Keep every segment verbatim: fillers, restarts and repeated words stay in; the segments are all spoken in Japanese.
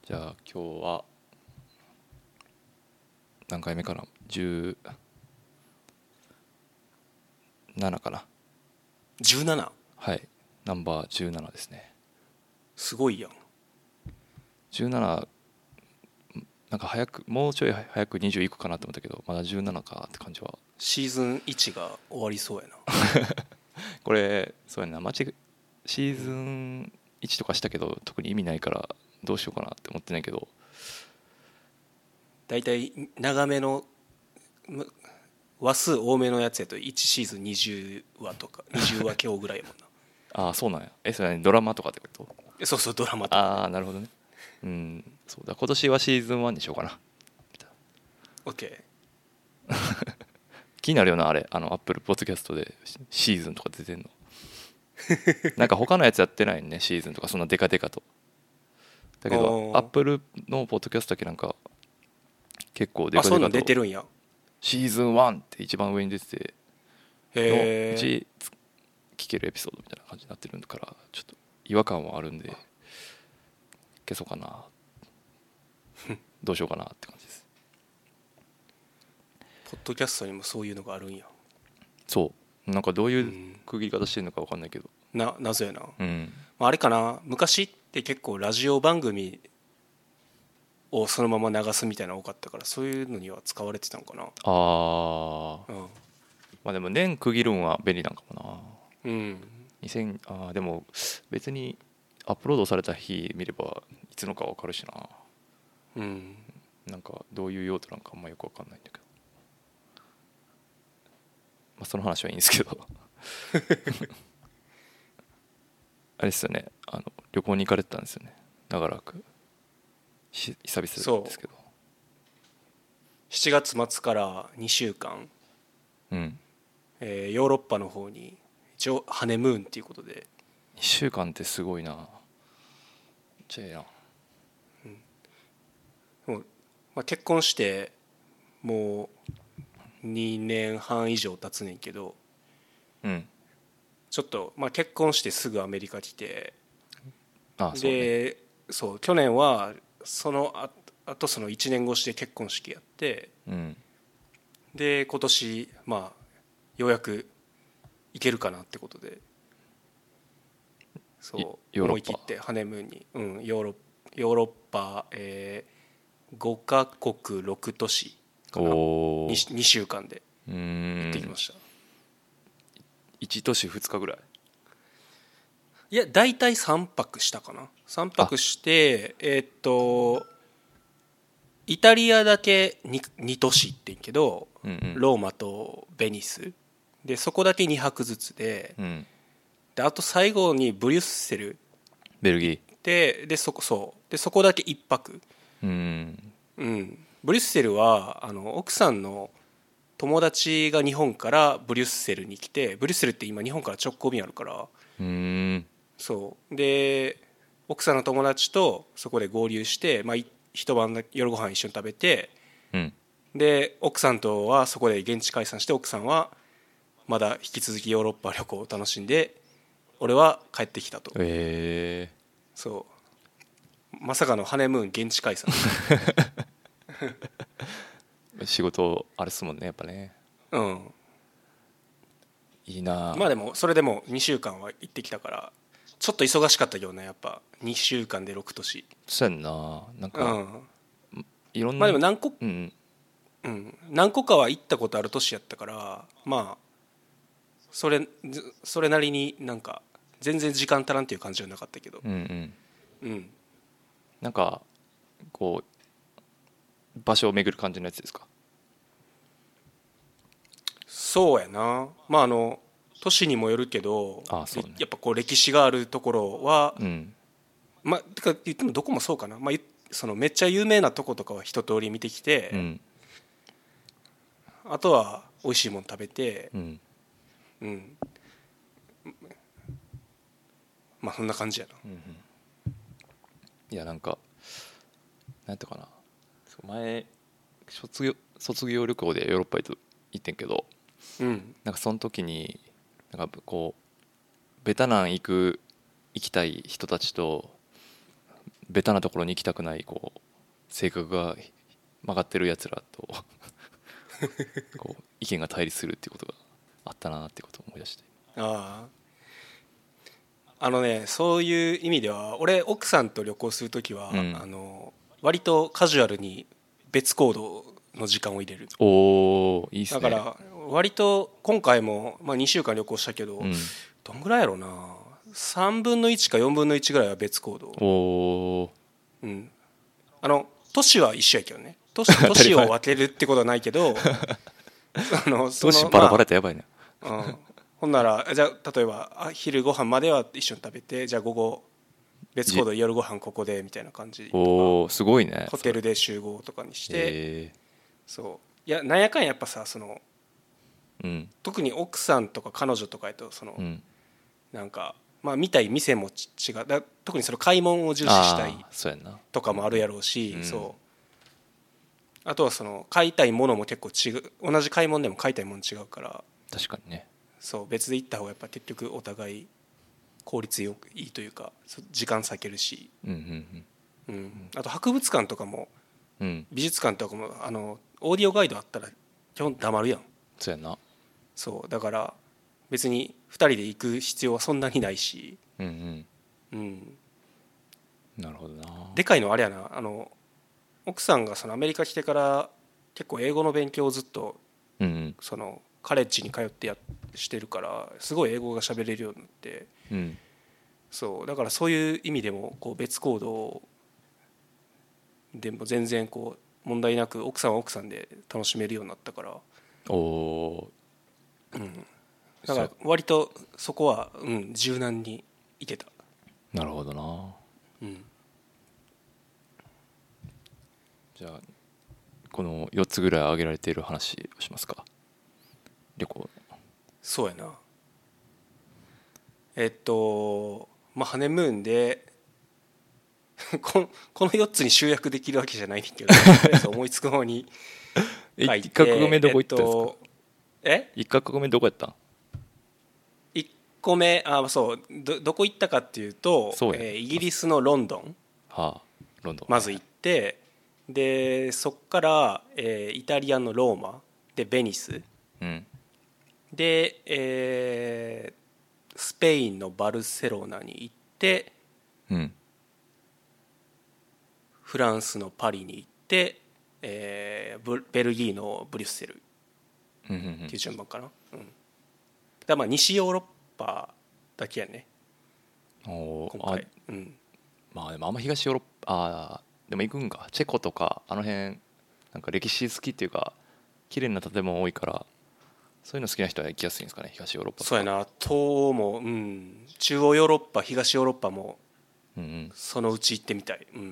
じゃあ今日は何回目かな、じゅうななかな。 じゅうなな。 はい、ナンバーじゅうななですね。 すごいやん。 じゅうなな、なんか早くもうちょい早くにじゅういくかなと思ったけど、まだじゅうななかって感じは。 シーズンいちが終わりそうやな。 これそうやな、間違いシーズンいちとかしたけど特に意味ないからどうしようかなって思ってないけど、 だいたい長めのむ話数多めのやつやといちシーズンにじゅうわとかにじゅうわ強ぐらいやもんな。 ああそうなんや。えそれ何ドラマとかってこと？ えそうそう、ドラマとか。 ああなるほどね。うんそうだ、今年はシーズンワンにしようかな。 OK。 気になるよなあれ、あのアップルポッドキャストでシーズンとか出てんのなんか他のやつやってないね、シーズンとかそんなデカデカと。だけどあーアップルのポッドキャストだけなんか結構デあ、そういうのカデカと出てるんや。 シーズンワンって一番上に出ててのうへえ。 ち聞けるエピソードみたいな感じになってるからちょっと違和感はあるんで消そうかなどうしようかなって感じです。 ポッドキャストにもそういうのがあるんや。 そうなんかどういう区切り方してるのか分かんないけど、 な謎やな。 うんまあ、あれかな、昔って結構ラジオ番組をそのまま流すみたいなの多かったから、そういうのには使われてたのかな。 ああうんまあでも年区切るんは便利なんかもな。 うんにせんあーでも別にアップロードされた日見ればいつのか分かるしな。 うんなんかどういう用途なんかあんまよく分かんないんだけど、まあ、その話はいいんですけどあれですよね、あの旅行に行かれてたんですよね、長らく。し久々ですけど。 しちがつ末からにしゅうかん、 うんえーヨーロッパの方に一応ハネムーンっていうことで。 にしゅうかんってすごいな。じゃあええな。 もう、まあ、結婚してもうにねんはん以上経つねんけど、 うんちょっと、まあ、結婚してすぐアメリカ来て、 あそうね。 でそう去年はそのああとそのいちねん越しで結婚式やって、 うんで今年まあようやく行けるかなってことで、そうヨーロッパ思い切ってハネムーンに、うん、ヨーロヨーロッパ、えー、ごカ国ろく都市かな、 おおに, にしゅうかんでうー行ってきまんした。 いち都市ふつかぐらい。 いや大体さんぱくしたかな。さんぱくしてえーっとイタリアだけ 2, に都市行ってんけど、 うんうんローマとベニスでそこだけにはくずつで、 うんであと最後にブリュッセルベルギででそこそうでそこだけいっぱく。 ーうんうんブリュッセルはあの奥さんの友達が日本からブリュッセルに来て、ブリュッセルって今日本から直行便あるから、 うーんそうで奥さんの友達とそこで合流して、まあ、い一晩だけ夜ご飯一緒に食べて、 うんで奥さんとはそこで現地解散して、奥さんはまだ引き続きヨーロッパ旅行を楽しんで、俺は帰ってきたと。 えそうまさかのハネムーン現地解散ー、仕事あれっすもんねやっぱね。 うんいいな。 まあでもそれでもにしゅうかんは行ってきたから、ちょっと忙しかったけどね、やっぱにしゅうかんでろく都市。 そうやんな。なんうかんいろんなまあでも何個、 うんうん、何個かは行ったことある都市やったから、まあそれそれなりになんか全然時間足らんっていう感じじゃなかったけど、 うんうんうんなんかこう場所を巡る感じのやつですか？ そうやな。まああの都市にもよるけど、 ああそうね。 やっぱこう歴史があるところは、 うんまあてか言ってもどこもそうかな、まあ、ゆそのめっちゃ有名なとことかは一通り見てきて、 うんあとは美味しいもの食べて、 うんうんまあそんな感じやな。 いやなんかなんていうかな、前卒業卒業旅行でヨーロッパ行ってんけど、 うんなんかその時になんかこうベタナン行く行きたい人たちとベタなところに行きたくないこう性格が曲がってるやつらとこう意見が対立するっていうことがあったなっていうことを思い出して。 あああのねそういう意味では俺奥さんと旅行するときは、うん、あの割とカジュアルに別行動の時間を入れる。 おーいいっすね。 だから割と今回も、まあ、にしゅうかん旅行したけど、うん、どんぐらいやろうなさんぶんのいちかよんぶんのいちぐらいは別行動。 おー、 うん、あの都市は一緒やけどね。都市、都市を分けるってことはないけどあの都市バラバラってやばいね、 まあうん、ほんならじゃあ例えばあ昼ご飯までは一緒に食べてじゃあ午後別行動夜ご飯ここでみたいな感じとかおーすごいね。 ホテルで集合とかにして、そういやなんやかんややっぱさその、うん、特に奥さんとか彼女とかやとその、うん、なんかまあ見たい店も違うだ特にその買い物を重視したいとかもあるやろうし、うん、そうあとはその買いたいものも結構違う同じ買い物でも買いたいもの違うから確かにねそう別で行った方がやっぱ結局お互い効率よくいいというか時間割けるし、うんうんうんうん、あと博物館とかも、うん、美術館とかもあのオーディオガイドあったら基本黙るやん。 そうやな。 そうだから別にふたりで行く必要はそんなにないし、うんうんうん、 なるほどな。 でかいのあれやなあの奥さんがそのアメリカ来てから結構英語の勉強をずっと、うんうん、そのカレッジに通ってやしてるからすごい英語が喋れるようになって、うん、そうだからそういう意味でもこう別行動でも全然こう問題なく奥さんは奥さんで楽しめるようになったから。 おー、うん、だから割とそこは、うん、柔軟にいけた。 なるほどな、うん、じゃあこのよっつぐらい挙げられている話をしますか。旅行。 そうやなえっとまあハネムーンでこ, このよっつに集約できるわけじゃないんだけどとりあえず思いつく方に書いていっかこめどこ行ったんですか。 えいっかこめどこやったん。 いっこめあそう ど, どこ行ったかっていうとそう、 えー、イギリスのロンドン、 はあ、ロンドンまず行ってでそっから、えー、イタリアのローマでベニス、うん、で、えー、スペインのバルセロナに行って、うん、フランスのパリに行って、えー、ベルギーのブリュッセルっていう順番かな、うんうん、だまあ西ヨーロッパだけやねお今回、うん、 まあでもあんま東ヨーロッパあでも行くんかチェコとかあの辺なんか歴史好きっていうか綺麗な建物多いからそういうの好きな人は行きやすいんですかね東ヨーロッパとか。 そうやな東も、うん、中央ヨーロッパ東ヨーロッパも、うんうん、そのうち行ってみたい、うん、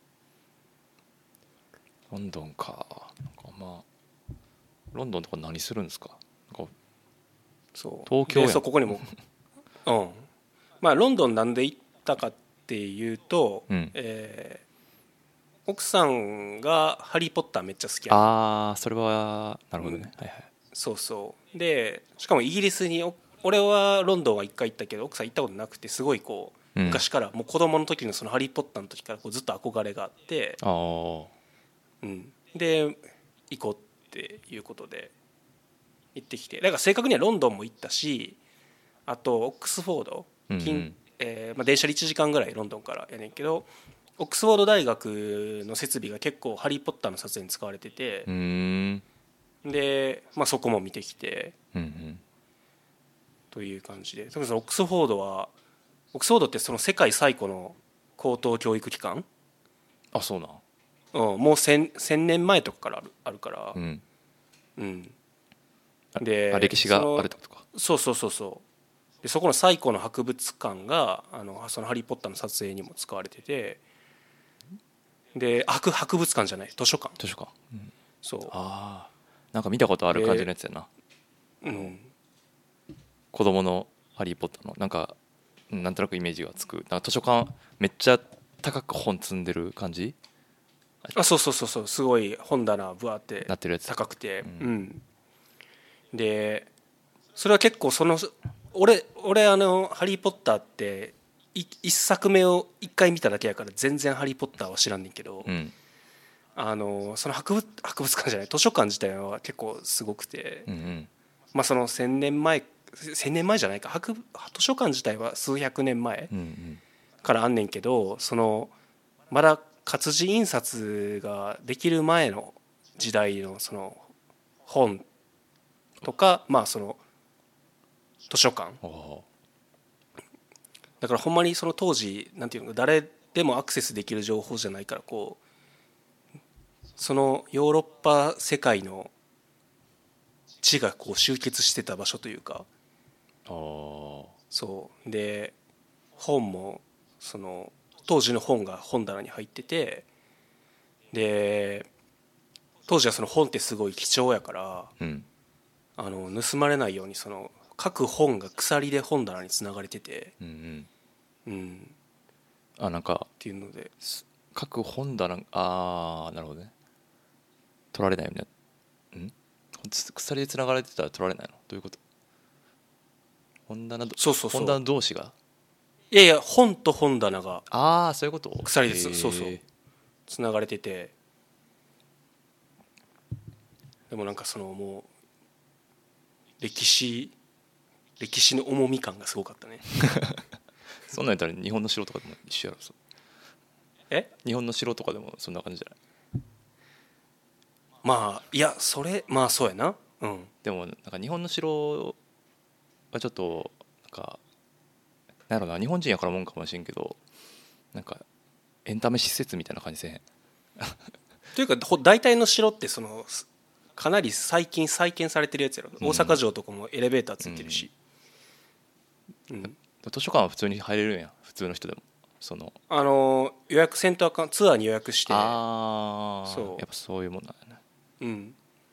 ロンドンかなんかまあロンドンとか何するんですか。なんかそう東京やんそうここにもうんまあロンドンなんで行ったかっていうと、うんえー、奥さんがハリーポッターめっちゃ好きや、ね、 ああそれはなるほどね、うん、はいはいそうそうでしかもイギリスに俺はロンドンはいっかい行ったけど奥さん行ったことなくてすごいこう、うん、昔からもう子供の時のそのハリーポッターの時からこうずっと憧れがあってあ、うん、で行こうっていうことで行ってきてだから正確にはロンドンも行ったしあとオックスフォード、うんうんえーまあ、電車でいちじかんぐらいロンドンからやねんけどオックスフォード大学の設備が結構ハリーポッターの撮影に使われててうーんで、まあ、そこも見てきて、うんうん、という感じで特にそのオックスフォードはオックスフォードってその世界最古の高等教育機関あそうなん、 うん、もう 1000, 1000年前とかからある, あるから、うんうん、 であ歴史があるってことか。 そうそうそうそうでそこの最古の博物館があのそのハリーポッターの撮影にも使われててで 博, 博物館じゃない図書館図書館、うん、 そうああなんか見たことある感じのやつやな、うん、子供のハリーポッターのなんかなんとなくイメージがつくなんか図書館めっちゃ高く本積んでる感じあそうそうそうそうすごい本棚ぶわってなってるやつ高くて、うんうん、でそれは結構その俺俺あのハリーポッターって一作目を一回見ただけやから全然ハリーポッターは知らんねんけど、 うん、 あのその博物博物館じゃない図書館自体は結構すごくて、 うんうん、 まあその千年前千年前じゃないか博図書館自体は数百年前からあんねんけど、そのまだ活字印刷ができる前の時代のその本とか、まあその図書館だからほんまにその当時なんていうの誰でもアクセスできる情報じゃないから、こうそのヨーロッパ世界の地がこう集結してた場所というか、そうで本もその当時の本が本棚に入ってて、で当時はその本ってすごい貴重やから、 うん、 あの盗まれないようにその各本が鎖で本棚につながれてて、 うんうん、うん、 あなんかっていうので各本棚ああなるほどね、取られないよね。ん鎖でつながれてたら取られないの？どういうこと？本棚そうそうそう本棚同士がいやいや本と本棚がああそういうこと鎖です、そうそうつながれてて、でもなんかそのもう歴史歴史の重み感がすごかったねそんなんやったら日本の城とかでも一緒やろ。そうえ日本の城とかでもそんな感じじゃない？ まあいやそれまあそうやな、うん、 でもなんか日本の城はちょっとなんかなんやろな、日本人やからもんかもしれんけどなんかエンタメ施設みたいな感じせへんというか大体の城ってそのかなり最近再建されてるやつやろ、うん、大阪城とかもエレベーターついてるし、 うんうん、図書館は普通に入れるんや普通の人でも。そのあの予約センターかツアーに予約して、 ああそうやっぱそういうもんなんやね。 うん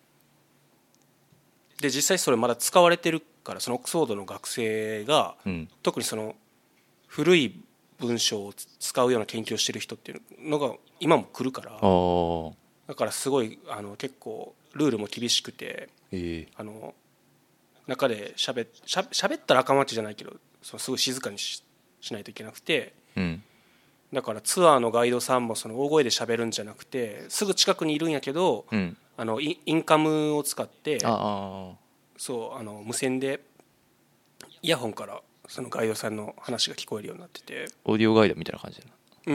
で実際それまだ使われてるから、そのオックスフォードの学生が、うん、特にその古い文章を使うような研究をしてる人っていうのが今も来るから、だからすごいあの結構ルールも厳しくて、えー、あの中でしゃべしゃしゃべったらあかんわけじゃないけど、そのすごい静かに し, しないといけなくて、うん、だからツアーのガイドさんもその大声でしゃべるんじゃなくてすぐ近くにいるんやけど、うん、あのインカムを使ってあそうあの無線でイヤホンからそのガイドさんの話が聞こえるようになってて、 オーディオガイドみたいな感じだな。 うん、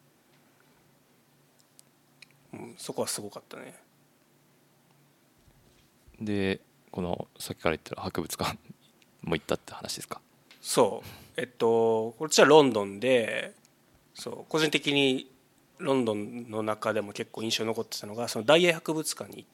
うん、そこはすごかったね。 でこのさっきから言ってる博物館も行ったって話ですか？ そうえっとこっちはロンドンで、そう個人的にロンドンの中でも結構印象に残ってたのがその大英博物館に行って、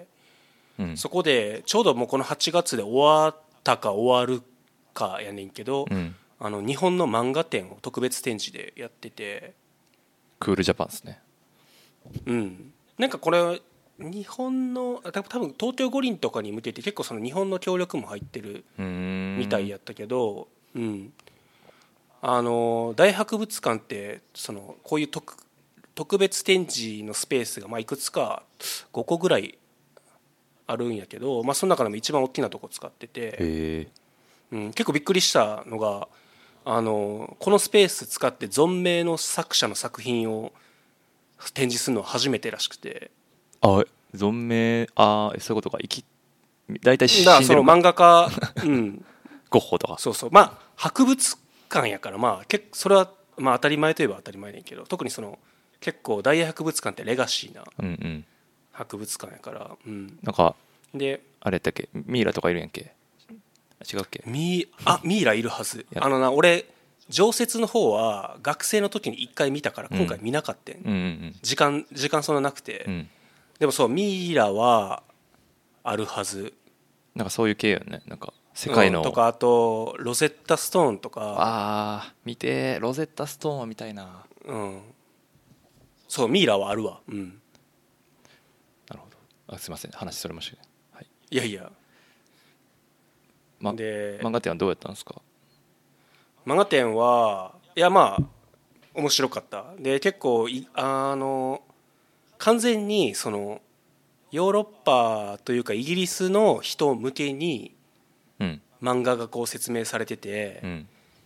うん、そこでちょうどもうこのはちがつで終わったか終わるかやねんけど、うん、あの日本の漫画展を特別展示でやってて、 クールジャパンですね。 うんなんかこれ日本の多分東京五輪とかに向けて結構その日本の協力も入ってるみたいやったけど、うん、あの大博物館ってそのこういう 特, 特別展示のスペースがまあいくつかごこぐらいあるんやけど、まあ、その中でも一番大きなとこ使ってて、うん、結構びっくりしたのがあのこのスペース使って存命の作者の作品を展示するのは初めてらしくて。 あ存命あそういうことか。生き大体死んでるか。だからその漫画家、うん、 ゴッホとかそうそうまあ博物館やからまあ結それはまあ当たり前といえば当たり前だけど、特にその結構大英博物館ってレガシーな博物館やから、うん、 なんかであれだっけミイラとかいるやんけ。違うっけ？ ミあミイラいるはず。あのな俺常設の方は学生の時にいっかい見たから今回見なかった、うんうんうん、時間時間そんななくて、うん、でもそうミイラはあるはず。 なんかそういう系よね。なんか世界の、 うん、とかあとロゼッタストーンとかあ見てロゼッタストーンは見たいな。 うんそうミイラはあるわ。うんなるほど。あすいません話それましたね、はい、 いやいや、 ま、で漫画展はどうやったんですか？ 漫画展はいやまあ面白かった。で結構あの完全にそのヨーロッパというかイギリスの人向けに漫画がこう説明されてて、うん、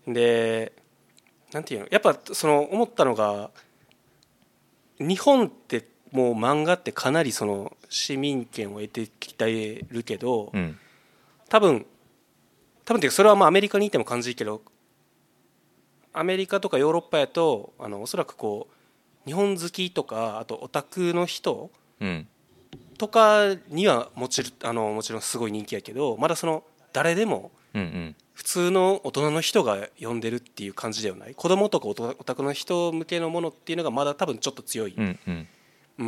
でなんていうのやっぱその思ったのが日本ってもう漫画ってかなりその市民権を得てきてるけど、うん、多分多分っていうかそれはまあアメリカにいても感じるけどアメリカとかヨーロッパやとあのおそらくこう日本好きとかあとオタクの人とかにはもちろんあのもちろんすごい人気やけどまだその誰でも普通の大人の人が読んでるっていう感じではない子供とかオタクの人向けのものっていうのがまだ多分ちょっと強い、うんうんうん、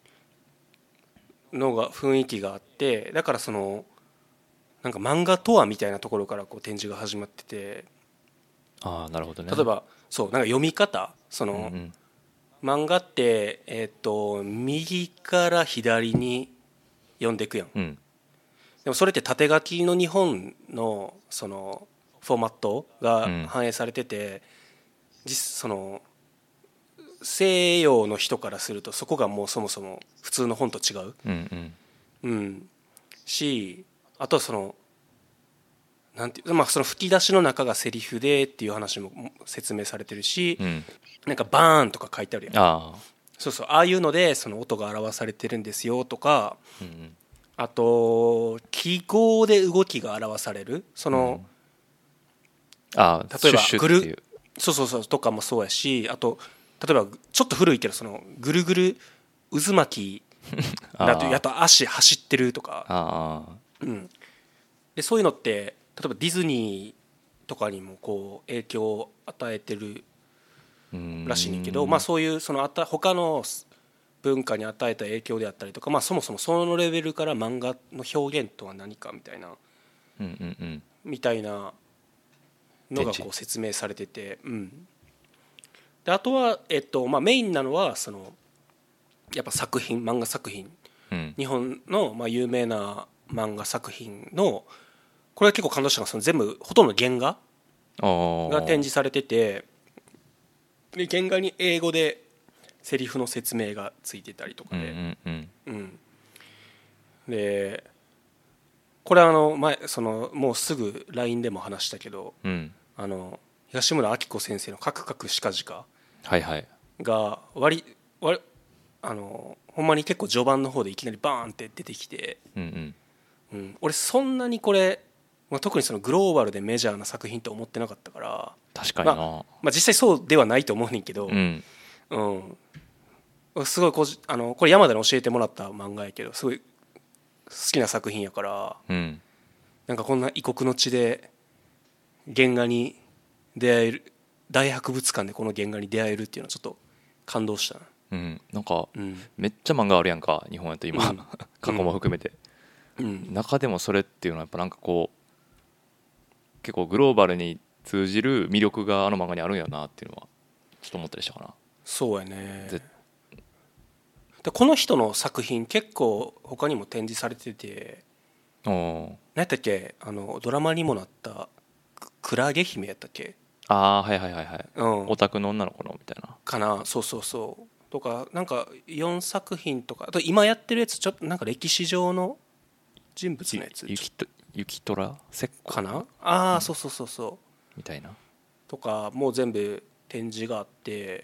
のが雰囲気があってだからそのなんか漫画とはみたいなところからこう展示が始まっててあなるほどね例えばそうなんか読み方その、うんうん漫画ってえっと右から左に読んでいくやん、うん、でもそれって縦書きの日本のそのフォーマットが反映されてて、うん、実その西洋の人からするとそこがもうそもそも普通の本と違う、うんうんうん、しあとはそのなんていうまあその吹き出しの中がセリフでっていう話も説明されてるし、うん、なんかバーンとか書いてあるやんあそうそうああいうのでその音が表されてるんですよとか、うんうん、あと記号で動きが表されるその、 うん、あ例えばぐるそうそうそうとかもそうやしあと例えばちょっと古いけどそのぐるぐる渦巻きだとやっと足走ってるとかあ、うん、でそういうのって例えばディズニーとかにもこう影響を与えてるらしいねんけど、まあ、そういうそのあた他の文化に与えた影響であったりとか、まあ、そもそもそのレベルから漫画の表現とは何かみたいな、うんうんうん、みたいなのがこう説明されてて、うん、であとは、えっとまあ、メインなのはそのやっぱ作品漫画作品、うん、日本のまあ有名な漫画作品のこれは結構感動したのがその全部ほとんど原画が展示されててで原画に英語でセリフの説明がついてたりとかで、うんうんうん、でこれはあの前そのもうすぐ ライン でも話したけど、うん、あの東村明子先生の「カクカクしかじか」が割割あのほんまに結構序盤の方でいきなりバーンって出てきて、うんうんうん、俺そんなにこれまあ、特にそのグローバルでメジャーな作品って思ってなかったから確かにな、 まあ、まあ実際そうではないと思うねんけど、うんうん、すごいこじあのこれ山田に教えてもらった漫画やけどすごい好きな作品やから、うん、なんかこんな異国の地で原画に出会える大博物館でこの原画に出会えるっていうのはちょっと感動したな、 うん、なんか、うん、めっちゃ漫画あるやんか日本やと今、うん、過去も含めて、うん、中でもそれっていうのはやっぱなんかこう結構グローバルに通じる魅力があの漫画にあるんやなっていうのはちょっと思ったりしたかな。 そうやねでこの人の作品結構他にも展示されてて何やったっけあのドラマにもなったクラゲ姫やったっけああはいはいはいはい、うん、オタクの女の子のみたいなかなそうそうそうとかなんかよんさく品とかあと今やってるやつちょっとなんか歴史上の人物のやつ雪虎石膏かなああ、うん、そうそうそうそうみたいなとかもう全部展示があって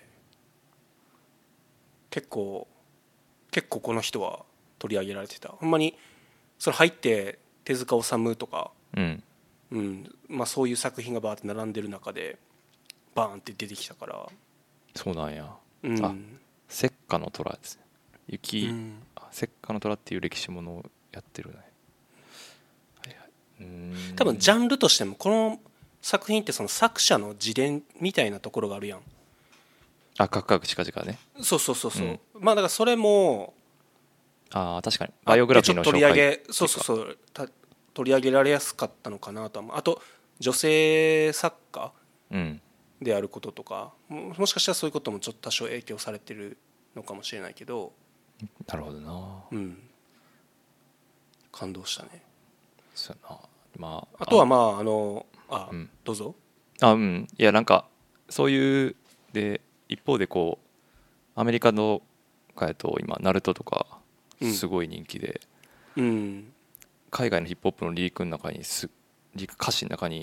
結構結構この人は取り上げられてたほんまにそれ入って手塚治虫とか、うんうんまあ、そういう作品がバーって並んでる中でバーンって出てきたからそうなんや、うん、あ石化の虎ですね雪、うん、石化の虎っていう歴史ものをやってるね多分ジャンルとしてもこの作品ってその作者の自伝みたいなところがあるやんあカクカクしかじかねそうそうそうそう、うん、まあだからそれもあ確かにバイオグラフィーの紹介取り上げそうそうそう取り上げられやすかったのかなとはあと女性作家であることとか、うん、もしかしたらそういうこともちょっと多少影響されてるのかもしれないけどなるほどなうん感動したねそうやなまあ、あとはまああのあ、うん、どうぞあうんいやなんかそういうで一方でこうアメリカのかやと今ナルトとかすごい人気で、うん、海外のヒップホップのリークの中にす歌詞の中に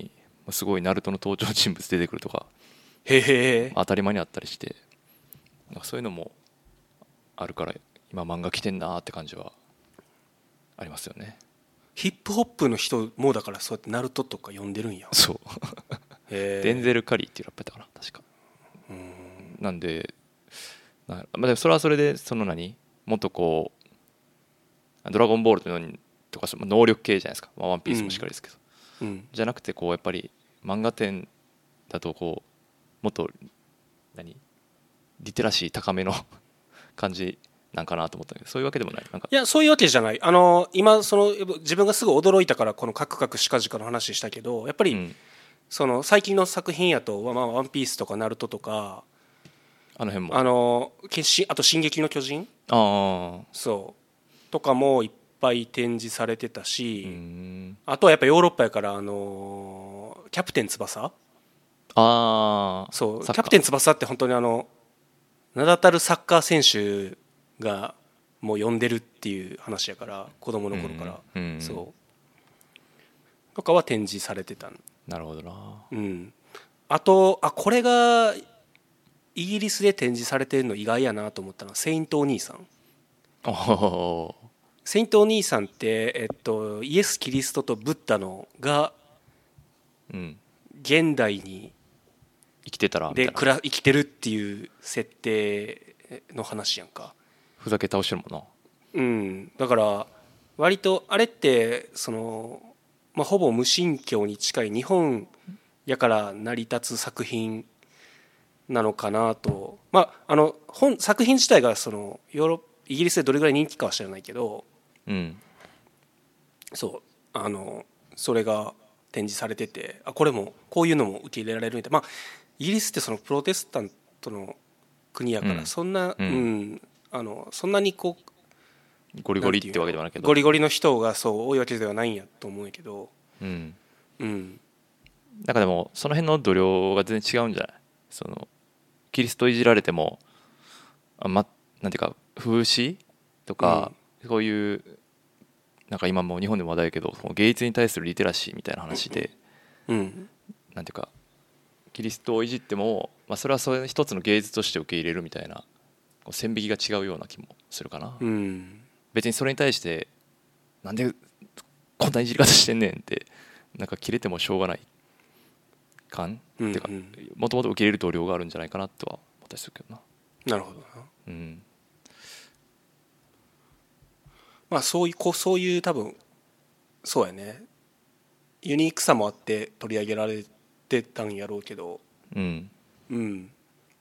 すごいナルトの登場人物出てくるとかへえ当たり前にあったりして、なんかそういうのもあるから今漫画来てんなーって感じはありますよね。 ヒップホップの人もだからそうやってナルトとか読んでるんや。 そうデンゼル・カリーっていうラップやったかな確か。 うんなんでな、まあ、でもそれはそれでその何もっとこうドラゴンボールというのとか能力系じゃないですか、まあ、ワンピースもしっかりですけど、 うんうん、 じゃなくてこうやっぱり漫画展だとこうもっと何リテラシー高めの感じなんかなと思ったけど、そういうわけでもない。なんかいやそういうわけじゃない。あの今その自分がすぐ驚いたからこのカクカクしかじかの話したけど、やっぱり、うん、その最近の作品やと、まあ、ワンピースとかナルトとかあの辺もあのあと進撃の巨人あそうとかもいっぱい展示されてたし、あとはやっぱヨーロッパやからあのキャプテン翼あそうキャプテン翼って本当にあの名だたるサッカー選手がもう呼んでるっていう話やから子供の頃から、うんうん、そうとかは展示されてた。 なるほどな、 うん、あとあこれがイギリスで展示されてるの意外やなと思ったのはセイントお兄さん。セイントお兄さんって、えっと、イエス・キリストとブッダのが現代に生きてたらで生きてるっていう設定の話やんか。 ふざけ倒してるもんな。 うん、だから割とあれってその、まあ、ほぼ無神教に近い日本やから成り立つ作品なのかなと。まああの本作品自体がそのヨーロッイギリスでどれぐらい人気かは知らないけど、 うん、 そうあのそれが展示されてて、あこれもこういうのも受け入れられるみたいな。まあイギリスってそのプロテスタントの国やからそんな、うんうん、あのそんなにこうゴリゴリってわけではないけどゴリゴリの人がそう多いわけではないんやと思うんやけど、 うんうん、 なんかでもその辺の度量が全然違うんじゃない。そのキリストいじられてもあ、ま、なんていうか風刺とか、うん、そういうなんか今も日本でも話題やけど芸術に対するリテラシーみたいな話で、 うん、 なんていうかキリストをいじっても、まあ、それはそれ一つの芸術として受け入れるみたいなこう線引きが違うような気もするかな、 うん、 別にそれに対してなんでこんないじり方してんねんってなんか切れてもしょうがない感、うんうん、っていうかもともと受け入れる度量があるんじゃないかなとは思ったりするけどな。 なるほどな、 うん、 まあそういうこうそういう多分そうやねユニークさもあって取り上げられてたんやろうけど、 うんうん、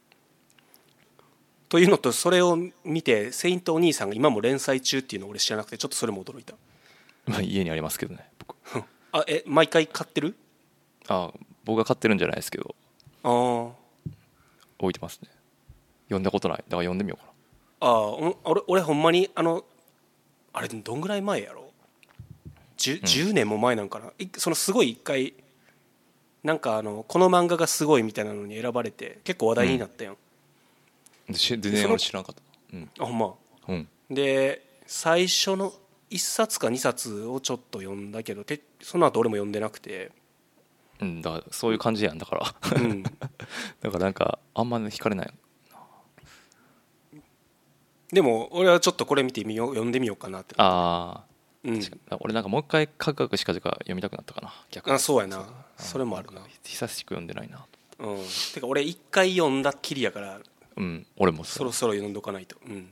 というのとそれを見てセイントお兄さんが今も連載中っていうのを俺知らなくてちょっとそれも驚いた。 まあ家にありますけどね僕あえ毎回買ってる？ あ僕が買ってるんじゃないですけどあ置いてますね。読んだことないだから読んでみようかな。 あ俺俺ほんまにあのあれどんぐらい前やろ 10, うん、 じゅうねんも前なんかな。そのすごい一回なんかあのこの漫画がすごいみたいなのに選ばれて結構話題になったやん、 うん、全然俺知らなかった、うん、 あほんま、 うん、 で最初のいっさつかにさつをちょっと読んだけどてその後俺も読んでなくて、 うん、だからそういう感じやんだから、うん、だからなんかあんま惹かれない。 でも俺はちょっとこれ見てみよう読んでみようかなって。 ああ、 うん、 俺なんかもう一回カクカクしかじか読みたくなったかな逆に。 あそうやな そ, それもあるな。 久しく読んでないな。 うんてか俺一回読んだっきりやから、 うん、俺もそろそろ読んどかないと。うん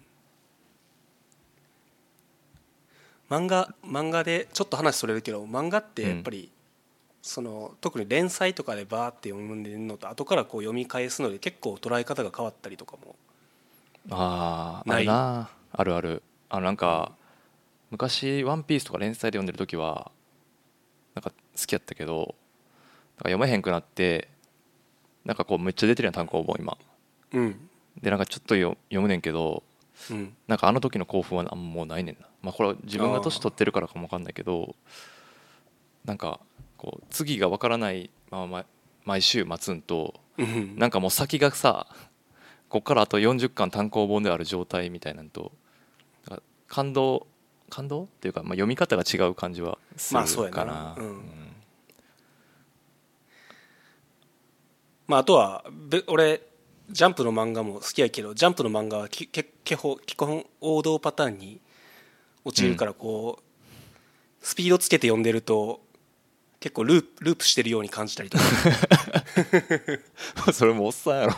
漫画漫画でちょっと話それるけど漫画ってやっぱり、うん、その特に連載とかでバーって読んでるのと後からこう読み返すので結構捉え方が変わったりとかもあああるな。あるある。あのなんか、うん、昔ワンピースとか連載で読んでる時はなんか好きやったけどなんか読めへんくなってなんかこうめっちゃ出てるやん単行本今、 うん、 でなんかちょっと読むねんけど、 うん、 なんかあの時の興奮はもうないねんな。まあこれは自分が年取ってるからかも分かんないけどなんかこう次が分からないまま毎週待つんと、 うん、 なんかもう先がさこっからあとよんじゅっかん単行本である状態みたいなんと感動感動っていうか、まあ、読み方が違う感じはするかな。まあそうやな、うんうん、 まあ、あとは俺ジャンプの漫画も好きやけどジャンプの漫画は基本王道パターンに陥るからこう、うん、スピードつけて読んでると結構ループ、ループしてるように感じたりとかそれもおっさんやろ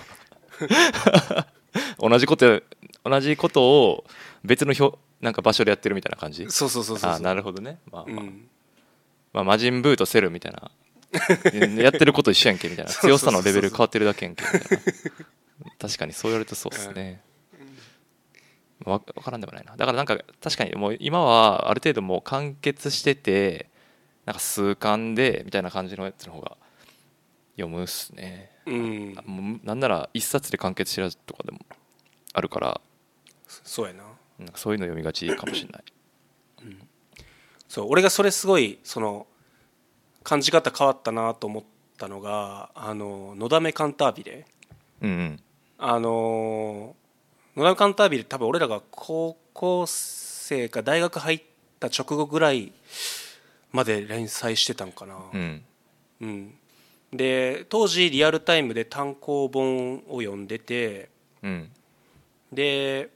同じこと同じことを別の表なんか場所でやってるみたいな感じ。 そうそうそうそう。 あ、なるほどね。まあまあ、うん、まあ魔人ブーとセルみたいなやってること一緒やんけみたいな強さのレベル変わってるだけやんけみたいな確かにそう言われるとそうですね、うん、分からんでもないな。だからなんか確かにもう今はある程度もう完結しててなんか数巻でみたいな感じのやつの方が読むっすね、うん、もうなんなら一冊で完結知らずとかでもあるからそうやな、 なんかそういうの読みがちかもしれない、 うん、そう俺がそれすごいその感じ方変わったなと思ったのがあののだめカンタービレ、うんうん、あののだめカンタービレ多分俺らが高校生か大学入った直後ぐらいまで連載してたんかな、うんうん、で当時リアルタイムで単行本を読んでて、うん、で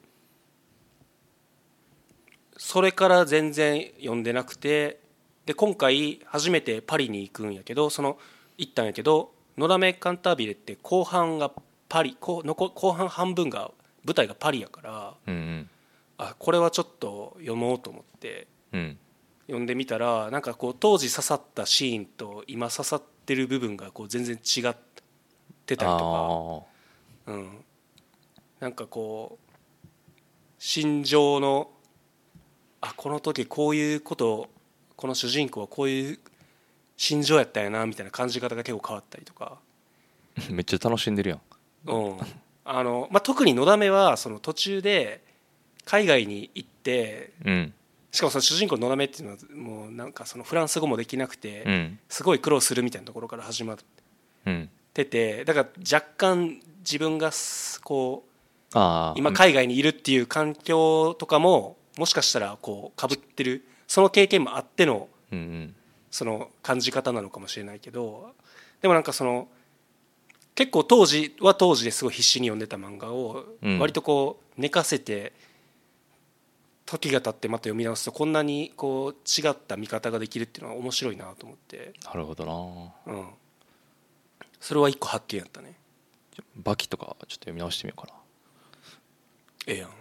それから全然読んでなくてで今回初めてパリに行くんやけどその行ったんやけどのだめカンタービレって後半がパリ後後半半分が舞台がパリやから、うんうん、あこれはちょっと読もうと思って、うん、読んでみたらなんかこう当時刺さったシーンと今刺さってる部分がこう全然違ってたりとか、うん、なんかこう心情のあこの時こういうことこの主人公はこういう心情やったんやなみたいな感じ方が結構変わったりとかめっちゃ楽しんでるやん、 うんあのまあ、特にのだめはその途中で海外に行って、うん、しかもその主人公ののだめっていうのはもうなんかそのフランス語もできなくて、うん、すごい苦労するみたいなところから始まってて、うん、だから若干自分がこうあ今海外にいるっていう環境とかももしかしたらこう被ってるその経験もあってのその感じ方なのかもしれないけどでもなんかその結構当時は当時ですごい必死に読んでた漫画を割とこう寝かせて時が経ってまた読み直すとこんなにこう違った見方ができるっていうのは面白いなと思って。 なるほどな、うん、 それは一個発見やったね。 バキとかちょっと読み直してみようかな。 ええやん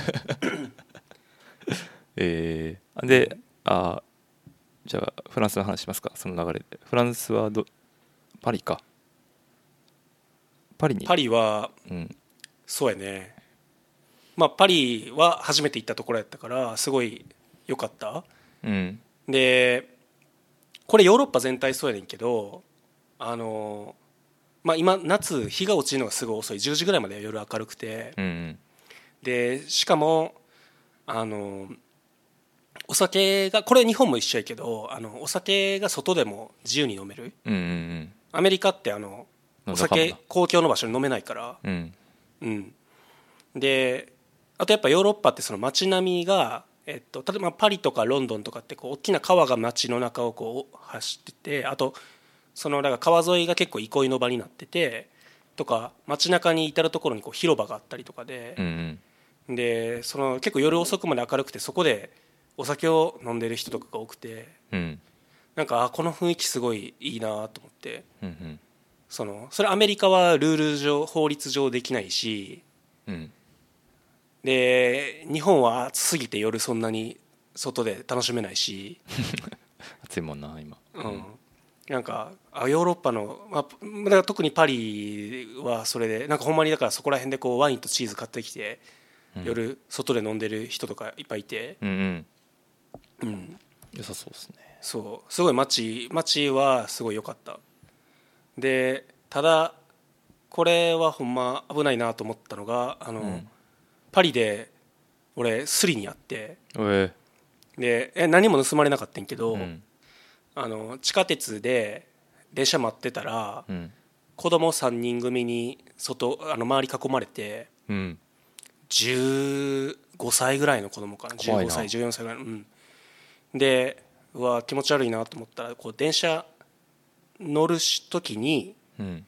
えー、であじゃあフランスの話しますか。その流れでフランスはどパリかパリにパリは、うん、そうやねまあパリは初めて行ったところやったからすごい良かった、うん、でこれヨーロッパ全体そうやねんけどあのまあ今夏日が落ちるのがすごい遅いじゅうじぐらいまで夜明るくて、うん、でしかもあのお酒がこれ日本も一緒やけどあのお酒が外でも自由に飲める、うんうんうん、アメリカってあのお酒公共の場所に飲めないから、うんうん、であとやっぱヨーロッパってその街並みが、えっと、例えばパリとかロンドンとかってこう大きな川が街の中をこう走っててあとそのだから川沿いが結構憩いの場になっててとか街中に至る所にこう広場があったりとかで、うんうん、でその結構夜遅くまで明るくてそこでお酒を飲んでる人とかが多くて、うん、なんかあこの雰囲気すごいいいなと思って、うんうん、そのそれアメリカはルール上法律上できないし、うん、で日本は暑すぎて夜そんなに外で楽しめないし暑いもんな今、うん、 なんかあヨーロッパの、まあ、だから特にパリはそれでなんかほんまにだからそこら辺でこうワインとチーズ買ってきて、うん、夜外で飲んでる人とかいっぱいいて、うんうんうん、良さそうですね。 そうすごい街街はすごい良かった。でただこれはほんま危ないなと思ったのがあの、うん、パリで俺スリにあって、えー、でえ何も盗まれなかったんけど、うん、あの地下鉄で電車待ってたら、うん、子供さんにん組に外あの周り囲まれて、うん、じゅうごさいぐらいの子供かなじゅうごさいじゅうよんさいぐらいの、うんでうわ気持ち悪いなと思ったらこう電車乗る時に、うん、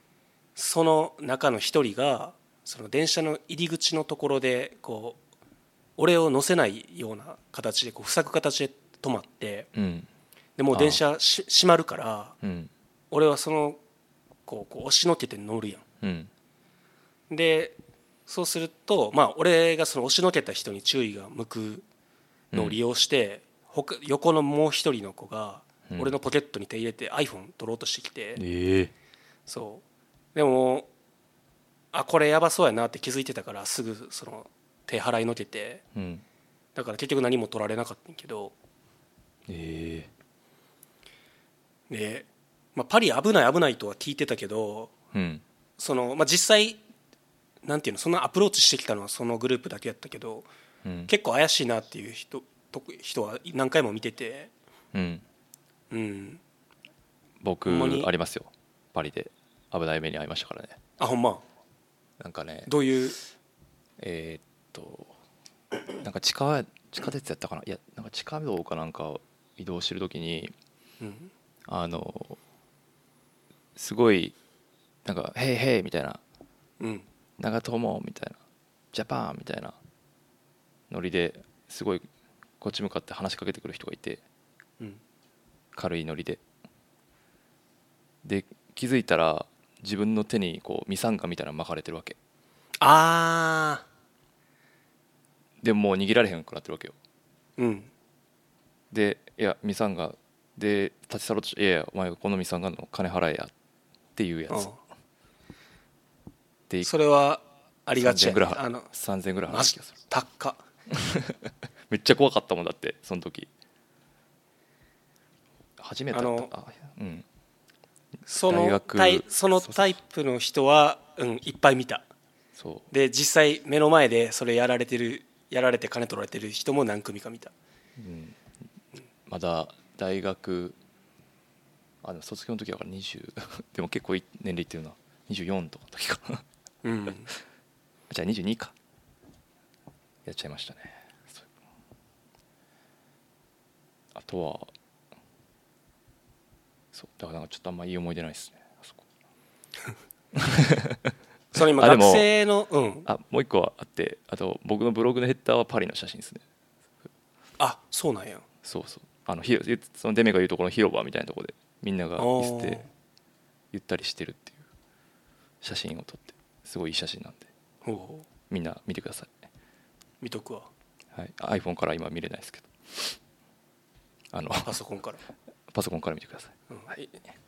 その中の一人がその電車の入り口のところでこう俺を乗せないような形でこう塞ぐ形で止まって、 うん、 でもう電車し閉まるから、 うん、俺はそのこうこう押しのけて乗るやん、うん、でそうするとまあ俺がその押しのけた人に注意が向くのを利用して、うん、他横のもう一人の子が俺のポケットに手入れて iPhone 取ろうとしてきて、 えー、 そうでもあこれやばそうやなって気づいてたからすぐその手払いのけて、うん、だから結局何も取られなかったんやけど、 えー、で、まあ、パリ危ない危ないとは聞いてたけど、うん、そのまあ、実際なんていうのそんなアプローチしてきたのはそのグループだけやったけど、うん、結構怪しいなっていう人と人は何回も見てて、うんうん、僕ありますよパリで危ない目に遭いましたからね。 あほんまなんかねどういうえー、っとなんか地下地下鉄やったかないやなんか地下道かなんかを移動してる時に、うん、あのすごいなんか「ヘイヘイ」みたいな「うん、長友」みたいな「ジャパン」みたいなノリですごいこっち向かって話しかけてくる人がいて、うん、軽いノリでで気づいたら自分の手にこうミサンガみたいなの巻かれてるわけ。 あーでももう逃げられへんくなってるわけよ、 うん、 でいやミサンガで立ち去ろうとして「いやいやお前このミサンガの金払えや」っていうやつでそれはありがちや、ね、 あのさんぜんえんぐらい払う気がする。 高っめっちゃ怖かったもんだってその時初めてだったあ、うん、 そのタイそのタイプの人は、うん、いっぱい見た。そうで実際目の前でそれやられてるやられて金取られてる人も何組か見た、 うん、まだ大学あの卒業の時はにじゅうでも結構年齢いってるなにじゅうよんとかの時かな、うん、じゃあにじゅうにかやっちゃいましたね。あとはそうだからなんかちょっとあんまいい思い出ないですねあそこそれ今学生のうん、あもう一個はあってあと僕のブログのヘッダーはパリの写真ですね。 あそうなんや。 そうそうあのそのデメが言うところの広場みたいなところでみんなが椅子でゆったりしてるっていう写真を撮ってすごいいい写真なんでほうほうみんな見てください。 見とくわ、 はい、iPhone から今見れないですけどあのパソコンからパソコンから見てください、 うん、はい。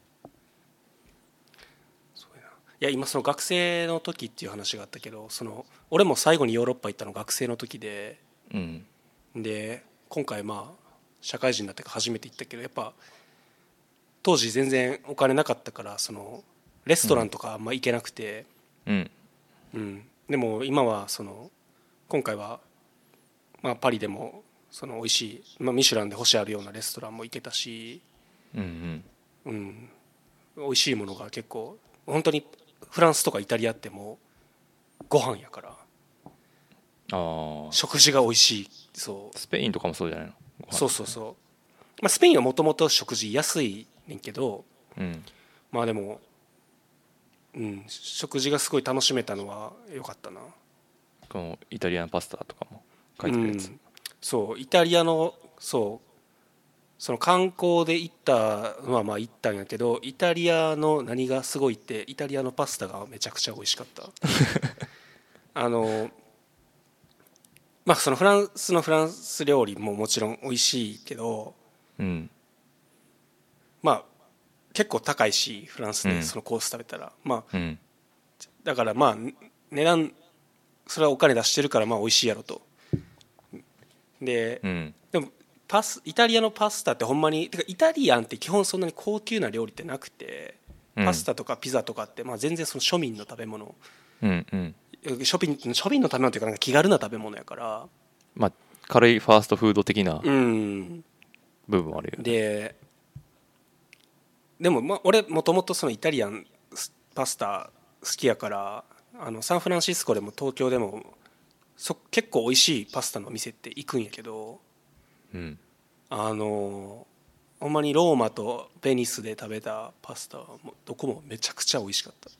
そうやないや今その学生の時っていう話があったけどその俺も最後にヨーロッパ行ったの学生の時で、うん、で今回まあ社会人になってから初めて行ったけどやっぱ当時全然お金なかったからそのレストランとかあんま行けなくて、うんうん、でも今はその今回はまあパリでもその美味しい、まあ、ミシュランで星あるようなレストランも行けたし、うんうんうん、美味しいものが結構本当にフランスとかイタリアってもうご飯やからあ食事が美味しい。そうスペインとかもそうじゃないの。 そうそうそう、まあ、スペインはもともと食事安いねんけど、うん、まあでも、うん、食事がすごい楽しめたのは良かったな。 このイタリアンパスタとかも書いてるやつ、うん、 そうイタリアのそうその観光で行ったのはまあ行ったんやけどイタリアの何がすごいってイタリアのパスタがめちゃくちゃ美味しかったあのまあそのフランスのフランス料理ももちろん美味しいけど、うん、まあ結構高いしフランスでそのコース食べたら、うん、まあ、うん、だからまあ値段それはお金出してるからまあ美味しいやろと。で、うん、でもパスイタリアのパスタってほんまにてかイタリアンって基本そんなに高級な料理ってなくて、うん、パスタとかピザとかってまあ全然その庶民の食べ物、うんうん、庶民庶民の食べ物っていうかなんか気軽な食べ物やから、 まあ、軽いファーストフード的な部分もあるよね。 ででもまあ俺もともとそのイタリアンパスタ好きやからあのサンフランシスコでも東京でもそ結構美味しいパスタの店って行くんやけど、うん、あのほんまにローマとベニスで食べたパスタはもうどこもめちゃくちゃ美味しかった。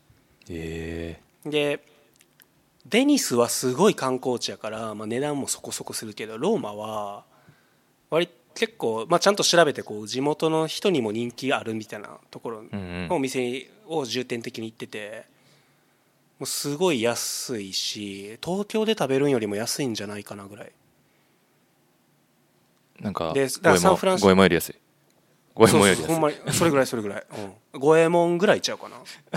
えー、でベニスはすごい観光地やから、まあ、値段もそこそこするけどローマは割結構、まあ、ちゃんと調べてこう地元の人にも人気あるみたいなところのお店を重点的に行ってて、もうすごい安いし東京で食べるんよりも安いんじゃないかなぐらいなんかでだからサンフランシスコ五右衛門より安い五右衛門より安いそうそうほんまにそれぐらいそれぐらい、うん、五右衛門ぐらいちゃうかな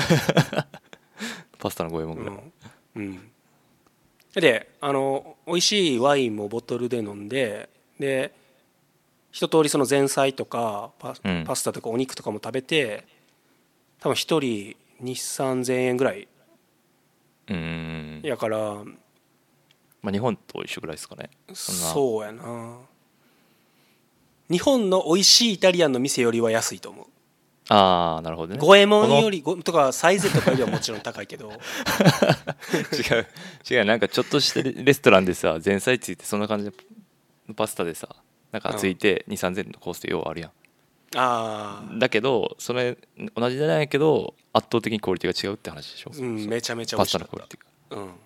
パスタの五右衛門ぐらい、 うん、うん、であの美味しいワインもボトルで飲んでで一通りその前菜とか パ,、うん、パスタとかお肉とかも食べて多分一人にせんさんぜんえんぐらいうんやから、 まあ、日本と一緒ぐらいですかね。 そうやな。日本の美味しいイタリアンの店よりは安いと思う。 ああなるほどね。 五右衛門よりとかサイゼとかよりはもちろん高いけど違う違うなんかちょっとしたレストランでさ前菜ついてそんな感じのパスタでさなんかついてにせんさんぜんえんのコースでようあるやん。 あだけどそれ同じじゃないけど圧倒的にクオリティが違うって話でしょ。 うん、めちゃめちゃ美味しかった。パスタのクオリティが、うん、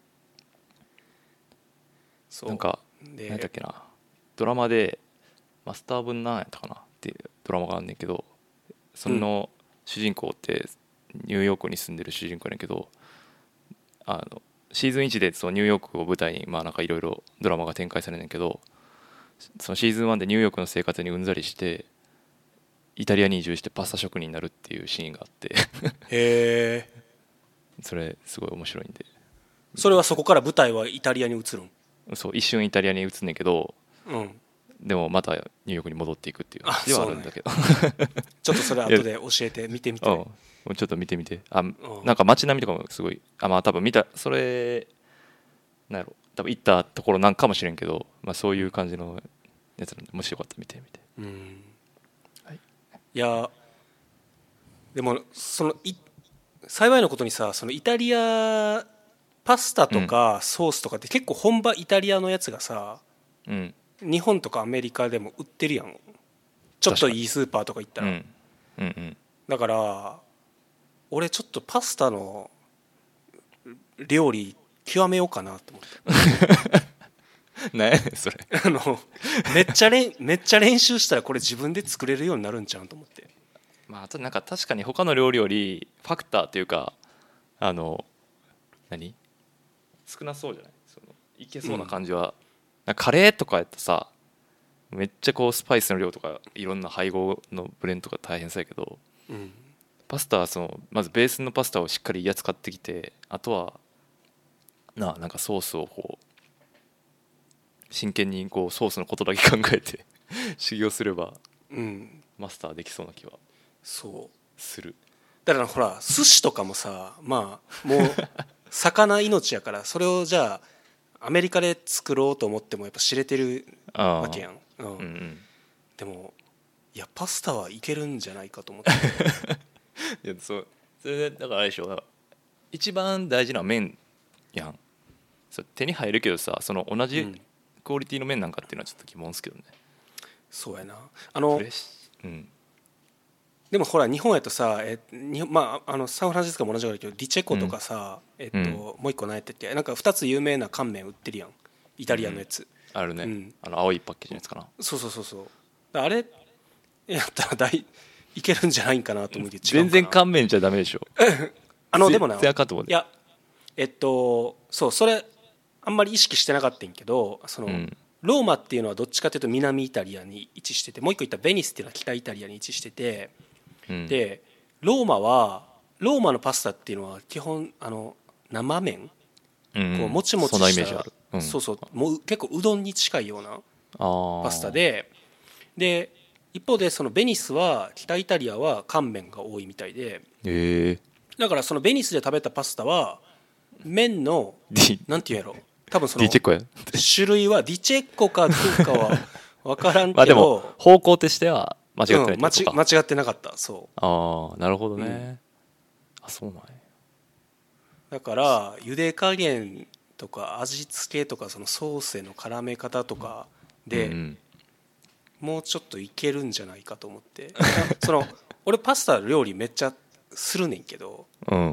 そうなんか何だっけなドラマでマスター分なんやったかなっていうドラマがあんねんけどその主人公ってニューヨークに住んでる主人公やねんけどあのシーズンいちでそのニューヨークを舞台にまあなんかいろいろドラマが展開されるんだけどそのシーズンいちでニューヨークの生活にうんざりしてイタリアに移住してパスタ職人になるっていうシーンがあってへえそれすごい面白いんで。 それはそこから舞台はイタリアに移るん？ そう一瞬イタリアに移んねんけど、 うん、 でもまたニューヨークに戻っていくっていうではあるんだけどちょっとそれ後で教えて見てみて、 うん、ちょっと見てみてあ、うん、なんか街並みとかもすごいあまあ多分見たそれなんやろ多分行ったところなんかもしれんけど、まあ、そういう感じのやつなんでもしよかったら見てみて、 うん、はい、いやでもそのい幸いなことにさそのイタリアパスタとかソースとかって結構本場イタリアのやつがさ、うん、日本とかアメリカでも売ってるやんちょっといいスーパーとか行ったら、うんうんうん、だから俺ちょっとパスタの料理極めようかなと思って何やねんそれあのめっちゃれめっちゃ練習したらこれ自分で作れるようになるんちゃうと思って、 まあ、あとなんか確かに他の料理よりファクターというかあの何少なそうじゃないそのいけそうな感じは、うん、なんかカレーとかやったらさめっちゃこうスパイスの量とかいろんな配合のブレンドとか大変そうやけど、うん、パスタはそのまずベースのパスタをしっかりいいやつ買ってきてあとはななんかソースをこう真剣にこうソースのことだけ考えて修行すれば、うん、マスターできそうな気はそうする。 だからほら寿司とかもさまあもう魚命やからそれをじゃあアメリカで作ろうと思ってもやっぱ知れてるわけやん、うんうん、でもいやパスタはいけるんじゃないかと思っていやそうそれでだからあれでしょだから一番大事な麺やんそ手に入るけどさその同じクオリティの麺なんかっていうのはちょっと疑問ですけどね、うん、 そうやなあのうんでもほら日本やとさ、えにまあ、あのサンフランシスコも同じようだけどディチェコとかさ、うんえっと、うん、もう一個何やったっけなんかふたつ有名な乾麺売ってるやんイタリアのやつ、 うん、あるね、うん、あの青いパッケージのやつかなそうそうそうそうあれやったら大いけるんじゃないんかなと思うけど全然乾麺じゃダメでしょあのでもないやえっとそうそれあんまり意識してなかったんけどその、うん、ローマっていうのはどっちかというと南イタリアに位置しててもう一個言ったベニスっていうのは北イタリアに位置しててでローマはローマのパスタっていうのは基本あの生麺、うん、こうもちもちしたそのイメージある、うん、そうそうもう結構うどんに近いようなパスタでで一方でそのベニスは北イタリアは乾麺が多いみたいで、 えー、 だからそのベニスで食べたパスタは麺のなんていうんやろ多分そのディチェコや種類はディチェコかどうかは分からんけどまあでも方向としては間違ってない、うん、間, 間違ってなかったそうああなるほどね、うん、あそうなんやだから茹で加減とか味付けとかそのソースへの絡め方とかで、うんうん、もうちょっといけるんじゃないかと思ってその俺パスタ料理めっちゃするねんけど、うん、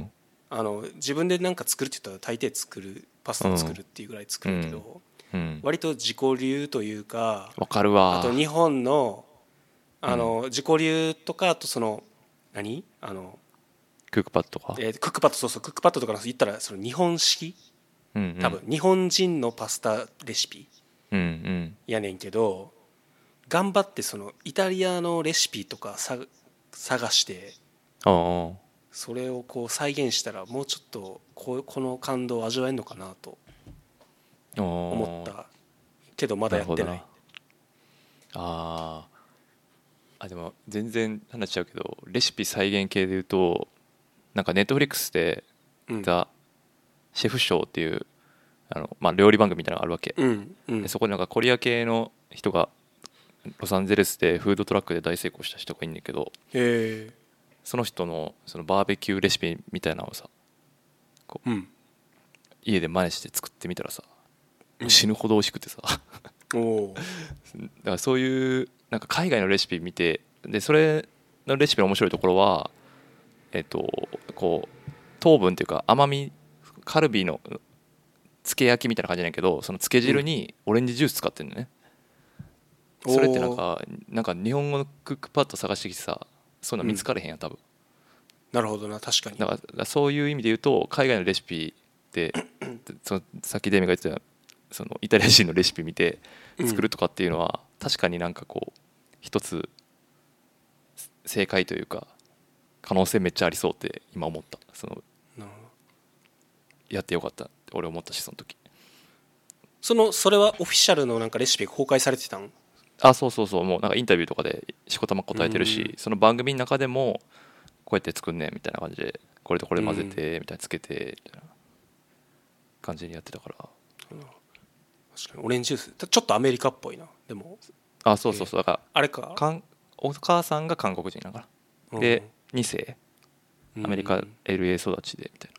あの自分で何か作るって言ったら大抵作るパスタを作るっていうぐらい作るけど、うんうん、割と自己流というか、 わかるわ。 あと日本のあの、うん、自己流とか、あとその何あのクックパッドとか、 えー、クックパッドそうそうクックパッドとか言ったらその日本式、うんうん、多分日本人のパスタレシピやねんけど、うんうん、頑張ってそのイタリアのレシピとかさ探して、ああそれをこう再現したらもうちょっとこうこの感動を味わえるのかなと思ったけどまだやってない。 ああでも全然話しちゃうけど、レシピ再現系で言うとなんかネットフリックスで「ザ・シェフショー」っていうあの、まあ、料理番組みたいなのがあるわけ、うんうん、でそこでなんかコリア系の人がロサンゼルスでフードトラックで大成功した人がいるんだけど、へその人のそのバーベキューレシピみたいなのをさこう、うん、家で真似して作ってみたらさ、うん、死ぬほど美味しくてさおだからそういうなんか海外のレシピ見て、でそれのレシピの面白いところはえっとこう糖分っていうか甘み、カルビのつけ焼きみたいな感じなんやけど、そのつけ汁にオレンジジュース使ってるのね、うん、それってなんかなんか日本語のクックパッド探してきてさ、そういうの見つかれへんやん多分、うん、 なるほどな、確かに。 だからそういう意味で言うと海外のレシピでそのさっきデミが言ってたそのイタリア人のレシピ見て作るとかっていうのは、うん、確かになんかこう一つ正解というか可能性めっちゃありそうって今思った。そのやってよかったって俺思ったし、その時。 そのそれはオフィシャルのなんかレシピが公開されてたん？ あ、そうそうそう、もうなんかインタビューとかでしこたま答えてるし、その番組の中でもこうやって作んねんみたいな感じで、これとこれ混ぜてみたいなつけてみたいな感じにやってたから、うん、 確かにオレンジジュースちょっとアメリカっぽいな。でもあ、そうそうそう、だからあれかかんお母さんが韓国人だから、うん、でに世アメリカ エルエー 育ちでみたいな、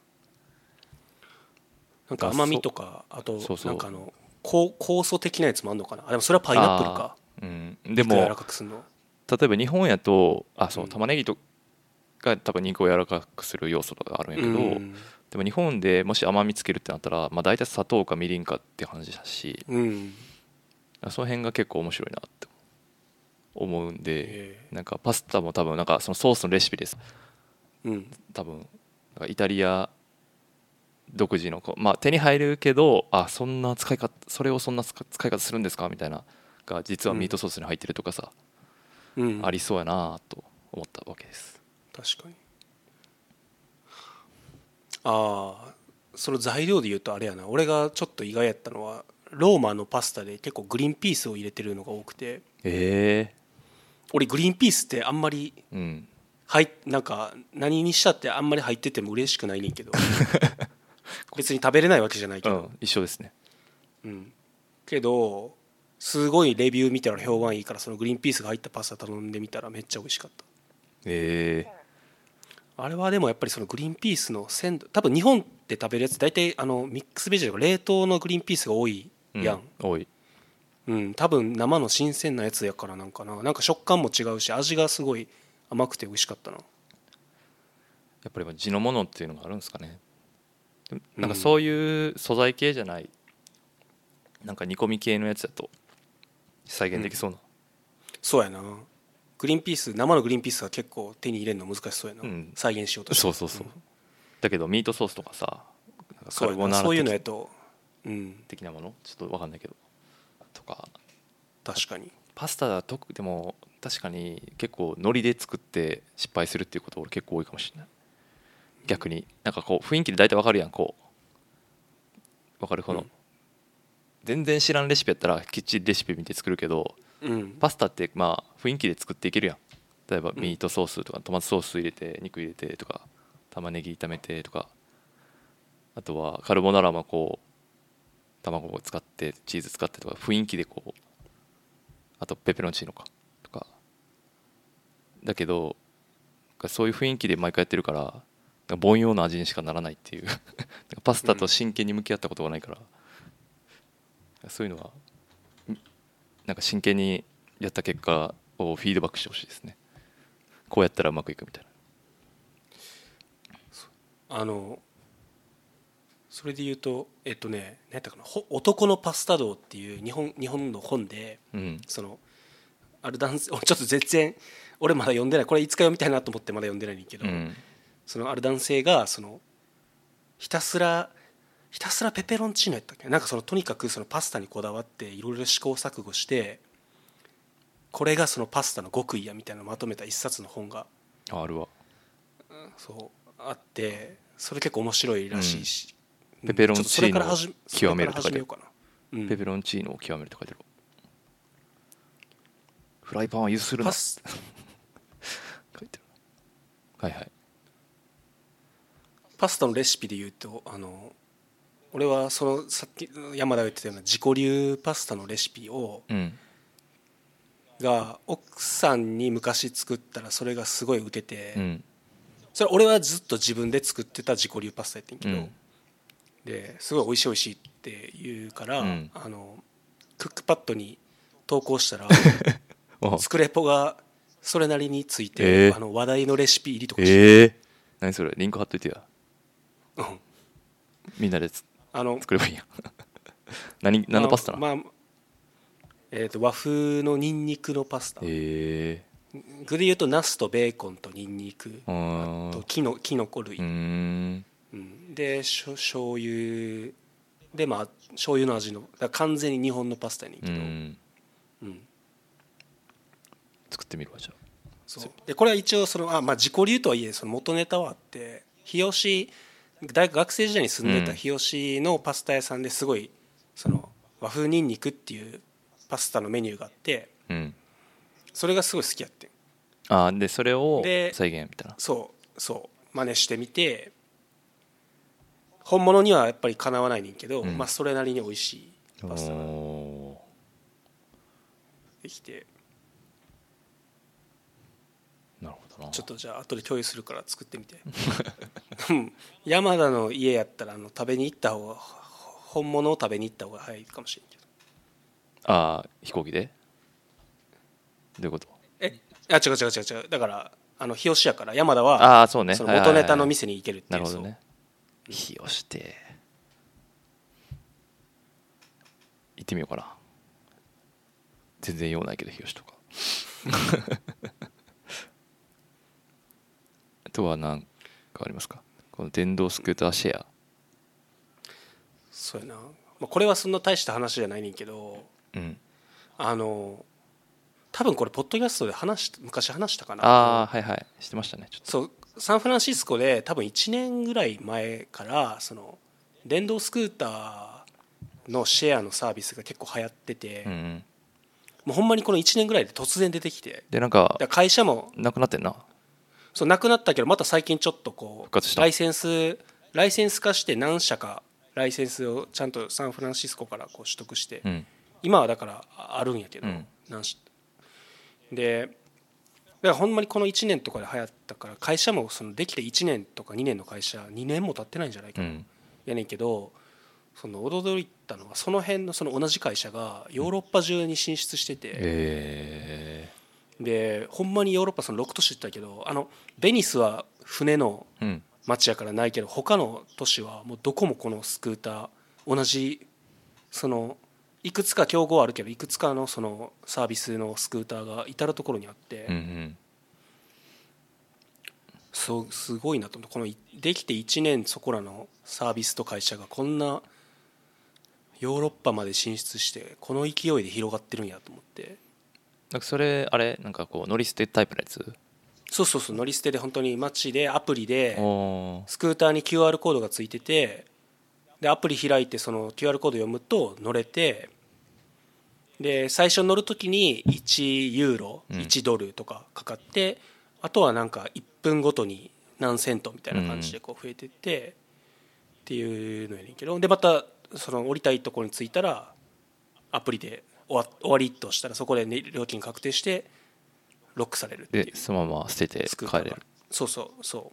なんか甘みとか、あとなんかあの酵素的なやつもあるのかな。あ、でもそれはパイナップルか。 うん、でも例えば日本やとあそう玉ねぎとが多分肉を柔らかくする要素があるんやけど、うん、でも日本でもし甘みつけるってなったら、まあ、大体砂糖かみりんかっていう話だし、うん、その辺が結構面白いなって思うんで、なんかパスタも多分なんかそのソースのレシピです、うん、多分なんかイタリア独自のまあ手に入るけど、あそんな使い方それをそんな使い方するんですかみたいなが実はミートソースに入ってるとかさ、うん、ありそうやなと思ったわけです。 確かに。ああ、その材料で言うとあれやな、俺がちょっと意外やったのはローマのパスタで結構グリーンピースを入れてるのが多くて、えー、俺グリーンピースってあんまり、うん、はいなんか何にしたってあんまり入ってても嬉しくないねんけど別に食べれないわけじゃないけど、うん、 一緒ですね、 うん、けどすごいレビュー見たら評判いいから、そのグリーンピースが入ったパスタ頼んでみたらめっちゃ美味しかった。ええー、あれはでもやっぱりそのグリーンピースの鮮度、多分日本で食べるやつ大体あのミックスベジとか冷凍のグリーンピースが多いやん、うん、 多い、 うん、多分生の新鮮なやつやからなんかな、なんか食感も違うし味がすごい甘くて美味しかったな。 やっぱり地のものっていうのがあるんですかね。なんかそういう素材系じゃない、なんか煮込み系のやつだと再現できそうな、うん、 そうやな。グリーンピース生のグリーンピースは結構手に入れるの難しそうやな、うん、再現しようとして。 そうそうそう、うん、だけどミートソースとかさ、 なんかカルボナーラそういうのやと、 うん、的なものちょっと分かんないけどとか、 確かにパスタだとでも確かに結構海苔で作って失敗するっていうこと俺結構多いかもしれない。逆になんかこう雰囲気で大体わかるやん、こうわかるこの、うん、全然知らんレシピやったらきっちりレシピ見て作るけど、うん、パスタってまあ雰囲気で作っていけるやん。例えばミートソースとかトマトソース入れて肉入れてとか玉ねぎ炒めてとか、あとはカルボナーラもこう卵を使ってチーズ使ってとか雰囲気でこう、あとペペロンチーノかとかだけど、そういう雰囲気で毎回やってるから凡庸な味にしかならないっていうパスタと真剣に向き合ったことがないから、うん、そういうのはなんか真剣にやった結果をフィードバックしてほしいですね。こうやったらうまくいくみたいな。 あのそれで言うとえっとね何やったかな、男のパスタ道っていう日本日本の本で、うん、そのある男性、ちょっと全然俺まだ読んでない、これいつか読みたいなと思ってまだ読んでないんだけど、うん、そのある男性がそのひたすらひたすらペペロンチーノやったっけ、なんかそのとにかくそのパスタにこだわっていろいろ試行錯誤して、これがそのパスタの極意やみたいなのをまとめた一冊の本があるわ、 そうあって、それ結構面白いらしいし、 うん、ペペロンチーノを極めるとかで、 うん、 ペペロンチーノを極めるとかで、フライパンはゆするな書いてる。はいはい。 パスタのレシピで言うと、あの俺はそのさっき山田が言ってたような自己流パスタのレシピを、うん、が奥さんに昔作ったらそれがすごいウケて、うん、それ俺はずっと自分で作ってた自己流パスタやってんけど、うん、ですごい美味しい美味しいって言うから、うん、あのクックパッドに投稿したら作レポがそれなりについて、えー、あの話題のレシピ入りとかして、 えー、何それ、リンク貼っといてや、うん、みんなでつあの作ればいいや何, 何のパスタなの、まあまあえー、と和風のニンニクのパスタ、えー、具で言うとナスとベーコンとニンニク、あとキノ、キノコ類、うん、うん、でしょ醤油で、まあ醤油の味の、だから完全に日本のパスタやねんけど、うんうん、 作ってみるわじゃあ。 そうでこれは一応そのあ、まあ、自己流とはいえその元ネタはあって、日吉大学学生時代に住んでた日吉のパスタ屋さんですごいその和風ニンニクっていうパスタのメニューがあって、うん、それがすごい好きやってん。 あでそれを再現みたいな。 そうそう真似してみて、本物にはやっぱりかなわないねんけど、うん、まあそれなりに美味しいパスタができて、 なるほどな。 ちょっとじゃあ後で共有するから作ってみて山田の家やったらあの食べに行った方が、本物を食べに行った方が早いかもしれんけど。 ああ飛行機でどういうこと。 えあ違う違う違う違う、だからあの日吉やから山田はあそうね、その元ネタの店に行けるっていう。 なるほどね。日吉って行ってみようかな。全然用ないけど日吉とかあとは何かありますか、この電動スクーターシェア。 そうやな、まあ、これはそんな大した話じゃないねんけど、うん、あの多分これポッドキャストで話し昔話したかな。 ああはいはいしてましたね。ちょっとそうサンフランシスコで多分いちねんぐらい前からその電動スクーターのシェアのサービスが結構流行ってて、うんうん、もうほんまにこのいちねんぐらいで突然出てきて、 でなんか会社もなくなってんな。 そうなくなったけどまた最近ちょっとこうライセンスライセンス化して何社かライセンスをちゃんとサンフランシスコからこう取得して、うん、今はだからあるんやけど、うん、何社でだからほんまにこのいちねんとかで流行ったから、会社もそのできていちねんとかにねんの会社にねんも経ってないんじゃないかな、うん、やねんけど、その驚いたのはその辺のその同じ会社がヨーロッパ中に進出してて、えー、でほんまにヨーロッパそのろく都市行ったけど、あのベニスは船の街やからないけど、他の都市はもうどこもこのスクーター同じそのいくつか競合あるけどいくつかのそのサービスのスクーターが至る所にあって、うんうん、そうすごいなと思って、このできていちねんそこらのサービスと会社がこんなヨーロッパまで進出してこの勢いで広がってるんやと思って。 なんかそれあれなんかこう乗り捨てタイプのやつ。 そうそうそう乗り捨てで本当に街でアプリでスクーターに キューアール コードがついてて、でアプリ開いてその キューアール コード読むと乗れて、で最初乗るときにいちユーロいちドルとかかかって、うん、あとはなんかいっぷんごとに何セントみたいな感じでこう増えてって、うん、っていうのやねんけど、でまたその降りたいところに着いたらアプリで終 わ, 終わりとしたらそこで、ね、料金確定してロックされるっていう。 でそのまま捨てて帰れる。 そうそうそう。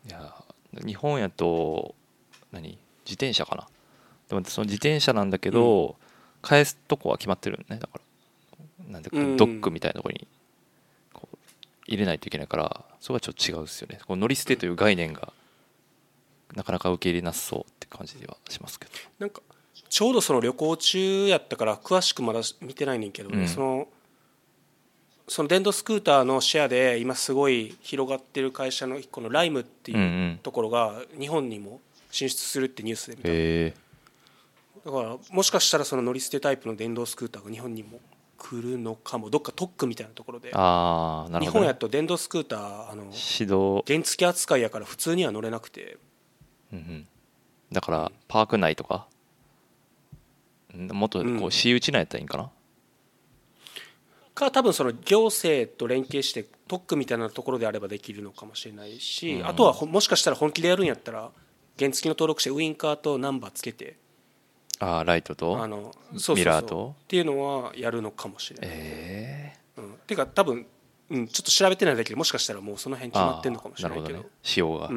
いや日本やと何自転車かな。でもその自転車なんだけど、うん、返すとこは決まってるよね。だからなんでドックみたいなところにこう入れないといけないから、それはちょっと違うですよね。この乗り捨てという概念がなかなか受け入れなさそうって感じではしますけど。 なんかちょうどその旅行中やったから詳しくまだ見てないねんけど、ね、うん、そのその電動スクーターのシェアで今すごい広がってる会社のこのライムっていうところが日本にも進出するってニュースで見た。 へー。だからもしかしたらその乗り捨てタイプの電動スクーターが日本にも来るのかも。どっか特区みたいなところで。 あー、なるほどね。 日本やと電動スクーターあの指導原付扱いやから普通には乗れなくて、 うんうん、だからパーク内とかもっとこう私有地内やったらいいんかな、うん、 か多分その行政と連携して特区みたいなところであればできるのかもしれないし、うん、あとはもしかしたら本気でやるんやったら原付の登録してウインカーとナンバーつけて、 あーライトとあのそうそうそうミラーとっていうのはやるのかもしれない。 えーうん、ていうか多分、うん、ちょっと調べてないだけでもしかしたらもうその辺決まってんのかもしれないけど、 なるほどね、仕様が、 うん、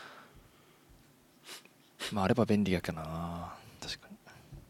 まああれば便利やけどな。確かに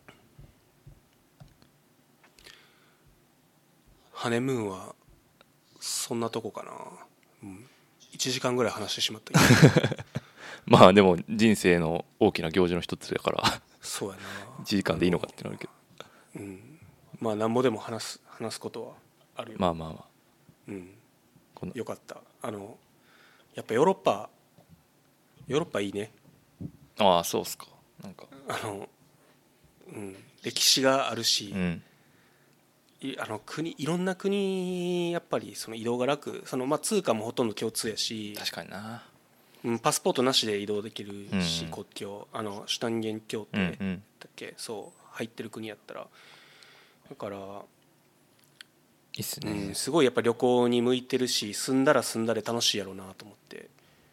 ハネムーンはそんなとこかな、うん、いちじかんぐらい話してしまったけどまあでも人生の大きな行事の一つだからそうやな、 いちじかんでいいのかってなるけど、 うん、まあ何もでも話す話すことはあるよ。 まあまあまあ、 うん、よかった。あのやっぱヨーロッパヨーロッパいいね。 ああそうっすか。なんかあの、うん、歴史があるし、 うん、 いあの国いろんな国やっぱりその移動が楽、そのまあ通貨もほとんど共通やし、 確かにな、 うん、パスポートなしで移動できるし、 うんうん、 国境あのシュタンゲン協定だっけ、 うんうん、 そう入ってる国やったら、だからいいいっすね、 うん、すごいやっぱ旅行に向いてるし、住んだら住んだで楽しいやろうなと思って。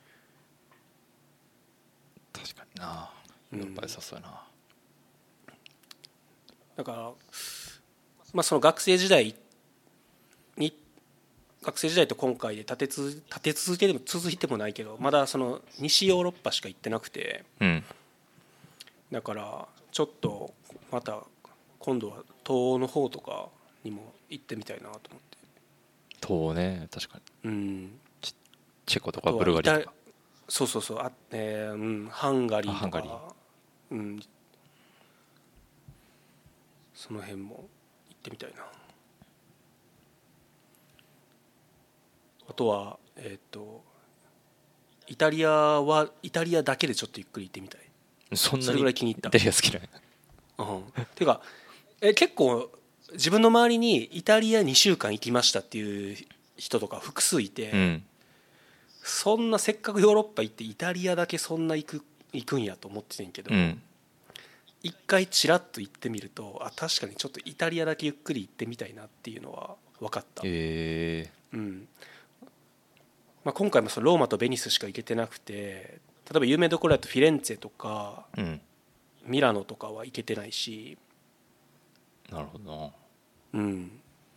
確かにな、ヨーロッパ良さそうやな、 だからまあその学生時代に学生時代と今回で立てつ立て続けでも続いてもないけど、まだその西ヨーロッパしか行ってなくて、 うん、 だからちょっとまた今度は東欧の方とかにも行ってみたいなと思って。 東欧ね、確かに、 うん、 チェコとかブルガリとか、 そうそうそう、あ、えーうん、ハンガリーとか、 ハンガリー、 うん、その辺も行ってみたいな。あとはえっ、ー、とイタリアはイタリアだけでちょっとゆっくり行ってみたい。 そんなにそれぐらい気に入った。 イタリア好きなんや、 うん、てかえ結構自分の周りにイタリアにしゅうかん行きましたっていう人とか複数いて、 うん、 そんなせっかくヨーロッパ行ってイタリアだけそんな行く行くんやと思っててんけど、 うん、 一回チラッと行ってみると、あ確かにちょっとイタリアだけゆっくり行ってみたいなっていうのは分かった。 へー、うんまあ、今回もそのローマとベニスしか行けてなくて、例えば有名どころだとフィレンツェとか、 うん、 ミラノとかは行けてないし。 なるほどな、 うん、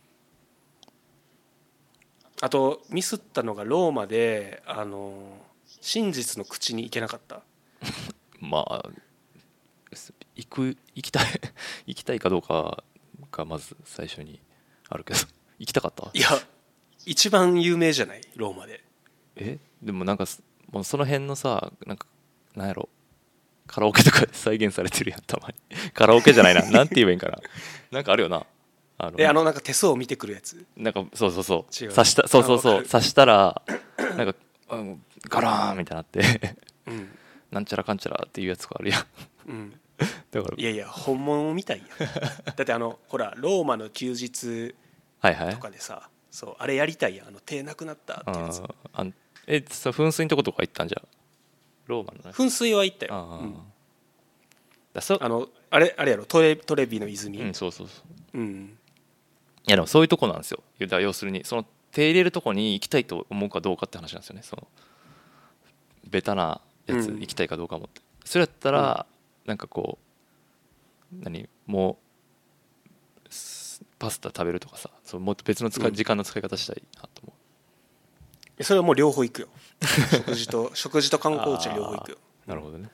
あとミスったのがローマであの真実の口に行けなかったまあ行く行きたい行きたいかどうかがまず最初にあるけど行きたかった？ いや一番有名じゃないローマで。 えでもなんかもうその辺のさ、なんかなんやろ、カラオケとかで再現されてるやん、たまにカラオケじゃないな、なんて言えばいいんかな、なんかあるよな、 あのえあのなんか手相を見てくるやつ、 なんかそうそうそう刺したそうそうそう刺したらなんか、うん、ガラーンみたいになってうん、 なんちゃらかんちゃらっていうやつがあるやん、 うん、 だからいやいや本物みたいやだってあのほらローマの休日とかでさ、はいはい、そうあれやりたいやん、あの手なくなったってやつ。 ああえさ噴水のとことか行ったんじゃローマのね。 噴水は行ったよ。 あ、 うん、 だそあのあれあれやろトレトレビの泉。 うん、そうそうそう、 うん、 いやでもそういうとこなんですよ。だ要するにその手入れるとこに行きたいと思うかどうかって話なんですよね。そのベタなやつ行きたいかどうか思って、うん、それやったらなんかこう何もうパスタ食べるとかさ、そうもっと別の使い、うん、時間の使い方したいなと思う。 それはもう両方行くよ食事と食事と観光地は両方行くよ。 なるほどね。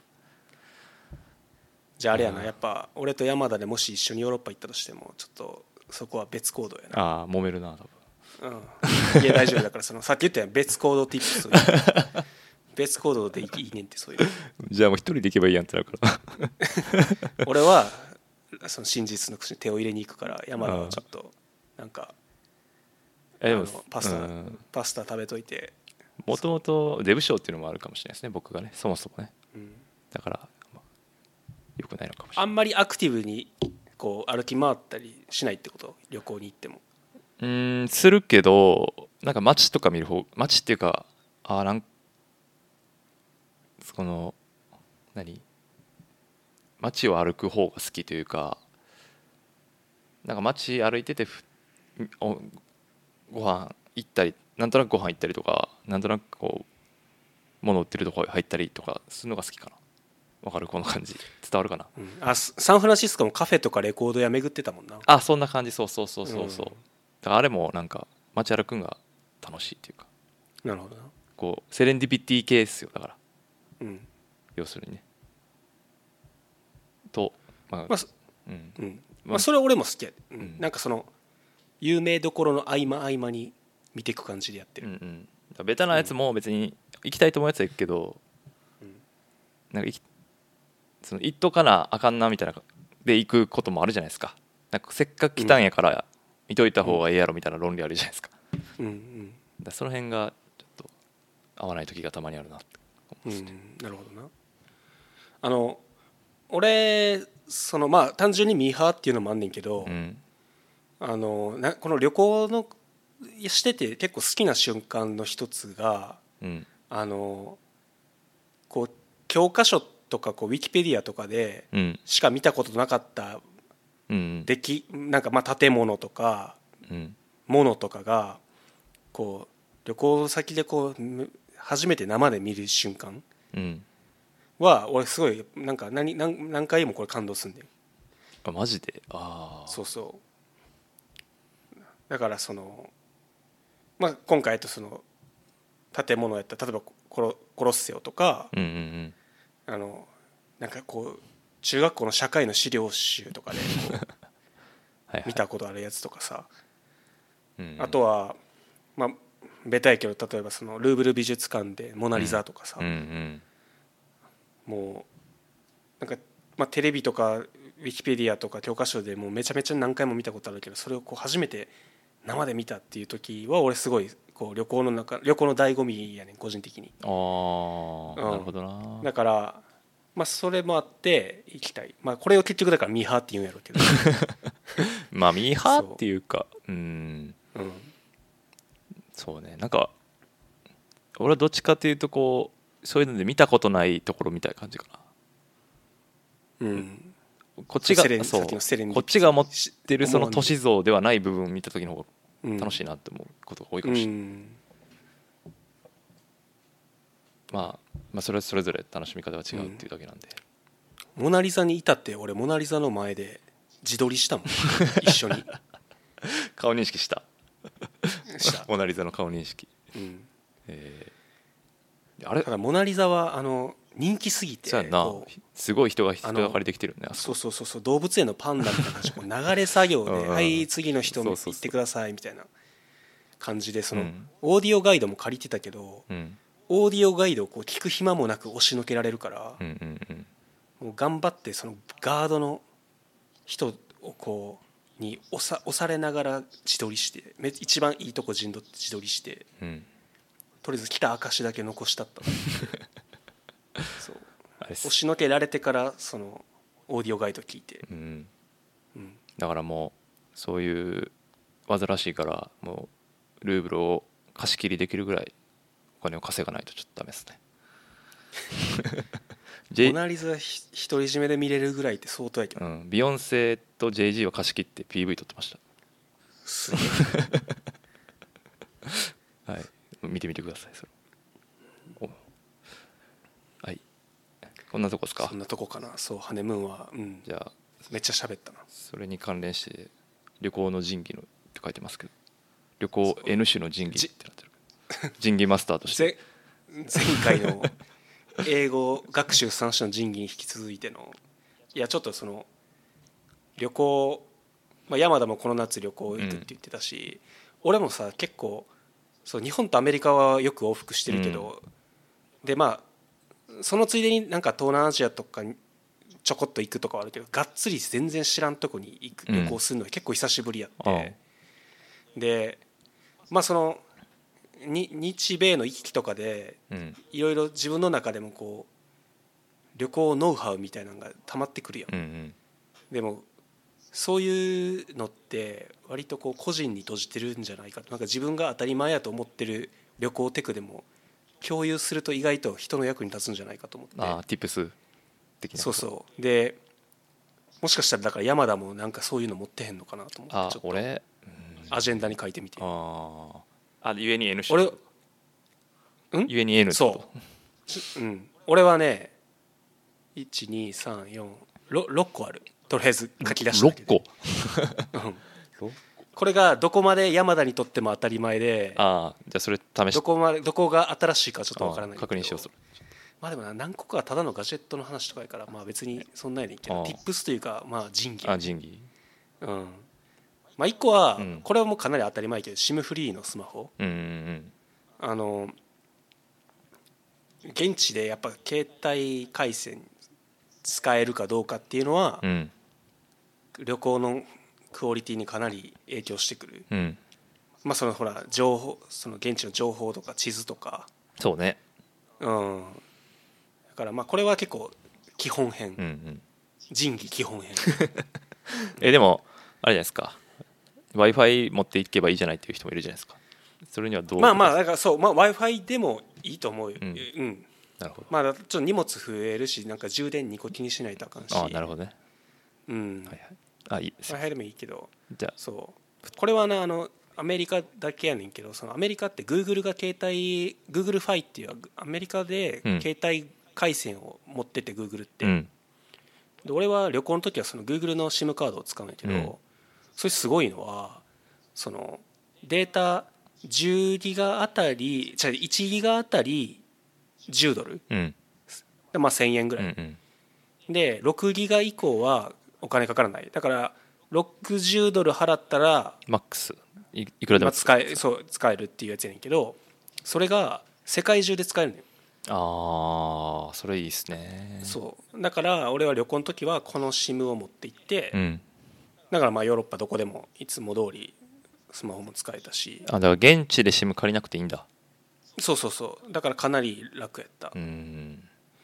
じゃああれやな、やっぱ俺と山田でもし一緒にヨーロッパ行ったとしてもちょっとそこは別行動やな。 ああ揉めるな多分うん、いや大丈夫だからそのさっき言ったよ別行動ティップス別行動でいいねんってそういうじゃあもう一人で行けばいいやんってなるから俺はその真実の口に手を入れに行くから山田はちょっとなんかえでもパスタ、うん、パスタ食べといてもともとデブ症っていうのもあるかもしれないですね僕がねそもそもね、うん、だから、まあ、よくないのかもしれない。 あんまりアクティブにこう歩き回ったりしないってこと旅行に行っても。 うーんするけどなんか街とか見る方街っていうかあなんその何街を歩く方が好きというかなんか街歩いてておご飯行ったりなんとなくご飯行ったりとかなんとなくこう物売ってるとこ入ったりとかするのが好きかな。わかるこの感じ伝わるかな、 うん、あサンフランシスコもカフェとかレコード屋巡ってたもんな。 あそんな感じそうそうそうそうそう、うん、だからあれもなんか街歩くんが楽しいっていうか。 なるほどな。 こうセレンディピティ系ですよだから、 うん、 要するにねとまあ、 まあうんうんまあ、それは俺も好きや、うんうん、なんかその有名どころの合間合間に見ていく感じでやってる、うんうん、ベタなやつも別に行きたいと思うやつは行くけど、うん、なんか行きその行っとかなあかんなみたいなで行くこともあるじゃないですか。なんかせっかく来たんやから見といた方がええやろみたいな論理あるじゃないですか、うんうん、だその辺がちょっと合わない時がたまにあるなって思いますね、 うん、なるほどな。あの俺そのまあ単純にミーハーっていうのもあんねんけど、うん、あのなこの旅行のしてて結構好きな瞬間の一つが、うん、あのこう教科書とかこうウィキペディアとかでしか見たことなかった出来、うん、なんかまあ建物とか物とかがこう旅行先でこう初めて生で見る瞬間は俺すごいなんか 何, 何, 何回もこれ感動すんだよ。 あマジで。ああそうそうだからその、まあ、今回とその建物やったら例えばコ ロ, コロッセオとか、うんうんうんあのなんかこう中学校の社会の資料集とかでこう見たことあるやつとかさはいはい、あとはまあベタやけど例えばそのルーブル美術館でモナリザとかさ、うんうんうん、もうなんか、まあ、テレビとかウィキペディアとか教科書でもうめちゃめちゃ何回も見たことあるけどそれをこう初めて生で見たっていう時は俺すごいこう旅行の中旅行の醍醐味やねん個人的に。 ああ、うん、なるほどな。 だからまあそれもあって行きたい。まあこれを結局だからミーハーって言うんやろうけどまあミーハーっていうかう、うん、うん、そうねなんか俺はどっちかというとこうそういうので見たことないところみたいな感じかな。うん。こっちがそうこっちが持ってるその都市像ではない部分を見た時の方が楽しいなって思うことが多いかもしれない。うん、まあまあそれそれぞれ楽しみ方が違うっていうだけなんで、 うん、モナリザに至って俺モナリザの前で自撮りしたもん一緒に顔認識したしたモナリザの顔認識、うんえー、あれだからモナリザはあの人気すぎてそうやなすごい人が人が借りてきてるね。 そうそうそうそう動物園のパンダみたいな感じ流れ作業ではい次の人行ってくださいみたいな感じでその、うん、オーディオガイドも借りてたけど、うんオーディオガイドをこう聞く暇もなく押しのけられるから、うんうんうん、もう頑張ってそのガードの人をこうに押さ、押されながら自撮りして一番いいとこ陣取って自撮りして、うん、とりあえず来た証だけ残したったそう押しのけられてからそのオーディオガイド聞いて、うんうん、だからもうそういう煩わしいからもうルーブルを貸し切りできるぐらいお金を稼がないとちょっとダメですねモナリザ独り占めで見れるぐらいって相当やけど、 うん、ビヨンセと ジェイジー を貸し切って ピーブイ 撮ってましたすげえはい見てみてくださいそれはいこんなとこですか。 そんなとこかな。そうハネムーンは、うん、じゃあめっちゃ喋ったな。 それに関連して旅行の仁義のって書いてますけど旅行 N 種の仁義ってなってる仁義マスターとして前回の英語学習さん種の仁義に引き続いてのいやちょっとその旅行、まあ、山田もこの夏旅行行くって言ってたし、 俺もさ結構そう日本とアメリカはよく往復してるけど、うん、でまあそのついでになんか東南アジアとかにちょこっと行くとかはあるけど、がっつり全然知らんとこに行く旅行するのは結構久しぶりやって、うん、でまあそのに日米の行き来とかでいろいろ自分の中でもこう旅行ノウハウみたいなのが溜まってくるやん、うんうん、でもそういうのって割とこう個人に閉じてるんじゃないかと、なんか自分が当たり前やと思ってる旅行テクでも共有すると意外と人の役に立つんじゃないかと思って。 ああ、ティップス的な。 そうそうでもしかしたらだから山田もなんかそういうの持ってへんのかなと思って、 あちょっと俺アジェンダに書いてみて。 ああゆえに N 俺んゆえに N そう、うん、俺はねいちにさんよんろろっこある、とりあえず書き出しただけでろっここれがどこまで山田にとっても当たり前で、 ああじゃあそれ試してどこまでどこが新しいかちょっとわからないけど確認しようそれ。 まあでもな何個かただのガジェットの話とかやからまあ別にそんなやねんけど、 Tips というかまあ仁義あ仁義うんまあいっこはこれはもうかなり当たり前やけど SIM フリーのスマホ、 うんうんうんあの現地でやっぱ携帯回線使えるかどうかっていうのは、うん、旅行のクオリティにかなり影響してくる、うん、まあそのほら情報その現地の情報とか地図とかそうね、 うん、だからまあこれは結構基本編、うんうん、仁義基本編えでもあれじゃないですか Wi-Fi 持っていけばいいじゃないっていう人もいるじゃないですか。それにはどうまあまあだからそう、まあ、Wi-Fi でもいいと思うよ、うん、うん、 なるほど。 まあちょっと荷物増えるしなんか充電にこ気にしないとあかんし。 ああなるほどね。 うん、 はいはい、あいいです Wi-Fi でもいいけど、 じゃあそうこれはねあのアメリカだけやねんけど、そのアメリカって Google が携帯 Google ファイっていうアメリカで携帯回線を持ってて Google って、うん、で俺は旅行の時はその Google の SIM カードを使うんやけど、うん、それすごいのはそのデータじゅうギガあたりじゃあいちギガあたりじゅうドル、うん、でまあせんえんぐらい、うんうん、でろくギガ以降はお金かからない。だからろくじゅうドル払ったらマックス い, いくらでも使え、そう使えるっていうやつやねんけど、それが世界中で使えるのよ。 ああそれいいですね。 そうだから俺は旅行の時はこの SIM を持って行って、うん、だからまあヨーロッパどこでもいつも通りスマホも使えたし。 あだから現地で SIM 借りなくていいんだ。 そうそうそうだからかなり楽やった。 うん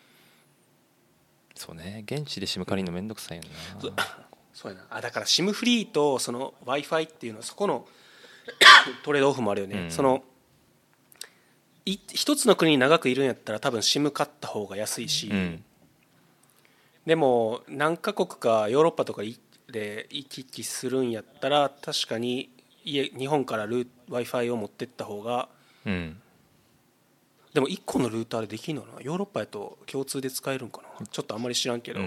そうね現地で SIM 借りるのめんどくさいよな、うん、 そうやなあだから SIM フリーとその Wi-Fi っていうのはそこのトレードオフもあるよね、うん、そのい一つの国に長くいるんやったら多分 SIM 買った方が安いし、うん、でも何カ国かヨーロッパとかで行き来するんやったら確かに家日本から Wi-Fi を持ってった方が、うん、でもいっこのルーターでできるのかな。ヨーロッパやと共通で使えるんかな、ちょっとあんまり知らんけど、うんうん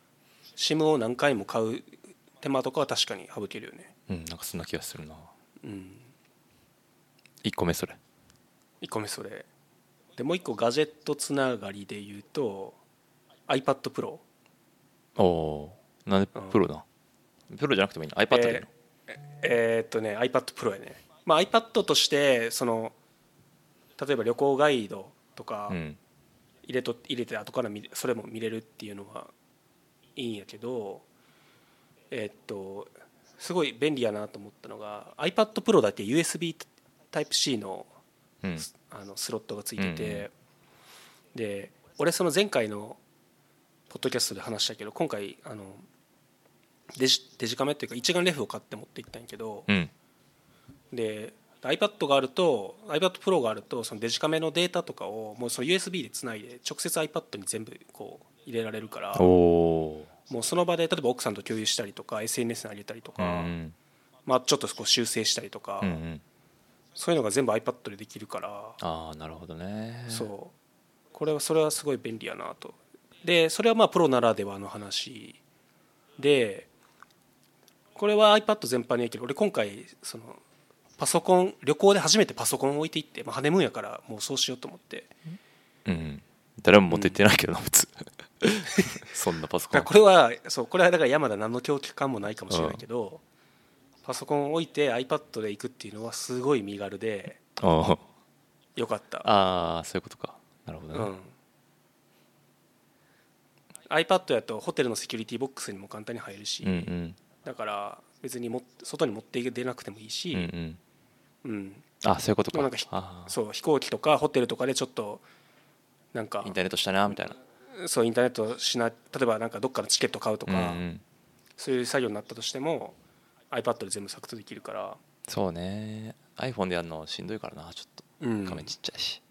、SIM を何回も買う手間とかは確かに省けるよね。 うんなんかそんな気がするな、うん、いっこめそれいっこめそれでもういっこガジェットつながりで言うと iPad Pro。 おおなんでプロだ、うん、プロじゃなくてもいいの iPad でいいの。 えー、えー、っとね iPad Pro やね。まあ iPad としてその例えば旅行ガイドとか入れと入れて後から見それも見れるっていうのはいいんやけど、えー、っとすごい便利やなと思ったのが iPad Pro だけ ユーエスビー Type-C の、うん、あのスロットがついてて、うんうん、で俺その前回のポッドキャストで話したけど今回あのデジ、デジカメっていうか一眼レフを買って持っていったんやけど、うん、でiPad があると iPad Pro があるとそのデジカメのデータとかをもうその ユーエスビー でつないで直接 iPad に全部こう入れられるから、もうその場で例えば奥さんと共有したりとか エスエヌエス に上げたりとか、うん、まあちょっとこう修正したりとか、うんうん、そういうのが全部 iPad でできるから。 ああなるほどね。 そうこれはそれはすごい便利やなと。でそれはまあプロならではの話で、これは iPad 全般にやけど俺今回そのパソコン旅行で初めてパソコンを置いていって、まあ、ハネムーンやからもうそうしようと思って、 うん、誰も持って行ってないけどな、うん、普通そんなパソコンこれはそうこれはだから山田何の狂気感もないかもしれないけど、 パソコンを置いて iPad で行くっていうのはすごい身軽でよかった。 ああそういうことか。なるほどね、うん、 iPad やとホテルのセキュリティボックスにも簡単に入るし、 うんうん、 だから別にも外に持って出なくてもいいし、うんうんうん、あそういうことか。 なんかそう飛行機とかホテルとかでちょっとなんかインターネットしたなみたいな、そうインターネットしな、例えばなんかどっかのチケット買うとか、うんうん、そういう作業になったとしても iPad で全部削除できるから。 そうね iPhone でやるのしんどいからな、ちょっと画面ちっちゃいし、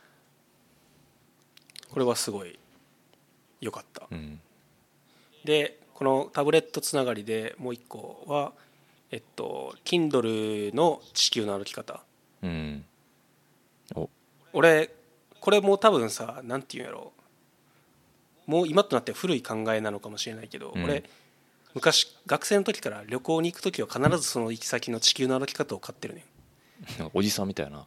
これはすごい良かった、 うん、 でこのタブレットつながりでもう一個はえっと Kindle の地球の歩き方、 うん、お俺これもう多分さ、なんていうんやろう、もう今となって古い考えなのかもしれないけど、うん、俺昔学生の時から旅行に行く時は必ずその行き先の地球の歩き方を買ってるねんおじさんみたいな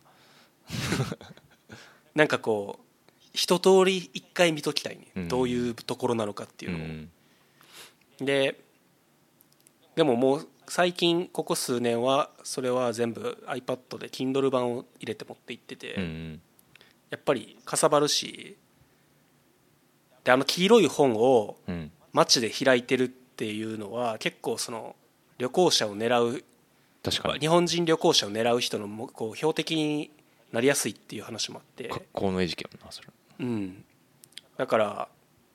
なんかこう一通り一回見ときたいね、うん、どういうところなのかっていうのを、うん、ででももう最近ここ数年はそれは全部 iPad で Kindle 版を入れて持って行ってて、うん、やっぱりかさばるし、であの黄色い本を街で開いてるっていうのは結構その旅行者を狙う、 確かに日本人旅行者を狙う人のこう標的になりやすいっていう話もあって、 格好の餌食やもんなそれ、 うん、だから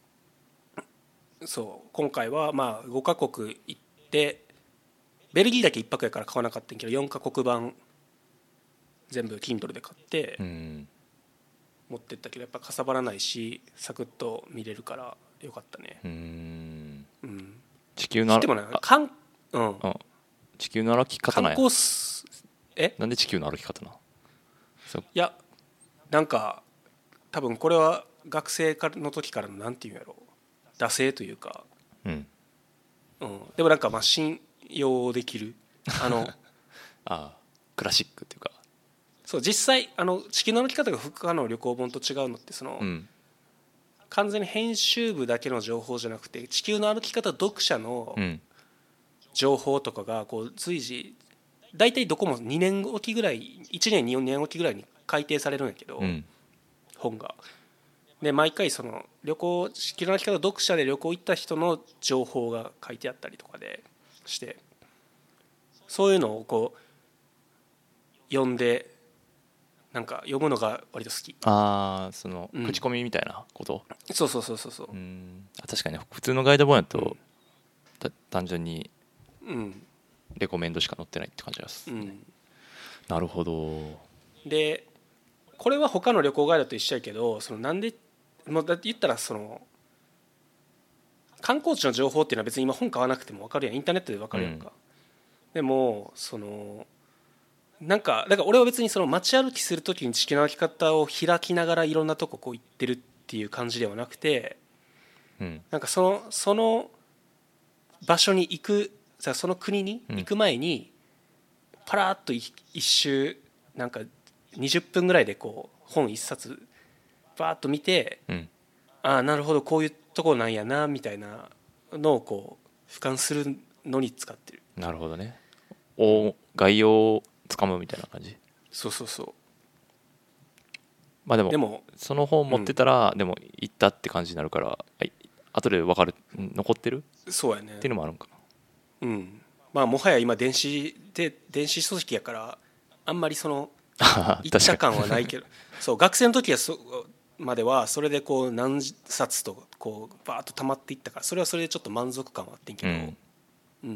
そう今回はまあごカ国行ってベルギーだけいっぱくやから買わなかったんけどよんカ国版全部 Kindle で買って持ってったけど、やっぱかさばらないしサクッと見れるからよかったね。 うーん、 うん、 地球のでもねかん、うん、 地球の歩き方なんや。 観光すえなんで地球の歩き方な。 いやなんか多分これは学生の時からのなんていうんやろ惰性というか、 うんうん、でもなんかまあ信用できるあのああクラシックっていうか、 そう実際あの地球の歩き方が福岡の旅行本と違うのってその、うん、完全に編集部だけの情報じゃなくて地球の歩き方読者の情報とかがこう随時大体どこもにねんおきぐらいいちねんにねんおきぐらいに改訂されるんやけど、うん、本がで毎回その旅行地球の歩き方読者で旅行行った人の情報が書いてあったりとかでしてそういうのをこう読んでなんか読むのが割と好き。 ああその口コミみたいなこと、 うん、そうそうそうそうそう。 うん確かに普通のガイド本やと、うん、単純にレコメンドしか載ってないって感じです、ねうん、なるほど。 でこれは他の旅行ガイドと一緒やけどそのなんでもうだって言ったらその観光地の情報っていうのは別に今本買わなくても分かるやん、インターネットで分かるやんか、うん、でもそのなんかだから俺は別にその街歩きするときに地球の歩き方を開きながらいろんなとここう行ってるっていう感じではなくて、うん、なんかそのその場所に行くその国に行く前にパラッと一周なんかにじゅっぷんぐらいでこう本一冊バーッと見て、うん、ああなるほどこういうとこなんやなみたいなのをこう俯瞰するのに使ってる。 なるほどね。お概要をつかむみたいな感じ。 そうそうそう。 まあでも、でもその本持ってたら、うん、でも行ったって感じになるから後で分かる残ってるそうやねっていうのもあるんかな。 うんまあもはや今電子で電子書籍やからあんまりその行った感はないけどそう学生の時はそまではそれでこう何冊とこうバーッと溜まっていったからそれはそれでちょっと満足感はあってんけど、うんうん、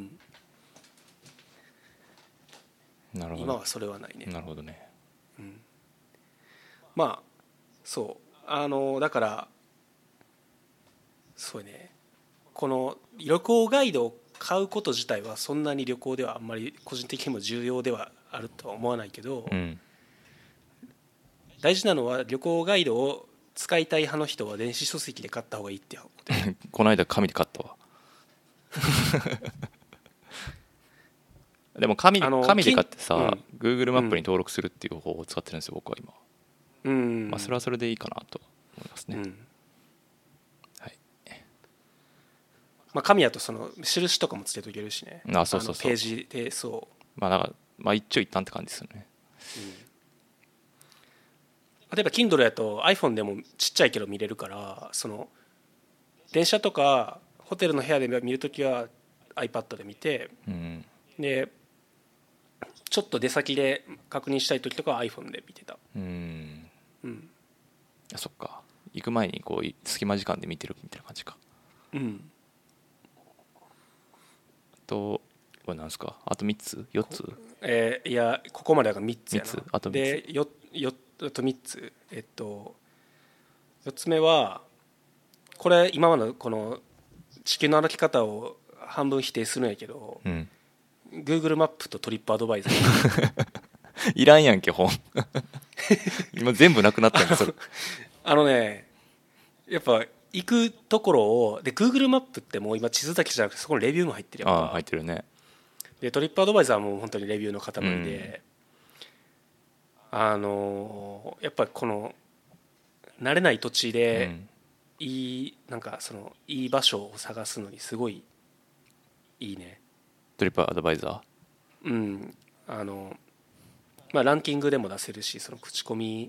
なるほど今はそれはないね。 なるほどね、うん、 まあそうあのだからそうねこの旅行ガイドを買うこと自体はそんなに旅行ではあんまり個人的にも重要ではあるとは思わないけど、うん、大事なのは旅行ガイドを使いたい派の人は電子書籍で買った方がいいってこの間紙で買ったわでも紙で紙で買ってさ、うん、Google マップに登録するっていう方法を使ってるんですよ僕は今、うんまあ、それはそれでいいかなと思いますね、うんはい、 まあ紙やとその印とかもつけとけるしね。 あそうそうそう、 ページでそう、 まあだからまあ一長一短って感じですよね、 うん、例えば Kindle やと iPhone でもちっちゃいけど見れるから、その電車とかホテルの部屋で見るときは iPad で見て、 うん、 でちょっと出先で確認したいときとかは iPhone で見てた。 うん、 うん、 あそっか、行く前にこう隙間時間で見てるみたいな感じか。 うん、 あとこれなんですか、あとみっつよっつ、 えー、いやここまでがみっつやな。 みっつあとみっつでよよあとみっつ、えっとよっつめはこれ今までのこの地球の歩き方を半分否定するんやけど、 うん、 Google マップとトリップアドバイザーいらんやんけ本今全部なくなったんですよ。 あのね、やっぱ行くところをで Google マップってもう今地図だけじゃなくてそこにレビューも入ってるやんか。 ああ入ってるね。 でトリップアドバイザーも本当にレビューの塊で、うん、あのやっぱこの慣れない土地で、うんいいなんかそのいい場所を探すのにすごいいいね。 トリップアドバイザー、 うんあのまあランキングでも出せるし、その口コミ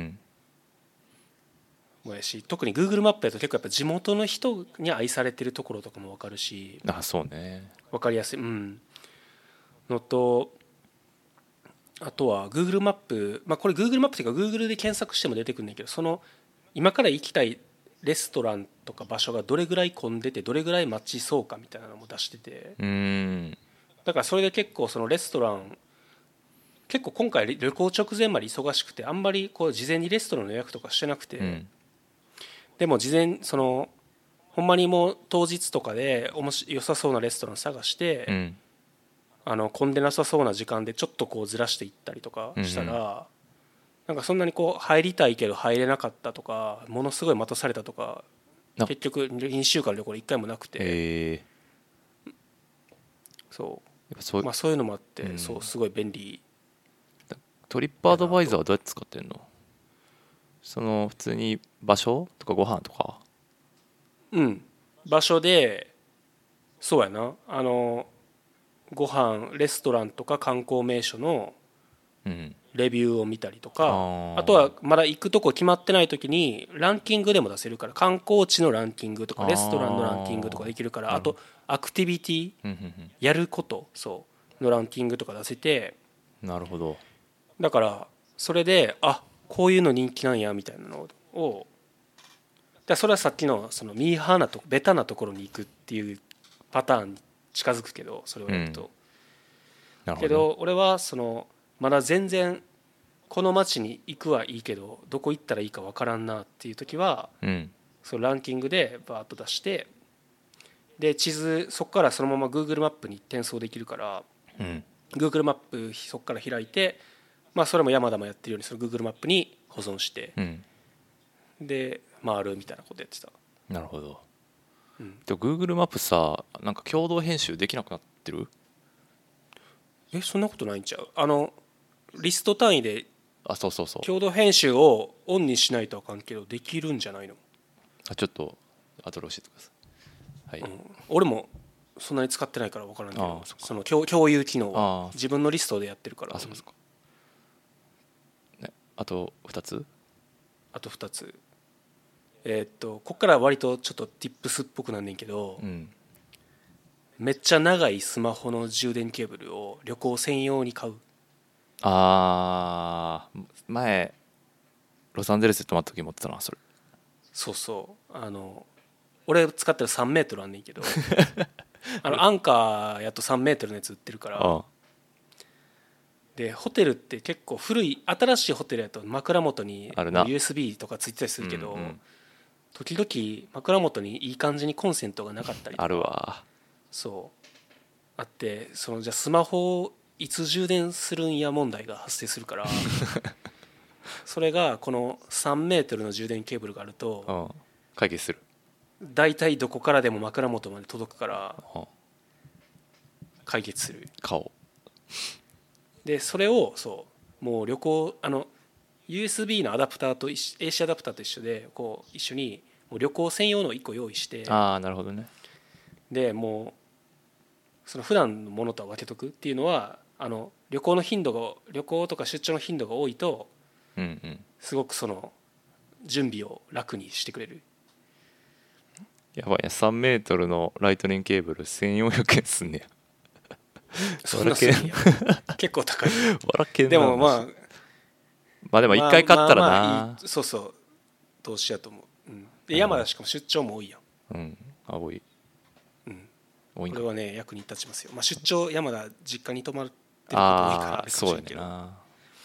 もやし、うん、特に Google マップやと結構やっぱ地元の人に愛されてるところとかも分かるし、 あそうね分かりやすい、うん、のと、あとは Google マップ、まあこれ Google マップっていうか Google で検索しても出てくるんだけど、その今から行きたいレストランとか場所がどれぐらい混んでてどれぐらい待ちそうかみたいなのも出してて、 うーんだからそれで結構そのレストラン結構今回旅行直前まで忙しくてあんまりこう事前にレストランの予約とかしてなくて、うん、でも事前そのほんまにもう当日とかでおもし良さそうなレストラン探して、うん、あの混んでなさそうな時間でちょっとこうずらしていったりとかしたら、うんうんなんかそんなにこう入りたいけど入れなかったとかものすごい待たされたとか結局にしゅうかんの旅行でいっかいもなくて、えー、そうそうまあそういうのもあって、うん、そうすごい便利。 トリップアドバイザーはどうやって使ってんの？その普通に場所とかご飯とか？ うん場所でそうやなあのご飯レストランとか観光名所のうんレビューを見たりとか、 あ, あとはまだ行くとこ決まってない時にランキングでも出せるから、観光地のランキングとかレストランのランキングとかできるから、あとアクティビティやることそうのランキングとか出せて、 なるほど。 だからそれであこういうの人気なんやみたいなのを、だそれはさっきのそのミーハーなとベタなところに行くっていうパターンに近づくけど、それをやると、うん、なるほどね。けど俺はそのまだ全然この町に行くはいいけどどこ行ったらいいか分からんなっていう時は、うん、そのランキングでバーッと出して、で地図そこからそのまま Google マップに転送できるから、うん、Google マップそこから開いて、まあ、それも山田もやってるようにその Google マップに保存して、うん、で回るみたいなことやってた。 なるほど、うん、で Google マップさなんか共同編集できなくなってる？ えそんなことないんちゃう？あのリスト単位であそうそうそう共同編集をオンにしないとあかんけどできるんじゃないの？ あちょっと後で教えてください、はい、 うん、俺もそんなに使ってないから分からんけど、そ, その 共, 共有機能は自分のリストでやってるから。 あそうですか、ね、あとふたつあとふたつえー、っとこっから割とちょっと Tips っぽくなんねんけど、うん、めっちゃ長いスマホの充電ケーブルを旅行専用に買う。 あー前ロサンゼルスで泊まった時持ってたなそれ。 そうそうあの俺使ってるさんメートルあんねんけどあのアンカーやとさんメートルのやつ売ってるから。ああでホテルって結構古い新しいホテルやと枕元に ユーエスビー とかついてたりするけど、うんうん、時々枕元にいい感じにコンセントがなかったりとかあるわ。 そうあってそのじゃあスマホをいつ充電するんや問題が発生するからそれがこのさんメートルの充電ケーブルがあると解決する。 大体どこからでも枕元まで届くから解決する。 顔でそれをそうもう旅行あの ユーエスビー のアダプターと エーシー アダプターと一緒でこう一緒にもう旅行専用のいっこ用意して。 ああなるほどね。 でもうその普段のものとは分けとくっていうのはあの旅行の頻度が旅行とか出張の頻度が多いと、 うんうん、 すごくその準備を楽にしてくれる。 やばいね、さんメートルのライトニングケーブルせんよんひゃくえんすんねや。 そんなすんや結構高い。 笑けんな。 でもまあまあでも一回買ったらな、まあまあいい、そうそう投資やと思う、うん、で山田しかも出張も多いやん。 うんあ多い、 うん、 多いんか。 これはね役に立ちますよ、まあ、出張山田実家に泊まってること多いからあれかもしれんけど。 そうやねな。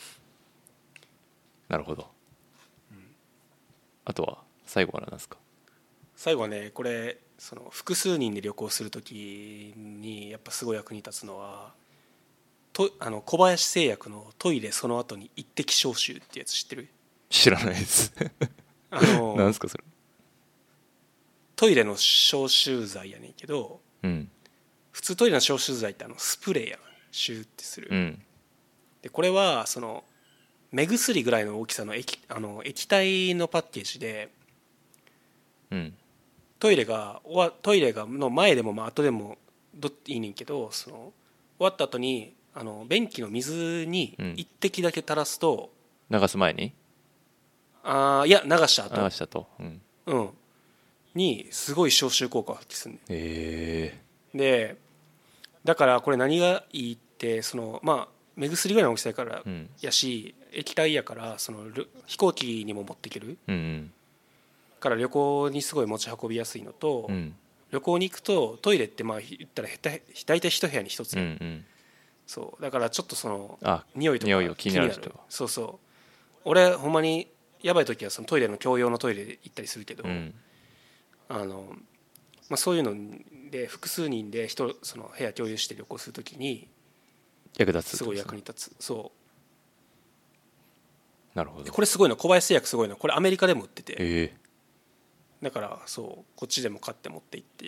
なるほど、うん、あとは最後は何ですか。 最後はねこれその複数人で旅行するときにやっぱすごい役に立つのはとあの小林製薬のトイレその後に一滴消臭ってやつ知ってる？ 知らないですあのなんですかそれ。 トイレの消臭剤やねんけど、 うん、 普通トイレの消臭剤ってあのスプレーやん、シューってする、 うん、 でこれはその目薬ぐらいの大きさの 液, あの液体のパッケージで、 うん、 トイレがトイレがの前でもまあ後でもどっていいねんけど、その終わった後にあの便器の水に一滴だけ垂らすと、 うん、流す前にあいや流した後流した後、うん、 うん、にすごい消臭効果を発揮するねん。 へえでだからこれ何がいいってそのまあ目薬ぐらいの大きさやからやし、うん、液体やからその飛行機にも持っていける、 うんうん、 から旅行にすごい持ち運びやすいのと、うん、旅行に行くとトイレってまあ言ったら大体一部屋に一つ、うんうん、そうだからちょっとその匂いとか匂いを気になる人はそうそう俺ほんまにやばい時はそのトイレの共用のトイレ行ったりするけど、うん、あのまあ、そういうので複数人で人その部屋共有して旅行するときに役立つ、 すごい役に立つ。そうなるほど。 これすごいの小林製薬すごいのこれアメリカでも売ってて、 えー、だからそうこっちでも買って持って行って。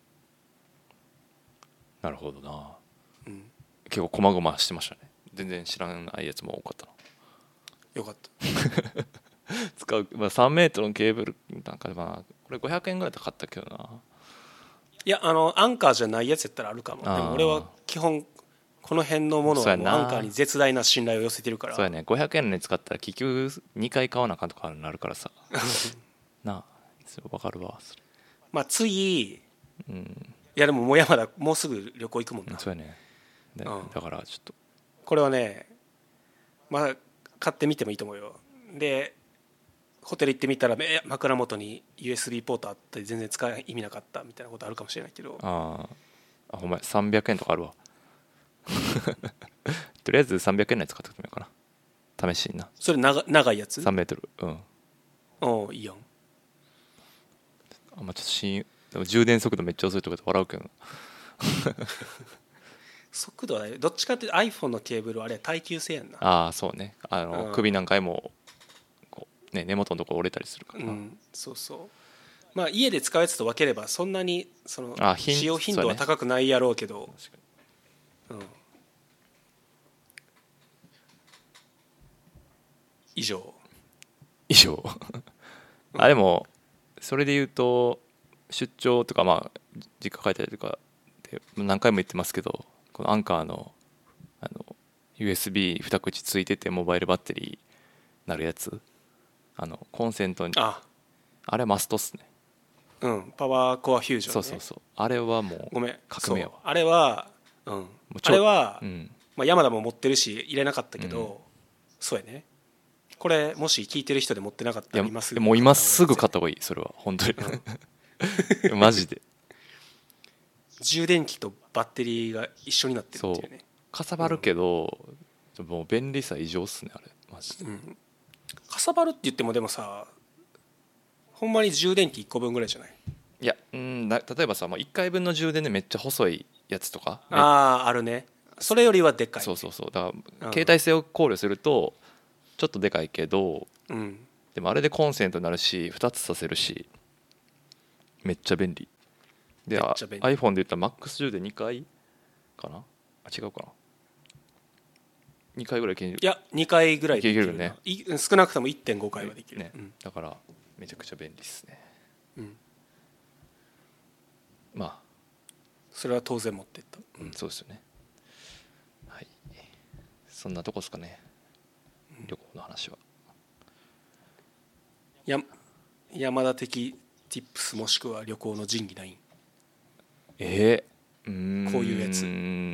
なるほどな、 うん、 結構細々してましたね。全然知らないやつも多かったな。 よかった使う、まあ、さんメートルのケーブルなんかまあこれごひゃくえんぐらいで買ったけどな。 いやあのアンカーじゃないやつやったらあるかも。でも俺は基本この辺のものはもうアンカーに絶大な信頼を寄せてるから。 そうやね、ごひゃくえんのに使ったら結局にかい買わなあかんとかになるからさなあそれ分かるわそれ。 まあ次、うん、いやでももう山田もうすぐ旅行行くもんな。 そうやね、うん、だからちょっとこれはねまあ買ってみてもいいと思うよ。でホテル行ってみたら枕元に ユーエスビー ポートあって全然使う意味なかったみたいなことあるかもしれないけど、 ああほんまさんびゃくえんとかあるわとりあえずさんびゃくえんのやつ買ってみようかな試しにな。 それ 長, 長いやつさんメートルうんおいいやん。 あんまちょっと信でも充電速度めっちゃ遅いとかで笑うけど速度はどっちかっていうと iPhone のケーブルはあれは耐久性やんな。 ああそうねあの、うん、首なんかもこう、ね、根元のところ折れたりするからな、うん、 そうそうまあ家で使うやつと分ければそんなにその使用頻度は高くないやろうけど、うん、以上以上あでもそれで言うと出張とかまあ実家帰ったりとかで何回も言ってますけどこのアンカーのあの ユーエスビーに 口ついててモバイルバッテリーなるやつあのコンセントに あ, あれマストっすね。 うんパワーコアフュージョン、ね、 そうそうそうあれはもうごめん革命はあれは、うん、あれは、うんまあ、山田も持ってるし入れなかったけど、うん、そうやねこれもし聞いてる人で持ってなかったら今すぐもう今すぐ買った方がいいそれは本当に、うん、マジで充電器とバッテリーが一緒になってるっていうね。 かさばるけど、うん、もう便利さ異常っすねあれマジで、 うん、かさばるって言ってもでもさほんまに充電器いっこぶんぐらいじゃない？ いやうん例えばさもういっかいぶんの充電でめっちゃ細いやつとかあああるね。それよりはでかい。 そうそうそうだから、うん、携帯性を考慮するとちょっとでかいけど、うん、でもあれでコンセントになるしふたつさせるしめっちゃ便利で iPhone で言ったらマックス充電にかいかなあ違うかなにかいぐらいいける。 いやにかいぐらいできるね。 少なくとも いってんご 回はできる、ねねうん、だからめちゃくちゃ便利ですね、うん、まあそれは当然持ってった、 うん、そうですよね。はい、そんなとこですかね、旅行の話は。 や山田的 tips もしくは旅行の仁義ないん？ えー、うーんこういうやつ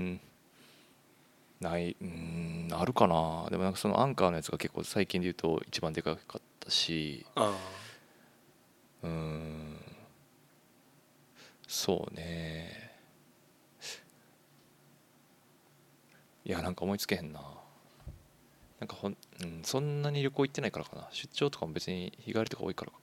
ない、うーんあるかな。でもなんかそのアンカーのやつが結構最近で言うと一番でかかったし、 あうーんそうね。いやなんか思いつけへんな。なんかほん、うん、そんなに旅行行ってないからかな。出張とかも別に日帰りとか多いからか。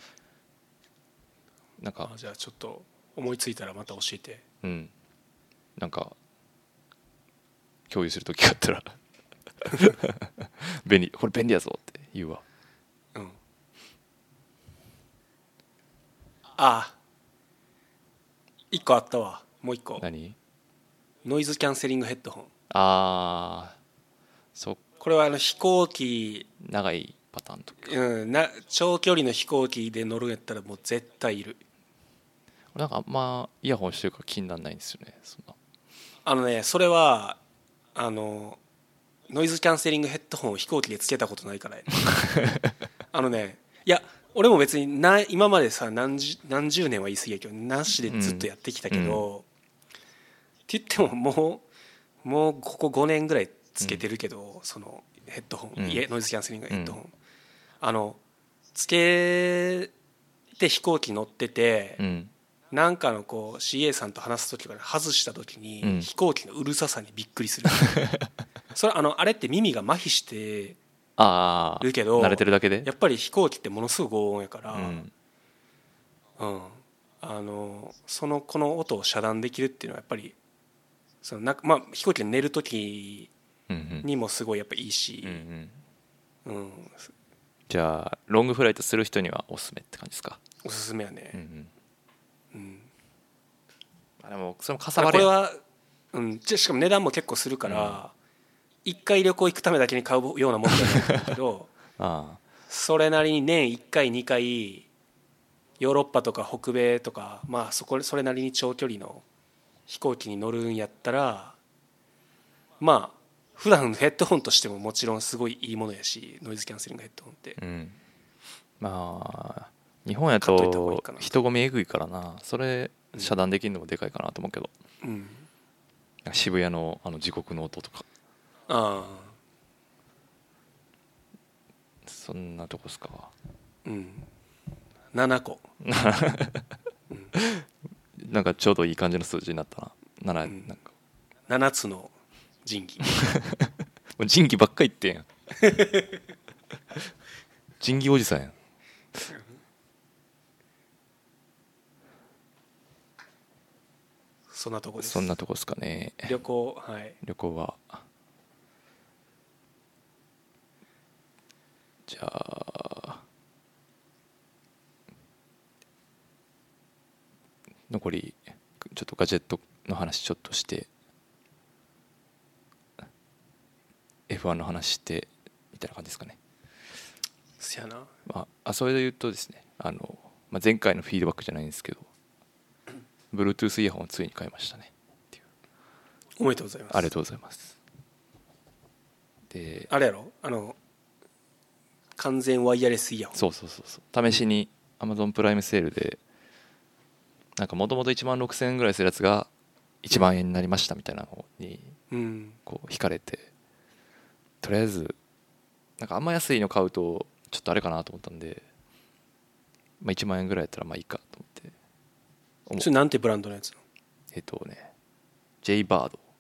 なんかあじゃあちょっと思いついたらまた教えて。 うんなんか共有する時があったら便利、これ便利やぞって言うわ。 うん。あ一個あったわ。もう一個。 何？ ノイズキャンセリングヘッドホン。 あーそこれはあの飛行機、 長いパターンとか。 うん、な長距離の飛行機で乗るんやったらもう絶対いる。 なんかあんまイヤホンしてるから気にならないんですよね、そんな。 あのねそれはあのノイズキャンセリングヘッドホンを飛行機でつけたことないからやあのねいや俺も別にな今までさ何十、何十年は言い過ぎやけどなしでずっとやってきたけど、うん、って言ってももうもうここごねんぐらいつけてるけど、うん、そのヘッドホン、うん、いえノイズキャンセリングヘッドホン、うん、あのつけて飛行機乗ってて、うん、なんかのこう シーエー さんと話す時とかに外した時に、うん、飛行機のうるささにびっくりするそれ あのあれって耳が麻痺してるけど慣れてるだけでやっぱり飛行機ってものすごい轟音やから、うんうん、あのそのこの音を遮断できるっていうのはやっぱりそのな、まあ、飛行機で寝る時にもすごいやっぱいいし、うんうんうん、 じゃあロングフライトする人にはおすすめって感じですか？ おすすめやね、うんうんうん、あでもそれもかさばるやん。これは、うん、しかも値段も結構するから、うん、いっかい旅行行くためだけに買うようなもんじゃないんだけどああそれなりに年いっかいにかいヨーロッパとか北米とか、まあ、そこそれなりに長距離の飛行機に乗るんやったらまあ普段ヘッドホンとしてももちろんすごいいいものやしノイズキャンセリングヘッドホンって、うん、 まあ日本やと人混みえぐいからな。それ遮断できるのもでかいかなと思うけど、うん、渋谷のあの時刻の音とかあそんなとこっすか。 うんななこ、うん、 なんかちょうどいい感じの数字になったな。なな、うん、なんかななつの神器もう神器ばっかり言ってんやん神器おじさんやんそんなとこです。 そんなとこですかね。 旅行、はい。 旅行はじゃあ残りちょっとガジェットの話ちょっとして エフワン の話してみたいな感じですかね。 そやな、 まあ、あそれで言うとですねあの、まあ、前回のフィードバックじゃないんですけど Bluetooth イヤホンをついに買いましたねっていう。 おめでとうございます。 ありがとうございます。 であれやろあの完全ワイヤレスイヤホン。 そうそうそうそう試しに Amazon プライムセールでなんかもともといちまんろくせんえんぐらいするやつがいちまんえんになりましたみたいなのにこう引かれて、とりあえずなんかあんま安いの買うとちょっとあれかなと思ったんで、まあ、いちまんえんぐらいやったらまあいいかと思って。 それなんてブランドのやつ？ えっとね J バード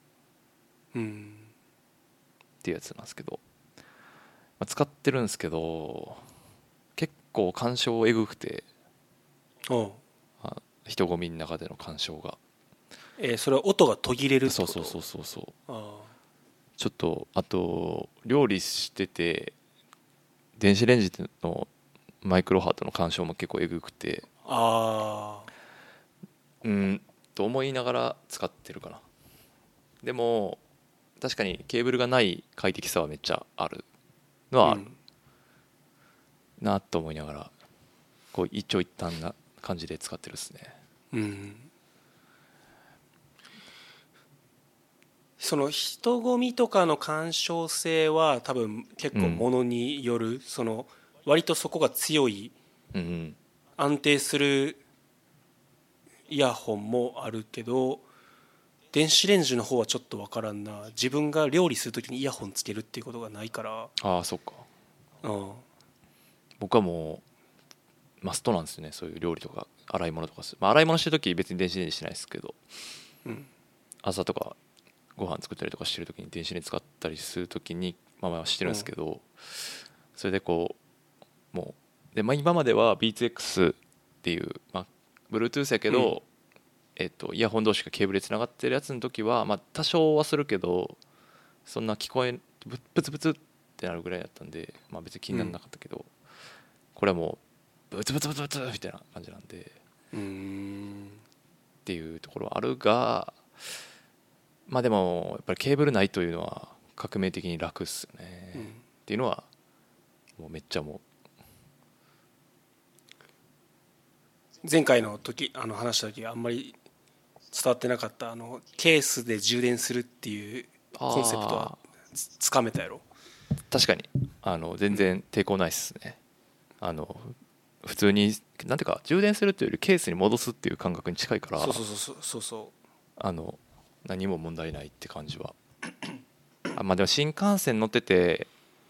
っていうやつなんですけど、まあ、使ってるんですけど結構干渉えぐくて、 お人混みの中での干渉が、 えー、それは音が途切れるってこと？ そうそうそうそうそう。あちょっとあと料理してて電子レンジのマイクロハートの干渉も結構えぐくて、あうんと思いながら使ってるかな。でも確かにケーブルがない快適さはめっちゃあるのはある、うん、なと思いながらこう一長一短な感じで使ってるっすね。うんその人混みとかの干渉性は多分結構ものによる、うん、その割とそこが強い、うん、安定するイヤホンもあるけど電子レンジの方はちょっと分からんな。自分が料理するときにイヤホンつけるっていうことがないから。 ああそっか、うん、僕はもうマストなんですよね、そういう料理とか洗い物とかする、まあ、洗い物してるとき別に電子レンジしないですけど、うん、朝とかご飯作ったりとかしてるときに電子レンジ使ったりするときにまあまあしてるんですけど、うん、それでこうもうで、まあ、今までは ビーツーエックス っていう、まあ、Bluetooth やけど、うんえっと、イヤホン同士がケーブルでつながってるやつの時は、まあ、多少はするけどそんな聞こえブツブツってなるぐらいだったんで、まあ、別に気にならなかったけど、うん、これはもうブツブツブツブツみたいな感じなんでうーんっていうところはあるが、まあでもやっぱりケーブルないというのは革命的に楽っすよね、うん、っていうのはもうめっちゃもう前回の時あの話した時はあんまり伝わってなかったあのケースで充電するっていうコンセプトはつかめたやろ。 確かにあの全然抵抗ないっすね、うん、あの普通になんていうか充電するというよりケースに戻すっていう感覚に近いからそうそうそうそうそうあの何も問題ないって感じはあ、まあでも新幹線乗ってて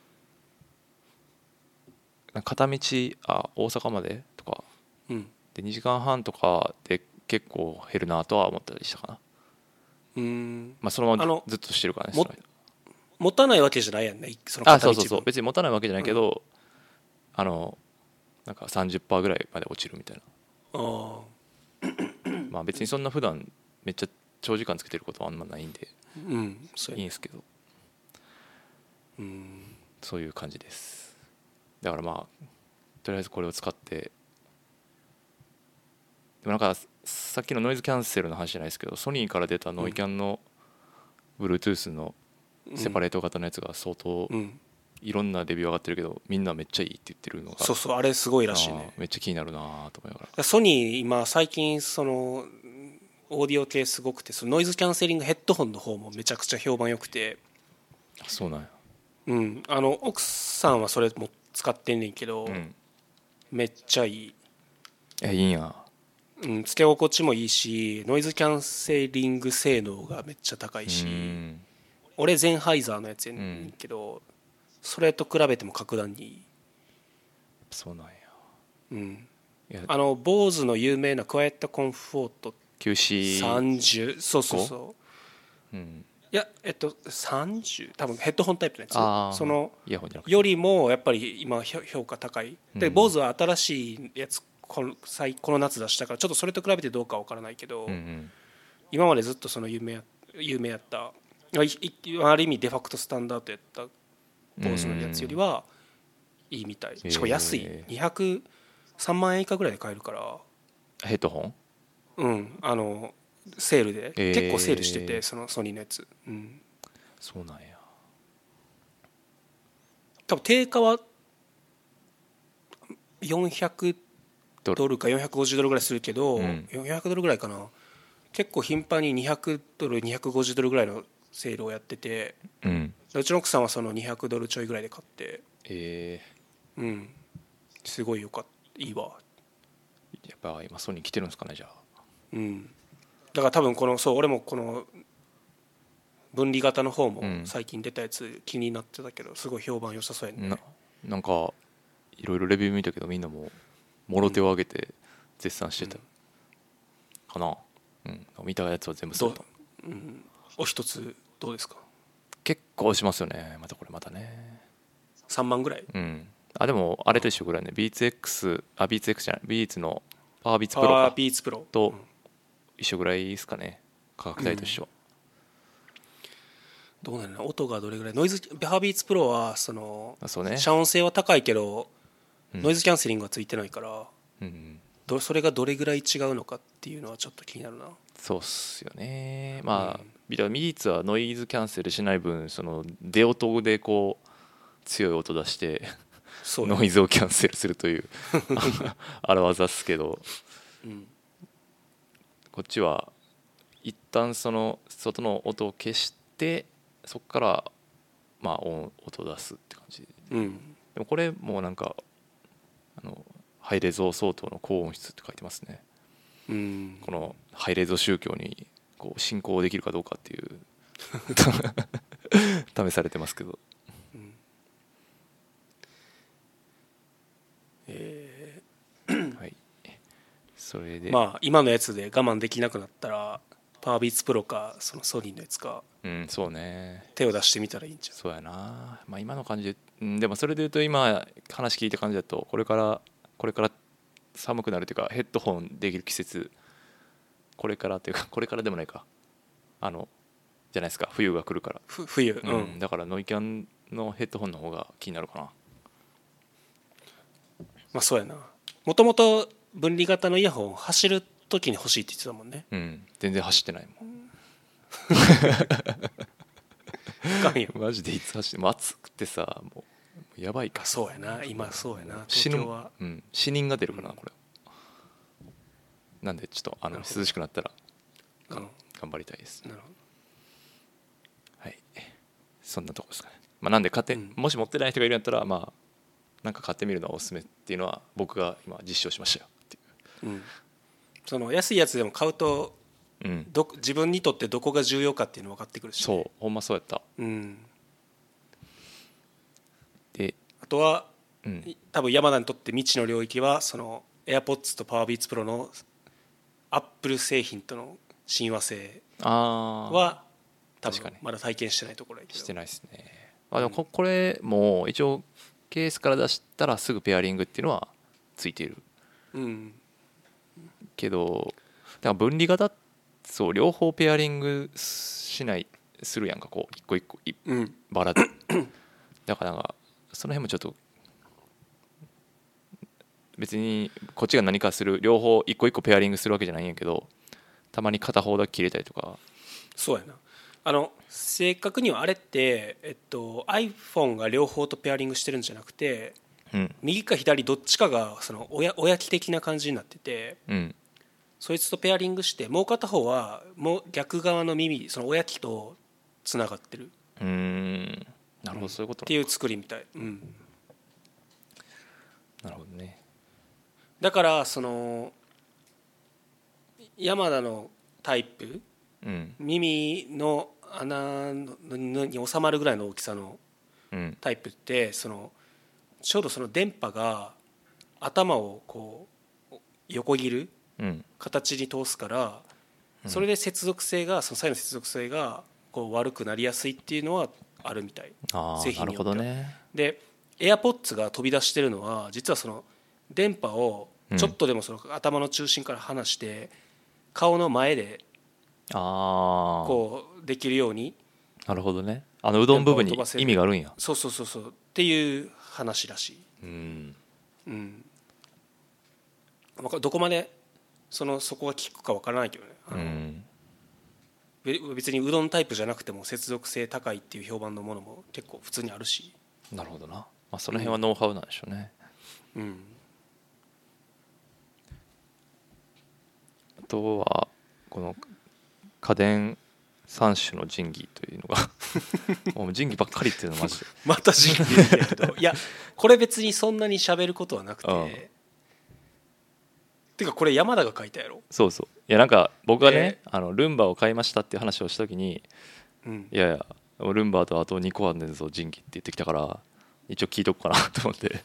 片道あ大阪までとか、うん、でにじかんはんとかで結構減るなとは思ったりしたかな。うーん、まあ、そのままずっとしてるからね。 も持たないわけじゃないやんね、 その片道分。あ、そうそうそう、別に持たないわけじゃないけど、うん、あのなんか さんじゅっパーセント ぐらいまで落ちるみたいな。あまあ別にそんな普段めっちゃ長時間つけてることはあんまないんで、うん、そういいんですけど、うん、そういう感じです。だからまあとりあえずこれを使って、でもなんかさっきのノイズキャンセルの話じゃないですけど、ソニーから出たノイキャンの Bluetooth のセパレート型のやつが相当いろんなレビュー上がってるけど、みんなめっちゃいいって言ってるのが、 そうそう、あれすごいらしいね。 めっちゃ気になるなと思いながら。 ソニー今最近そのオーディオ系すごくて、そのノイズキャンセリングヘッドホンの方もめちゃくちゃ評判良くて。 そうなんや。 うん、あの奥さんはそれも使ってんねんけど、うん、めっちゃいい。 え、いいんや。 うん、つけ心地もいいし、ノイズキャンセリング性能がめっちゃ高いし、俺ゼンハイザーのやつやねんけど、うん、それと比べても格段にいい。 そうなんや。 うん。あの坊主の有名なクワイエットコンフォートキューシーさんじゅう、そうそうそう、うん、いやえっとさんじゅう多分ヘッドホンタイプのやつ、そのよりもやっぱり今評価高いで、坊主は新しいやつこのこの夏出したから、ちょっとそれと比べてどうかは分からないけど、うんうん、今までずっとその有名有名やったある意味デファクトスタンダードやった坊主のやつよりはいいみたい。しかも安い、にひゃくさんまんえん以下ぐらいで買えるから。 ヘッドホン？ うんあのセールで、えー、結構セールしてて、そのソニーのやつ、うん、 そうなんや。 多分定価はよんひゃくドルかよんひゃくごじゅうドルぐらいするけど、うん、よんひゃくドルぐらいかな。結構頻繁ににひゃくドルにひゃくごじゅうドルぐらいのセールをやってて、うん、うちの奥さんはそのにひゃくドルちょいぐらいで買って、えー、うんすごいよかったいいわ。 やっぱ今ソニー来てるんですかね、じゃあ。 うん、だから多分このそう俺もこの分離型の方も最近出たやつ気になってたけど、すごい評判良さそうやね。 な, なんかいろいろレビュー見たけど、みんなももろ手を挙げて絶賛してた、うん、かな、うん、見たやつは全部そうだ、 うん、お一つどうですか？ 結構しますよね。またこれまたねさんまんぐらい、 うん、あでもあれと一緒ぐらいね、 ビーツーエックス あ ビーツーエックス じゃない、ビーツのパワービーツプロか、 パワービーツプロと一緒ぐらいですかね、価格帯としては、 うん、どうなの音がどれぐらい、ノイズパワービーツプロはそのそう、ね、 遮音性は高いけど、うん、ノイズキャンセリングはついてないから、うんうん、それがどれぐらい違うのかっていうのはちょっと気になるな。 そうっすよね。まあ、うん、ビーツはノイズキャンセルしない分、その出音でこう強い音出してノイズをキャンセルするという荒技っすけど、うん、こっちは一旦その外の音を消してそこからまあ音音を出すって感じ、 うん、 でもこれもうなんかあのハイレゾ相当の高音質って書いてますね、 うん、 このハイレゾ宗教にこう信仰できるかどうかっていう試されてますけど、うん、 えー、 はいそれでまあ今のやつで我慢できなくなったらパワービーツプロかそのソニーのやつか、 うん、そうね手を出してみたらいいんじゃん。 そうやな、まあ、今の感じで、うん、でもそれでいうと今話聞いた感じだとこれからこれから寒くなるというかヘッドホンできる季節これからというかこれからでもないかあのじゃないですか冬が来るからふ冬、 うんうん、だからノイキャンのヘッドホンの方が気になるかな。 まあそうやな、もともと分離型のイヤホン走る時に欲しいって言ってたもんね。 うん全然走ってないもん深いよマジでいつ走ってもう暑くてさもうやばいかそうやな今そうやな死ぬ、 東京は、 うん、死人が出るかな、うん、これなんでちょっとあの涼しくなったら、うん、頑張りたいです。なるほど、はい、そんなとこですかね。まあ、なんで買って、うん、もし持ってない人がいるんやったらまあなんか買ってみるのはおすすめっていうのは僕が今実証しましたよっていう、うん、 その安いやつでも買うと、 うん、 ど自分にとってどこが重要かっていうの分かってくるし、ね、 そうほんまそうやった、 うん、 であとは、うん、多分山田にとって未知の領域はその AirPods と PowerBeats Pro の Apple 製品との親和性は多分まだ体験してないところやけどしてないですね。あでも こ, これも一応ケースから出したらすぐペアリングっていうのはついている、うん、けどだから分離型そう両方ペアリングしないするやんかこう一個一個い、うん、バラでだからなんかその辺もちょっと別にこっちが何かする両方一個一個ペアリングするわけじゃないんやけどたまに片方だけ切れたりとか。 そうやな、あの正確にはあれって、えっと、iPhone が両方とペアリングしてるんじゃなくて、うん、右か左どっちかがその親親機的な感じになってて、うん、そいつとペアリングしてもう片方はもう逆側の耳その親機とつながってる。 うーんなるほど、うん、そういうことっていう作りみたい、うん、 なるほどね。 だからその山田のタイプ、うん、耳の穴に収まるぐらいの大きさのタイプってそのちょうどその電波が頭をこう横切る形に通すからそれで接続性がその際の接続性がこう悪くなりやすいっていうのはあるみたい。製品によっては。なるほどね。で AirPods が飛び出してるのは実はその電波をちょっとでもその頭の中心から離して顔の前でこうできるように。 なるほどね。あのうどん部分に意味があるんや。 そうそうそうそうっていう話らしい。うんうん、どこまでそのそこが効くかわからないけどね。あの、うん、別にうどんタイプじゃなくても接続性高いっていう評判のものも結構普通にあるし。 なるほどな、まあ、その辺はノウハウなんでしょうね。うん、うん、あとはこの家電さん種の神器というのがもう神器ばっかりっていうのマジでまた神器だけどいやこれ別にそんなに喋ることはなくて、うん、てかこれ山田が書いたやろ。 そうそういやなんか僕がね、えー、あのルンバを買いましたっていう話をした時に、うん、いやいやルンバとあとにこあるんですぞ神器って言ってきたから一応聞いとくかなと思って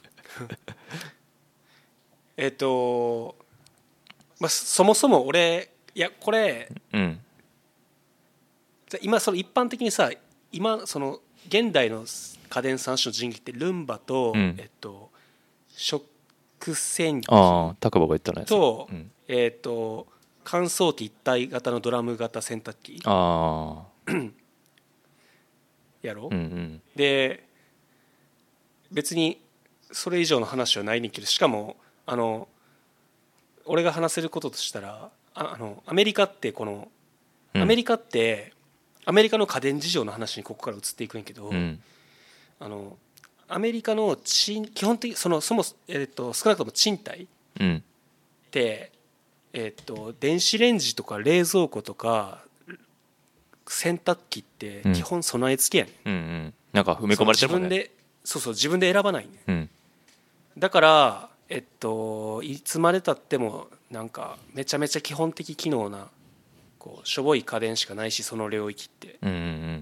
えっとまあそもそも俺いやこれ、うん、今その一般的にさ今その現代の家電さん種の神器ってルンバと、うん、えっと食洗機あタクボが言ったねと、うん、えっと乾燥機一体型のドラム型洗濯機あやろ、うんうん、で別にそれ以上の話はないねんけどしかもあの俺が話せることとしたら あ, あのアメリカってこの、うん、アメリカってアメリカの家電事情の話にここから移っていくんやけど、うん、あのアメリカの基本的そのそも、えー、と少なくとも賃貸って、うんえー、と電子レンジとか冷蔵庫とか洗濯機って基本備え付けやね、 うんうんうん、なんか埋め込まれてるもんね。 自分でそうそう自分で選ばないね、 うん、 だからえっといつまでたってもなんかめちゃめちゃ基本的機能なこうしょぼい家電しかないし、その領域って、 うんうんうん、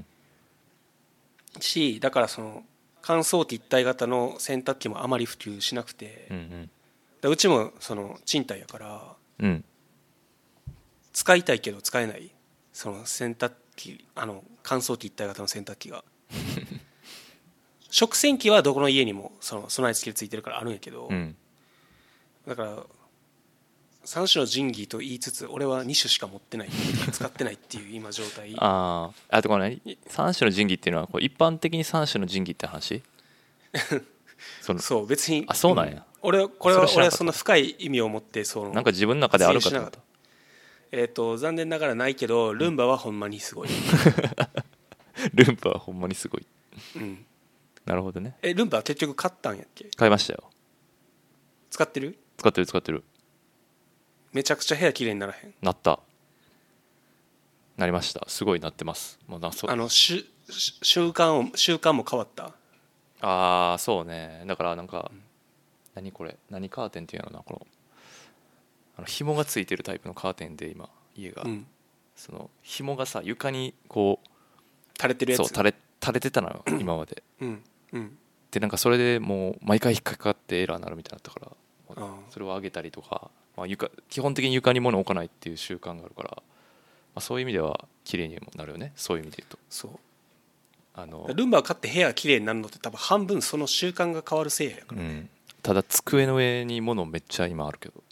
しだからその乾燥機一体型の洗濯機もあまり普及しなくて、 うんうん、 でうちもその賃貸やから、 うん、 使いたいけど使えないその洗濯機、あの乾燥機一体型の洗濯機が食洗機はどこの家にもその備え付けついてるからあるんやけど、 うん、だからさん種の神器と言いつつ俺はに種しか持ってない使ってないっていう今状態。 ああ、あとこのさん種の神器っていうのはこう一般的にさん種の神器って話そのそう別にあそうなんや、うん、 俺これは俺はそんな深い意味を持ってそのなんか自分の中であるかと思った。 えーと残念ながらないけどルンバはほんまにすごいルンバはほんまにすごい、 うん、 なるほどね。 えルンバは結局買ったんやっけ？ 買いましたよ。 使ってる？ 使ってる使ってる。 めちゃくちゃ部屋きれいにならへん？ なったなりました。すごいなってます。もうなそあの習慣を習慣も変わった？ ああそうね。だからなんか、うん、何これ何カーテンっていうのな、このあの紐がついてるタイプのカーテンで今家が、うん、その紐がさ床にこう垂れてるやつ、 そう垂れ垂れてたのよ今まで、 うんうん、 でなんかそれでもう毎回引っかかってエラーになるみたいになったから、それを上げたりとか、まあ、床基本的に床に物を置かないっていう習慣があるから、まあ、そういう意味では綺麗にもなるよね。そういう意味で言うとそうあのルンバを買って部屋綺麗になるのって多分半分その習慣が変わるせいやからね、うん、 ただ机の上に物めっちゃ今あるけど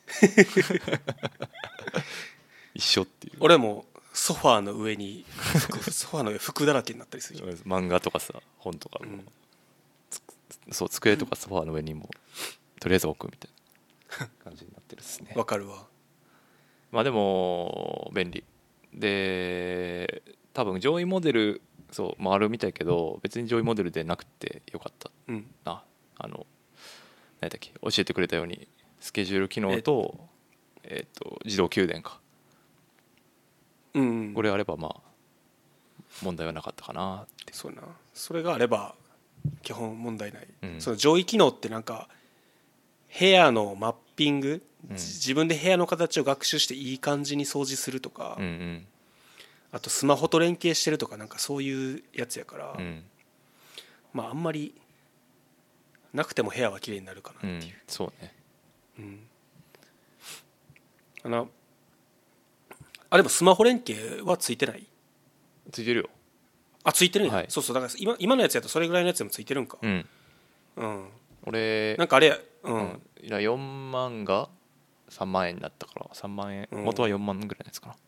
一緒っていう。 俺もソファーの上に服ソファーの上服だらけになったりする漫画とかさ本とかも、うん、そう机とかソファーの上にもとりあえず置くみたいな感じになってるっすね。 わかるわ。 まあでも便利で多分上位モデルそうもあるみたいけど別に上位モデルでなくてよかったな、うん、あの何だっけ教えてくれたようにスケジュール機能とえっと自動給電か、うん、これあればまあ問題はなかったかなって。 そうなそれがあれば基本問題ない、うん、その上位機能ってなんか部屋のマッピング、うん、自分で部屋の形を学習していい感じに掃除するとか、うんうん、あとスマホと連携してるとかなんかそういうやつやから、うん、まああんまりなくても部屋は綺麗になるかなっていう、うん、 そうね、うん、 あのあでもスマホ連携はついてない？ ついてるよ。 あついてるんや、はい、そうそうだから 今, 今のやつやとそれぐらいのやつでもついてるんか。うん、 うん、俺なんかあれうん、 うん、よんまんがさんまんえんになったからさんまんえん、うん、元はよんまんぐらいのやつかな。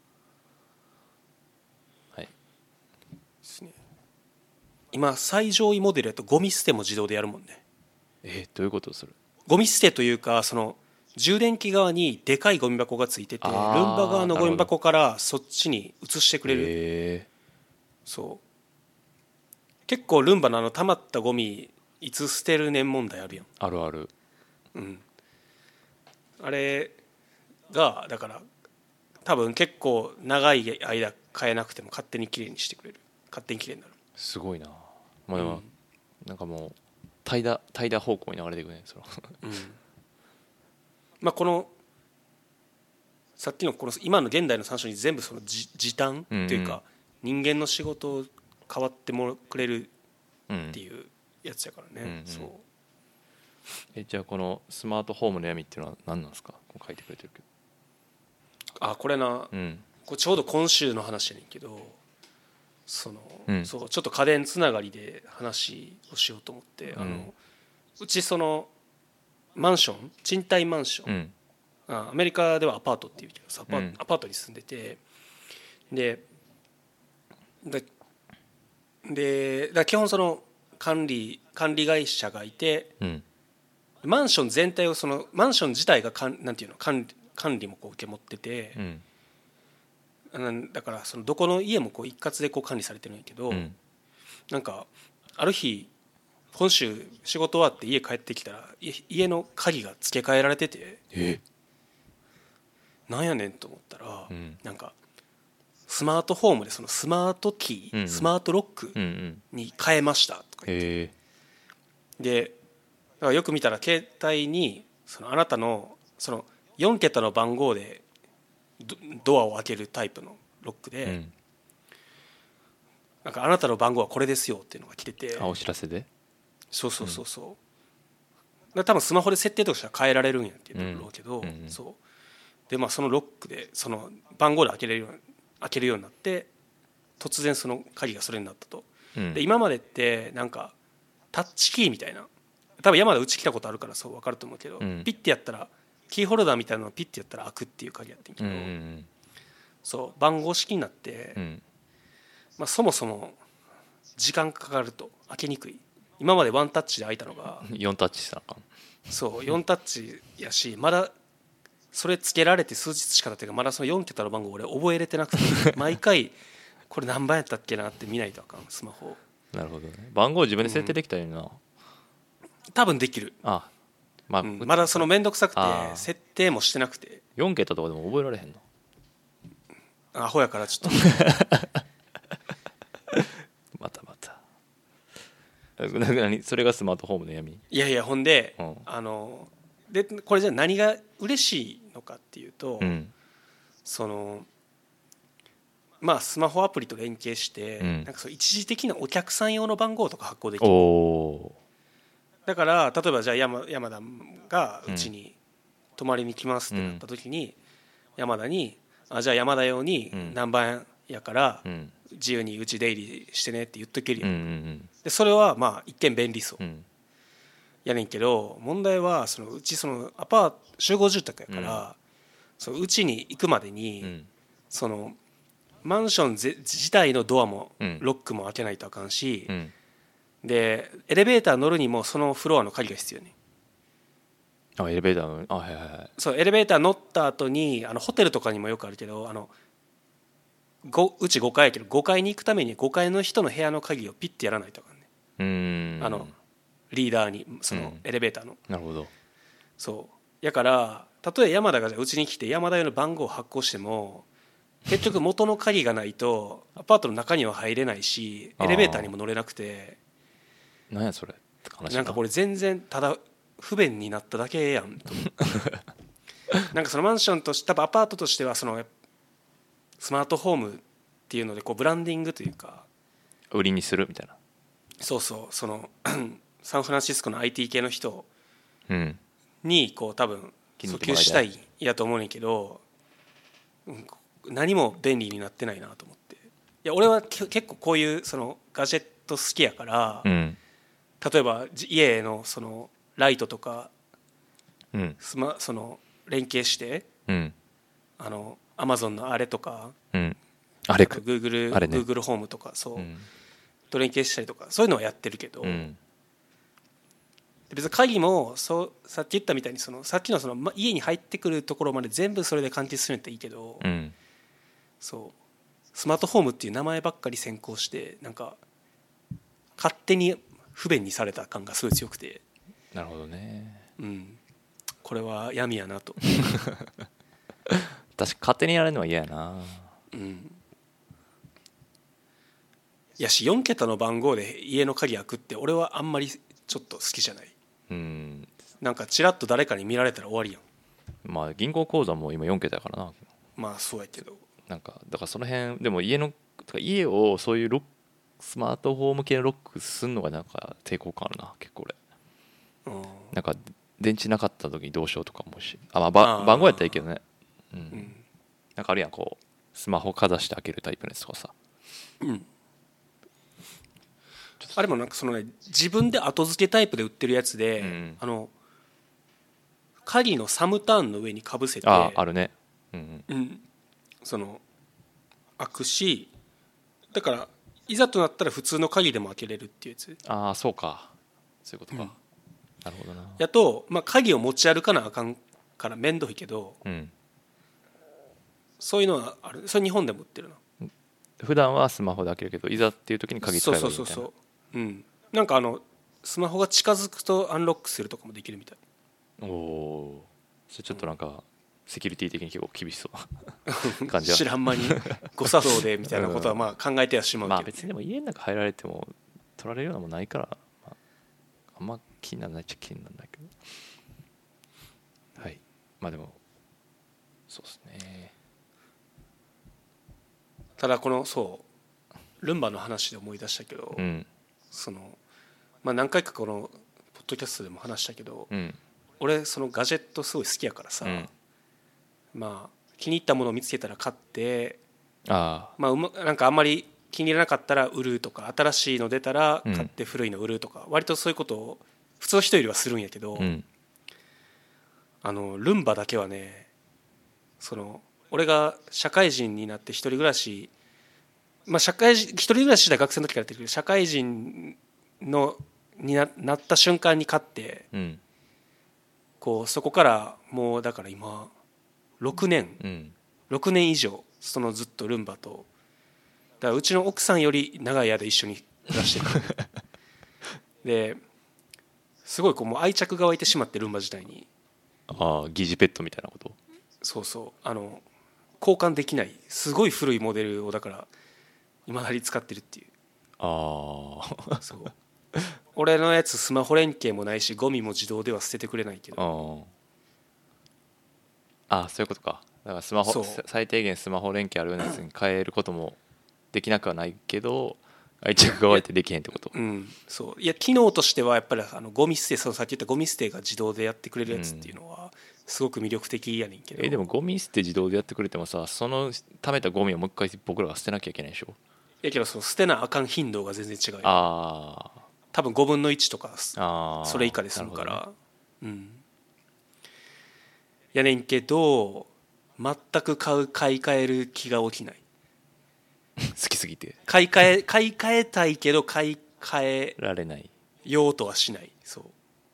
はいですね。今最上位モデルやとゴミ捨ても自動でやるもんね。 えー、どういうことする？ ゴミ捨てというかその充電器側にでかいゴミ箱がついててルンバ側のゴミ箱からそっちに移してくれる。 へーそう結構ルンバのあの溜まったゴミいつ捨てるねん問題あるやん。 あるある、 うん、あれがだから多分結構長い間変えなくても勝手にきれいにしてくれる。勝手にきれいになる。 すごいな。まあでも、うん、なんかもう怠惰怠惰方向に流れていくねその、うんまあ、このさっきのこの今の現代のさん種に全部その時短というか人間の仕事を変わってもくれるっていうやつやからね、うんうん、そうえじゃあこのスマートホームの闇っていうのは何なんですか？こう書いてくれてるけどあこれな、うん、これちょうど今週の話やねんけどその、うん、そうちょっと家電つながりで話をしようと思って、うん、あのうちそのマンション賃貸マンション、うん、アメリカではアパートっていうけどアパ、うん、アパートに住んでてでででだ基本その管理管理会社がいて、うん、マンション全体をそのマンション自体がかんなんていうの管理、管理もこう受け持ってて、うん、だからそのどこの家もこう一括でこう管理されてるんやけど、うん、なんかある日今週仕事終わって家帰ってきたら家の鍵が付け替えられてて、えなんやねんと思ったら、うん、なんかスマートフォームでそのスマートキー、うんうん、スマートロックに変えましたとか言って、うんうん、でだからよく見たら携帯にそのあなたのそのよん桁の番号でドアを開けるタイプのロックで、うん、なんかあなたの番号はこれですよっていうのが来てて、 あお知らせでそうそうそうそう、うん、だから多分スマホで設定とかしたら変えられるんやっていうろうけど、うんうんうん、そうでまあそのロックでその番号で開けれるように開けるようになって突然その鍵がそれになったと、うん、で今までってなんかタッチキーみたいな多分山田うち来たことあるからそう分かると思うけど、うん、ピッてやったらキーホルダーみたいなのをピッてやったら開くっていう鍵やってんけど、うんうんうん、そう番号式になって、うんまあ、そもそも時間かかると開けにくい今までワンタッチで開いたのがよんタッチしたのかそうよんタッチやしまだそれつけられて数日しか経ってからまだそのよん桁の番号俺覚えれてなくて毎回これ何番やったっけなって見ないとあかんスマホなるほどね番号自分で設定できたらいいな、うん、 多分できるあ、 まあうん、まだその面倒くさくて設定もしてなくてよん桁とかでも覚えられへんのアホやからちょっとまたまた何それがスマートフォームの闇いやいやほんで、うん、あのでこれじゃ何が嬉しいのかっていうと、うん、そのまあスマホアプリと連携して、うん、なんかそう一時的なお客さん用の番号とか発行できるだから例えばじゃあ 山, 山田がうちに泊まりに来ますってなった時に、うん、山田にあじゃあ山田用に何番やから自由にうち出入りしてねって言っとけるよ、うんうんうん、でそれはまあ一見便利そう、うんやねんけど問題はそのうちそのアパート集合住宅やから、うん、そのうちに行くまでに、うん、そのマンションぜ自体のドアもロックも開けないとあかんし、うん、でエレベーター乗るにもそのフロアの鍵が必要ね。 あエレベーターのあはいはいはいそうエレベーター乗った後にあのホテルとかにもよくあるけどあのごうちごかいやけどごかいに行くためにごかいの人の部屋の鍵をピッてやらないとあかんね。 うーんあのリーダーにそのエレベーターの、うん、 なるほどそうやからたとえ山田がうちに来て山田用の番号を発行しても結局元の鍵がないとアパートの中には入れないしエレベーターにも乗れなくてなんやそれなんかこれ全然ただ不便になっただけやんとなんかそのマンションとして多分アパートとしてはそのスマートホームっていうのでこうブランディングというか売りにするみたいなそうそうそのサンフランシスコの アイティー 系の人にこう多分訴求したいやと思うねんけど、うん、何も便利になってないなと思っていや俺は結構こういうそのガジェット好きやから、うん、例えば家のそのライトとか、うん、スマその連携して、うん、あの Amazon のあれとか、うん、あれ Google、ね、Google ホームとかそう、うん、と連携したりとかそういうのはやってるけど、うん別に鍵もそうさっき言ったみたいにそのさっきのその家に入ってくるところまで全部それで完結するんだったらいいけど、うん、そうスマートフォームっていう名前ばっかり先行してなんか勝手に不便にされた感がすごい強くてなるほどね、 うん、これは闇やなと確か勝手にやられるのは嫌やな、うん、 いやしよん桁の番号で家の鍵開くって俺はあんまりちょっと好きじゃない。うん、なんかチラッと誰かに見られたら終わりやん。 まあ銀行口座も今よん桁やからな。 まあそうやけどなんかだからその辺でも家の家をそういうロックスマートフォーム系のロックすんのがなんか抵抗感あるな結構俺、うん、なんか電池なかった時にどうしようとかもしあ、まあ、ば番号やったらいいけどね、うんうん、なんかあるやんこうスマホかざして開けるタイプのやつとかさ、うんあれもなんかそのね自分で後付けタイプで売ってるやつで、うん、あの鍵のサムターンの上にかぶせてあ, あるね、うんうん、 その開くしだからいざとなったら普通の鍵でも開けれるっていうやつああそうかそういうことか、うん、なるほどなやと、まあ、鍵を持ち歩かなあかんから面倒いけど、うん、そういうのはあるそれ日本でも売ってるな普段はスマホで開けるけどいざっていう時に鍵使えばいいみたいなそうそうそうそううん、なんかあのスマホが近づくとアンロックするとかもできるみたい。 おお、それちょっとなんかセキュリティ的に結構厳しそうな感じは知らん間に誤作動でみたいなことはまあ考えてはしまうけど、 まあ別にでも家の中入られても取られるようなもんないから、まあ、あんま気にならないっちゃ気にならないけど、はい、まあでもそうですね。 ただこのそうルンバの話で思い出したけど、 うん、 そのまあ何回かこのポッドキャストでも話したけど、 うん、 俺そのガジェットすごい好きやからさ、うん、まあ気に入ったものを見つけたら買って、 あまあうまなんかあんまり気に入らなかったら売るとか、新しいの出たら買って古いの売るとか、うん、割とそういうことを普通の人よりはするんやけど、うん、あのルンバだけはね、その俺が社会人になって一人暮らし、まあ社会人一人暮らしで学生の時からやってるけど、社会人のに な, なった瞬間に買って、うん、こうそこからもうだから今ろくねん、うん、ろくねん以上そのずっとルンバと、だからうちの奥さんより長い間一緒に暮らしてるですごいこうもう愛着が湧いてしまって、ルンバ自体に。 ああ、疑似ペットみたいなこと。 そうそう、あの交換できないすごい古いモデルをだから今だに使ってるっていう。 ああそう俺のやつスマホ連携もないし、ゴミも自動では捨ててくれないけど。 ああ、そういうことか。だからスマホ最低限スマホ連携あるやつに変えることもできなくはないけど、愛着が湧いてできへんってこと。 うん、そういや機能としてはやっぱりあのゴミ捨て、そのさっき言ったゴミ捨てが自動でやってくれるやつっていうのはすごく魅力的やねんけど、 えでもゴミ捨て自動でやってくれてもさ、その溜めたゴミをもう一回僕らが捨てなきゃいけないでしょ。 やけどその捨てなあかん頻度が全然違うよ。 ああ、 多分ごぶんのいちとかそれ以下で済むから、ね、うん、やねんけど全く買う買い替える気が起きない好きすぎて買い替え買い替えたいけど買い替えられないようとはしない。そう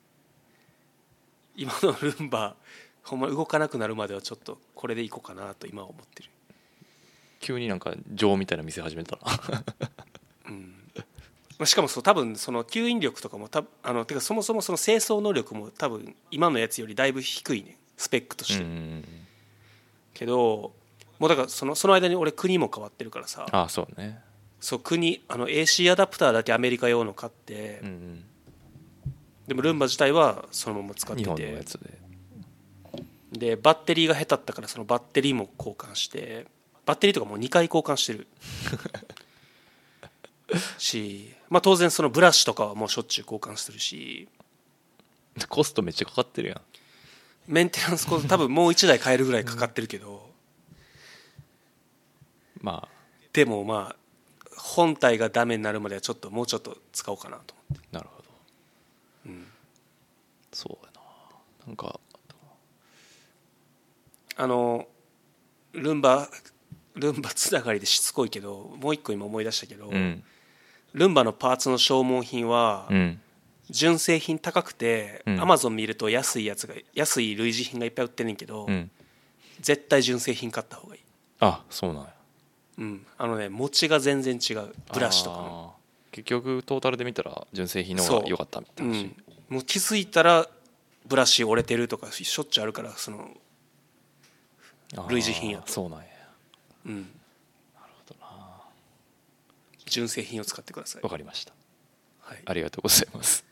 今のルンバほんま動かなくなるまではちょっとこれでいこうかなと今は思ってる。 急になんか情みたいな店始めたなうん、しかもそう多分その吸引力とかもたあのてかそもそもその清掃能力も多分今のやつよりだいぶ低いね、スペックとして。うんけどもうだからそのその間に俺国も変わってるからさ。 ああそうね。 そう国あの エーシー アダプターだけアメリカ用の買って、うんうん、でもルンバ自体はそのまま使ってて、 日本のやつででバッテリーが下手ったからそのバッテリーも交換して、バッテリーとかもうにかい交換してるし、まあ当然そのブラシとかはもうしょっちゅう交換してるし、 コストめっちゃかかってるやん。 メンテナンスコスト多分もういちだい買えるぐらいかかってるけど、 うん、まあでもまあ本体がダメになるまではちょっともうちょっと使おうかなと思って。 なるほど、うん、そうやな。なんかあのルンバルンバつながりでしつこいけどもう一個今思い出したけど、うん、ルンバのパーツの消耗品は、うん、純正品高くて、うん、アマゾン見ると安いやつが安い類似品がいっぱい売ってんねんけど、うん、絶対純正品買った方がいい。 あ、そうなんや。 うん、あのね持ちが全然違う、ブラシとかの。 結局トータルで見たら純正品の方が良かったみたいな話、うん、 もう気づいたらブラシ折れてるとかしょっちゅうあるから、その類似品やと。 そうなんや。 うん、なるほどな。純正品を使ってください。 わかりました、 はい、 ありがとうございます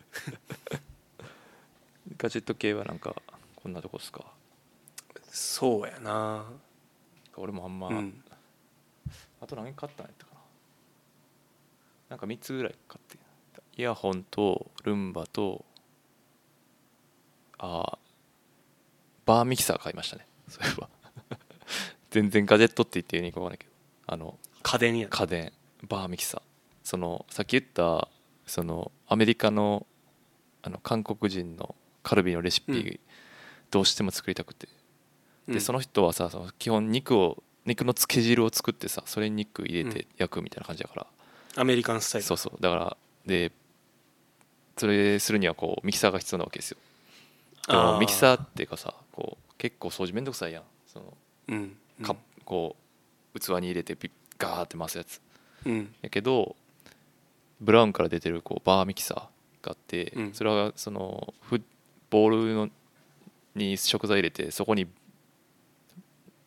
ガジェット系はなんかこんなとこですか。 そうやな。 俺もあんま、うん、あと何買ったんやったかな。なんかみっつぐらい買って、イヤホンとルンバとあバーミキサー買いましたね。そういえば全然ガジェットって言っていいのか分からないけど、あの家電や、 家電バーミキサー、そのさっき言ったそのアメリカのあの韓国人のカルビのレシピ、うん、どうしても作りたくて、で、うん、その人はさ、その基本肉を肉のつけ汁を作ってさ、それに肉入れて焼くみたいな感じだから、 うん、アメリカンスタイル。 そうそう、だからでそれするにはこうミキサーが必要なわけですよ。でもミキサーっていうかさ、こう結構掃除めんどくさいやん。その、うんうん、かこう器に入れてピッガーって回すやつ、うん、やけどブラウンから出てるこうバーミキサーがあって、うん、それはそのボウルのに食材入れてそこに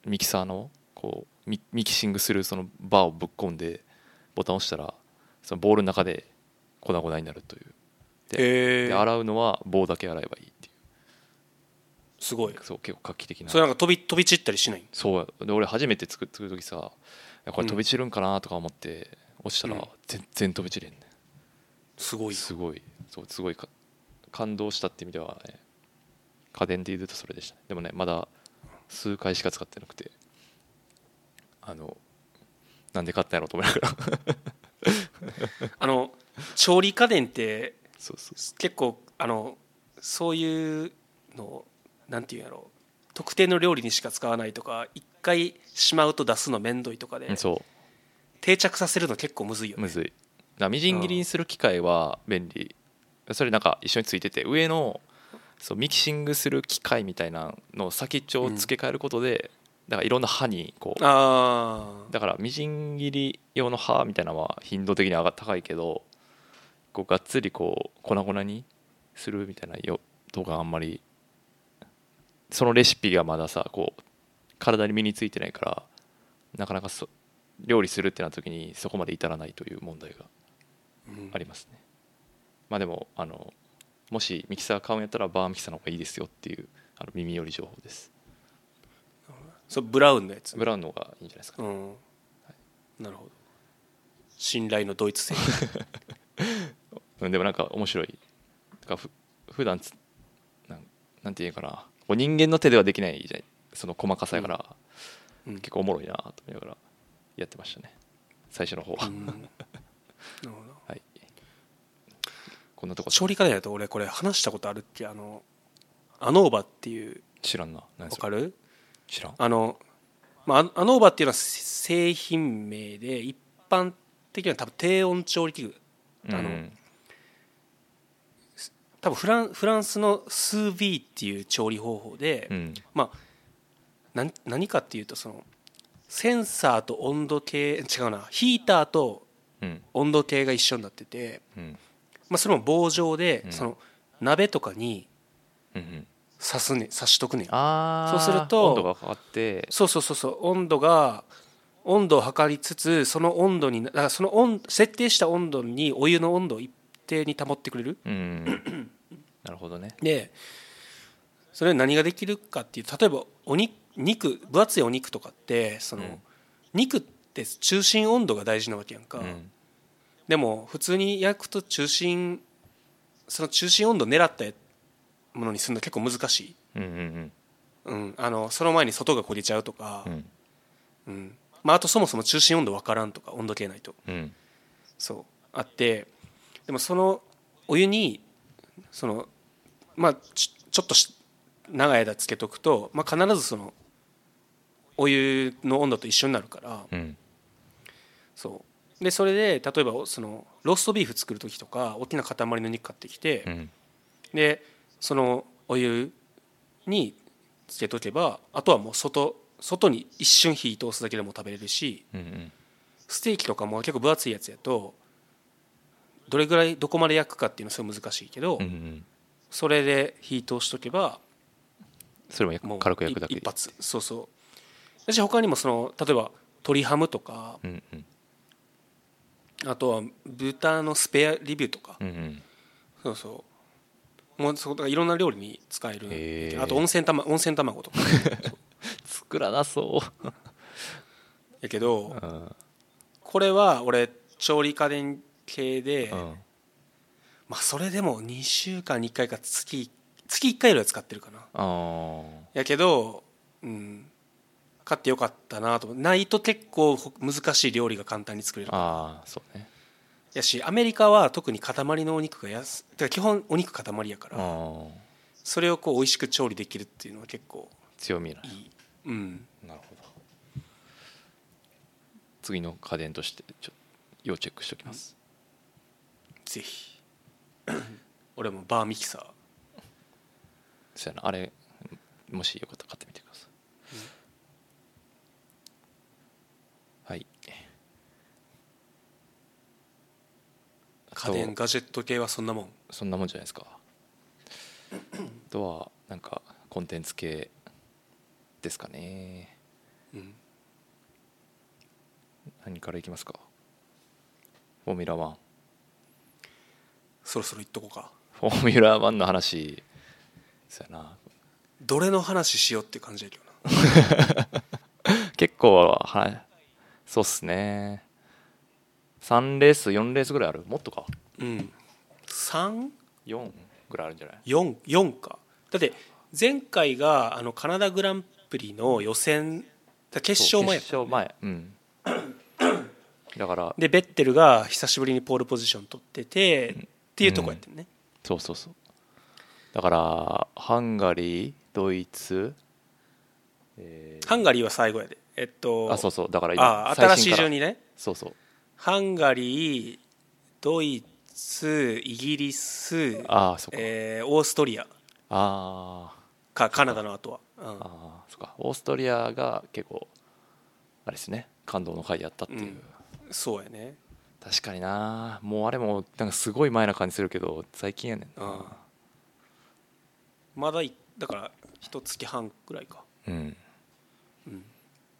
ミキサーのこう ミ, ミキシングするそのバーをぶっ込んでボタンを押したらそのボールの中で粉々になるというで、で洗うのは棒だけ洗えばいいっていうすごいそう結構画期的なそれなんか飛び飛び散ったりしないそうで俺初めて作る時さこれ飛び散るんかなとか思って押したら全然飛び散れんね、うん、 すごいすごいそうすごいか感動したっていう意味ではね家電で言うとそれでした、ね、でもねまだ数回しか使ってなくてあのなんで買ったんやろうと思いながらあの調理家電ってそうそう結構あのそういうのなんていうんやろう特定の料理にしか使わないとか一回しまうと出すのめんどいとかでそう定着させるの結構むずいよねむずいだみじん切りにする機械は便利それなんか一緒についてて上のそうミキシングする機械みたいなの先っちょを付け替えることで、うん、だからいろんな刃にこうあだからみじん切り用の刃みたいなのは頻度的に上が高いけどこうがっつりこう粉々にするみたいな動画あんまりそのレシピがまださこう体に身についてないからなかなかそ料理するってなった時にそこまで至らないという問題がありますね、うん、まあでもあのもしミキサー買うんやったらバーミキサーの方がいいですよっていうあの耳寄り情報です。 そうブラウンのやつブラウンの方がいいんじゃないですか、ね、 うんはい、なるほど信頼のドイツ製でもなんか面白いかふ普段つなんなんていうかなこう人間の手ではできないじゃんその細かさやから、うん、結構おもろいなと思いながらやってましたね最初の方は、うん、なるほど、はい、こんなとこ調理家電だと俺これ話したことあるっけあのアノーバっていう知らんなわかる知らんあの、まあ、アノーバっていうのは製品名で一般的には多分低温調理器具あの、うん、多分フラン、フランスのスービーっていう調理方法で、うん、まあ何、何かっていうとそのセンサーと温度計違うなヒーターと温度計が一緒になってて、うんまあ、それも棒状で、うん、その鍋とかに刺すね刺しとくねんあそうすると温度が変わってそうそうそうそう温度が温度を測りつつその温度にだからその温設定した温度にお湯の温度を一定に保ってくれる、うん、 なるほどねでそれ何ができるかっていう例えばお肉肉分厚いお肉とかってその、うん、肉って中心温度が大事なわけやんか、うん、でも普通に焼くと中心その中心温度狙ったものにするの結構難しい、うんうんうんうん、あのその前に外が焦げちゃうとか、うんうんまあ、あとそもそも中心温度分からんとか温度計ないと、うん、そうあってでもそのお湯にそのまあちょ、ちょっと長い間つけとくと、まあ、必ずそのお湯の温度と一緒になるから、うん、そうでそれで例えばそのローストビーフ作る時とか大きな塊の肉買ってきて、うん、でそのお湯につけとけばあとはもう外外に一瞬火通すだけでも食べれるし、うんうん、ステーキとかも結構分厚いやつやとどれぐらいどこまで焼くかっていうのはすごい難しいけど、うんうん、それで火通しとけばそれも軽く焼くだけで一発そうそう私他にもその例えば鶏ハムとか、うんうん、あとは豚のスペアリブとか、うんうん、そうそうもうそいろんな料理に使える、えー、あと温泉たま温泉卵とか作らなそうやけど、うん、これは俺調理家電系で、うん、まあそれでもにしゅうかんにいっかいか月月いっかいぐらい使ってるかなあやけど、うん、買ってよかったなとないと結構難しい料理が簡単に作れるからあそうねやしアメリカは特に塊のお肉が安てか基本お肉塊やからそれをこう美味しく調理できるっていうのは結構強みないい、うん、 なるほど次の家電としてちょっと要チェックしておきます、 うん、ぜひ俺もバーミキサーそうやなあれもしよかったら買ってみてください、うん、はい家電ガジェット系はそんなもんそんなもんじゃないですかあとはなんかコンテンツ系ですかねうん、 何からいきますか。フォーミュラワンそろそろいっとこうか。 フォーミュラワンの話そうやな、 どれの話しようっていう感じやけどな結構はいそうっすね。さんレースよんレースぐらいある、もっとか、 うん さん? よんぐらいあるんじゃない。 よん, よんか。だって前回があのカナダグランプリの予選決勝前やった、ね、 決勝前、うんだからでベッテルが久しぶりにポールポジション取ってて、うん、っていうとこやってんね、うん、 そうそうそう。だからハンガリードイツ、 えー、ハンガリーは最後やで、えっとあそうそうだから今あ新しい順にね、 そうそうハンガリードイツイギリスあそうか、 えー、オーストリアあかカナダの後は、 うん、あそうかオーストリアが結構あれですね感動の回やったっていう、うん、 そうやね。 確かにな、もうあれもなんかすごい前な感じするけど最近やねんな、うん、 まだいだから一月半ぐらいか、 うん、 うん、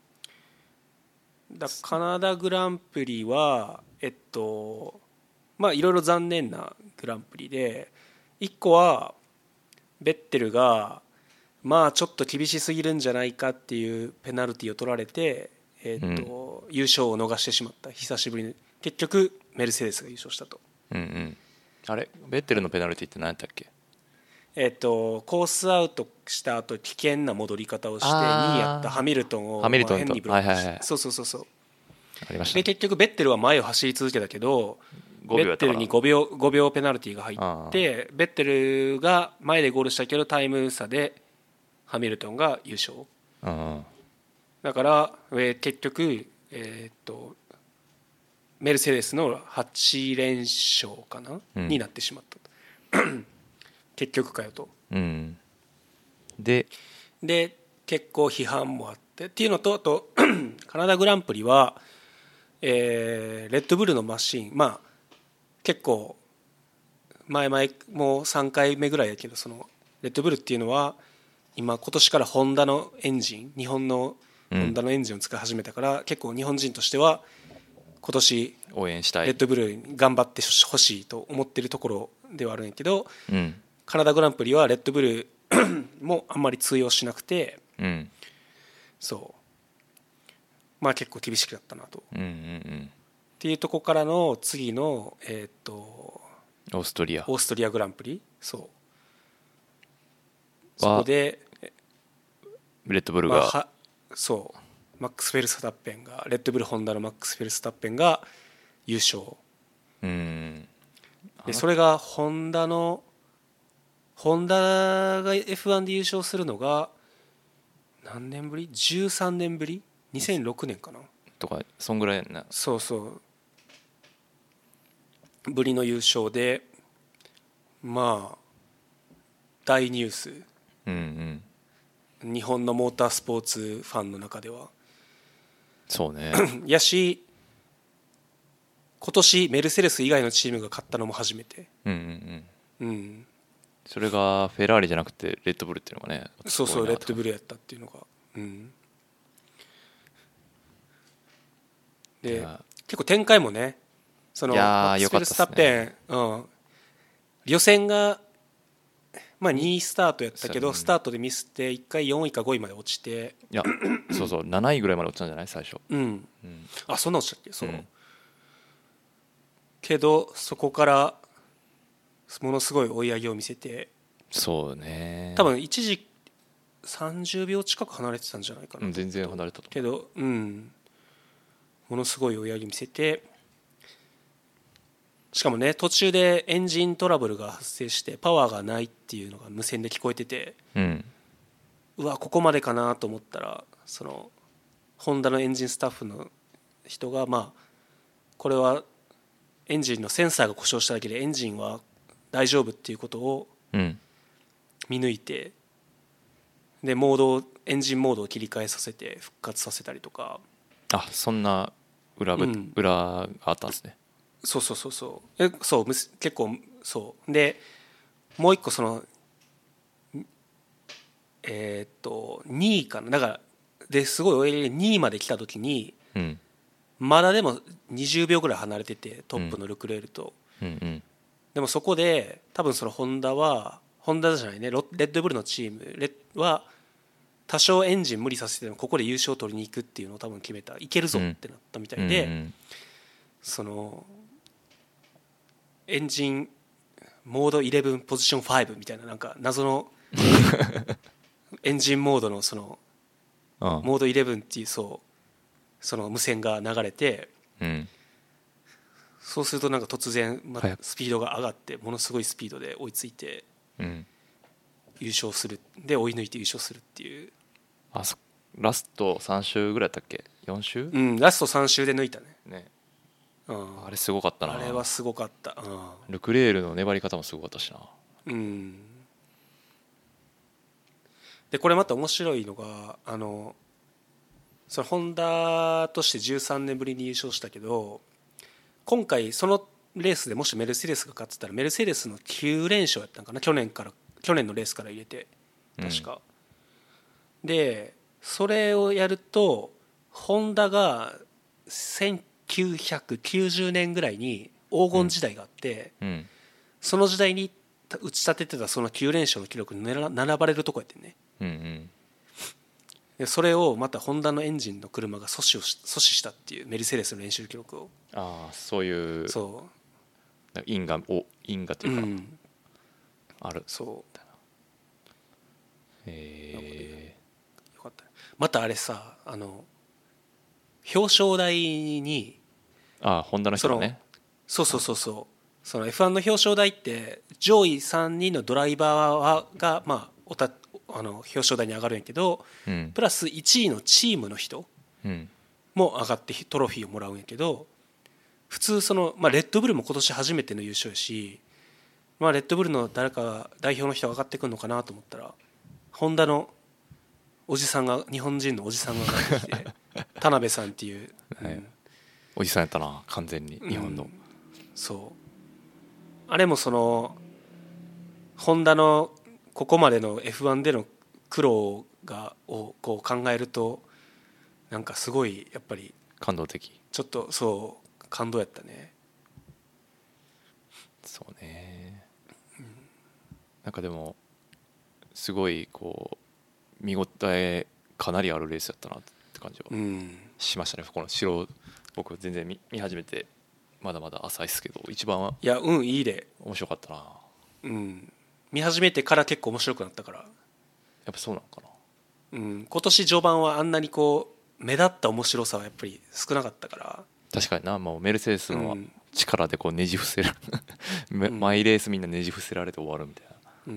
だカナダグランプリはえっとまあいろいろ残念なグランプリで、いっこはベッテルがまあちょっと厳しすぎるんじゃないかっていうペナルティを取られて、えーとうん、優勝を逃してしまった。久しぶりに結局メルセデスが優勝したと、 うんうん、あれベッテルのペナルティって何やったっけ。 えーとコースアウトした後危険な戻り方をしてにいやったハミルトンをハミルトンと変にブロックして、はいはいはい、そうそうそうそうありました。で結局ベッテルは前を走り続けたけどベッテルにごびょう、ごびょうペナルティが入ってベッテルが前でゴールしたけどタイム差でハミルトンが優勝。だから、えー、結局、えー、っとメルセデスのはちれんしょうかな、うん、になってしまった結局かよと、 うん、でで結構批判もあってっていうのと、あとカナダグランプリは、えー、レッドブルのマシン、まあ結構前々もうさんかいめぐらいだけど、そのレッドブルっていうのは今今年からホンダのエンジン、日本のホンダのエンジンを使い始めたから、うん、結構日本人としては今年応援したい、 レッドブル頑張ってほしいと思ってるところではあるんやけど、 うん、 カナダグランプリはレッドブルもあんまり通用しなくて、 うん、 そうまあ結構厳しくなったなと、 うんうんうん、 っていうところからの次のえー、っとオーストリアオーストリアグランプリ、そうそこでレッドブルが、まあ、 そうマックス・フェルスタッペンがレッドブルホンダのマックス・フェルスタッペンが優勝、 うんでそれがホンダのホンダが エフワン で優勝するのが何年ぶり ?じゅうさん 年ぶりにせんろくねんかなとかそんぐらいやんな。 そうそうぶりの優勝で、まあ大ニュース、 うんうん、日本のモータースポーツファンの中ではそうねやし、今年メルセデス以外のチームが勝ったのも初めて、 うんうんうん、うん、 それがフェラーリじゃなくてレッドブルっていうのがね、 そうそうレッドブルやったっていうのが、うん、で結構展開もね、そのマックス・フェルスタッペン、うん、予選がまあにいスタートやったけど、スタートでミスっていっかいよんいかごいまで落ちて、 いやそうそうなないぐらいまで落ちたんじゃない最初、 うん、うん、あそんな落ちたっけ、そう、うん、けどそこからものすごい追い上げを見せて、 そうね多分一時さんじゅうびょう近く離れてたんじゃないかな、 うん、全然離れたとけど、うん、ものすごい追い上げ見せて、しかもね途中でエンジントラブルが発生してパワーがないっていうのが無線で聞こえてて、 うん、 うわここまでかなと思ったら、そのホンダのエンジンスタッフの人が、まあこれはエンジンのセンサーが故障しただけでエンジンは大丈夫っていうことを見抜いて、でモードをエンジンモードを切り替えさせて復活させたりとか、 あそんな裏ぶ、うん、裏があったんですね。 そうそうそうそうえそう結構そうで、もう一個そのえー、っとにいかな、だからですごいにいまで来た時に、 うん、 まだでもにじゅうびょうぐらい離れててトップのルクレールと、 うんうん、 でもそこで多分そのホンダはホンダじゃないねレッドブルのチームレは多少エンジン無理させてもここで優勝を取りに行くっていうのを多分決めた、いけるぞってなったみたいで、 うんうん、 そのエンジンモードじゅういちポジションごみたいななんか謎のエンジンモードのそのモードじゅういちっていうそうその無線が流れて、 うん、 そうするとなんか突然まスピードが上がってものすごいスピードで追いついて優勝するで追い抜いて優勝するっていう。 あそラストさん周ぐらいだったっけよん周、 うん、ラストさん周で抜いたね。 ね、 うん、 あれすごかったな。 あれはすごかった、うん、 ルクレールの粘り方もすごかったしな。 うん、でこれまた面白いのがあのそのホンダとしてじゅうさんねんぶりに優勝したけど今回そのレースでもしメルセデスが勝ってたらメルセデスのきゅうれんしょうやったんかな去年から去年のレースから入れて確か、うん、でそれをやるとホンダがせんきゅうひゃくきゅうじゅうねんぐらいに黄金時代があって、 うんうん、 その時代に打ち立ててたそのきゅうれんしょうの記録に並ばれるとこやってね、 うんうん、 でそれをまたホンダのエンジンの車が阻止をし阻止したっていうメルセデスの練習記録を。 ああそういうそう因果を因果というか、うん、あるそうへえよかった。またあれさあの表彰台にああホンダの人がねそうそうそうそうその エフワン の表彰台って上位さんにんのドライバーがまあおたあの表彰台に上がるんやけど、うん、プラスいちいのチームの人も上がってトロフィーをもらうんやけど普通その、まあ、レッドブルも今年初めての優勝やし、まあ、レッドブルの誰か代表の人が上がってくるのかなと思ったらホンダのおじさんが日本人のおじさんが上がってきて田辺さんっていう、 はいうん、おじさんやったな完全に日本の、うん、 そうあれもそのホンダのここまでの エフワン での苦労がをこう考えるとなんかすごいやっぱり感動的ちょっとそう感動やったね。 そうね、うん、なんかでもすごいこう見応えかなりあるレースだったなって感じはしましたね、うん、この白僕全然 見, 見始めてまだまだ浅いですけど一番はいやうんいいで面白かったな。 うん見始めてから結構面白くなったからやっぱそうなのかな、うん、今年序盤はあんなにこう目立った面白さはやっぱり少なかったから確かにな、もうメルセデスの力でこうねじ伏せる、うん、マイレースみんなねじ伏せられて終わるみたいな、 うん、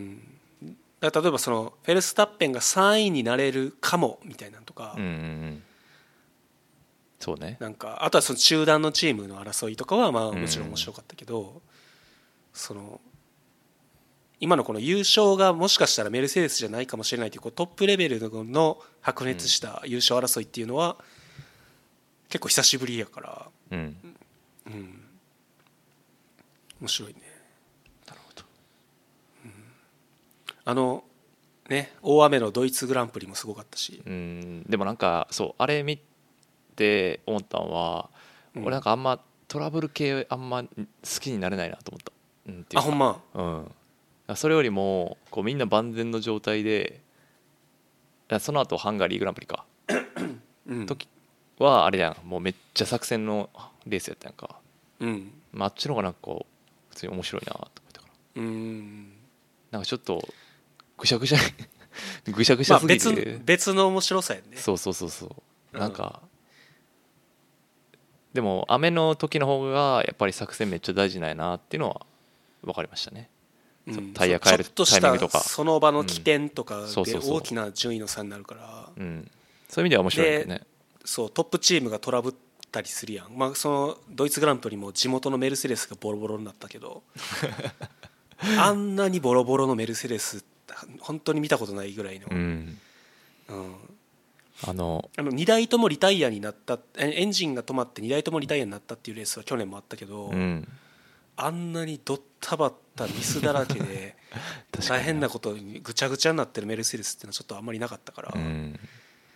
だから例えばそのフェルスタッペンがさんいになれるかもみたいなのとか、 うんうんうん、そうねなんかあとはその中団のチームの争いとかはまあもちろん面白かったけど、うん、その今のこの優勝がもしかしたらメルセデスじゃないかもしれないというこうトップレベルの白熱した優勝争いっていうのは結構久しぶりやから、 うんうん、面白いね。 なるほど、 うん、あのね大雨のドイツグランプリもすごかったし、 うん、でもなんかそうあれ見て思ったのは、うん、俺なんかあんまトラブル系あんま好きになれないなと思った、うん、っていうかあほんま、 うんそれよりもこうみんな万全の状態でその後ハンガリーグランプリか、うん、時はあれやんもうめっちゃ作戦のレースやったやんか、 うんまあ、あっちの方がなんかこう普通に面白いなと思ったから、 うんなんかちょっとぐしゃぐしゃぐしゃぐしゃすぎて、まあ、 別, 別の面白さやね。 そうそうそうそうなんか、うん、でも雨の時の方がやっぱり作戦めっちゃ大事なんやなっていうのは分かりましたね。 うん、 タイヤ変えるタイミングとかその場の起点とかで大きな順位の差になるから、 うん、そういう意味では面白いですね。 そうトップチームがトラブったりするやん、まあ、そのドイツグランプリも地元のメルセデスがボロボロになったけどあんなにボロボロのメルセデス本当に見たことないぐらいの、 うんうん、あのあのにだいともリタイアになったエンジンが止まってにだいともリタイアになったっていうレースは去年もあったけど、 うん、 あんなにドッタバッタミスだらけで大変なことにぐちゃぐちゃになってるメルセデスっていうのはちょっとあんまりなかったから、 うん、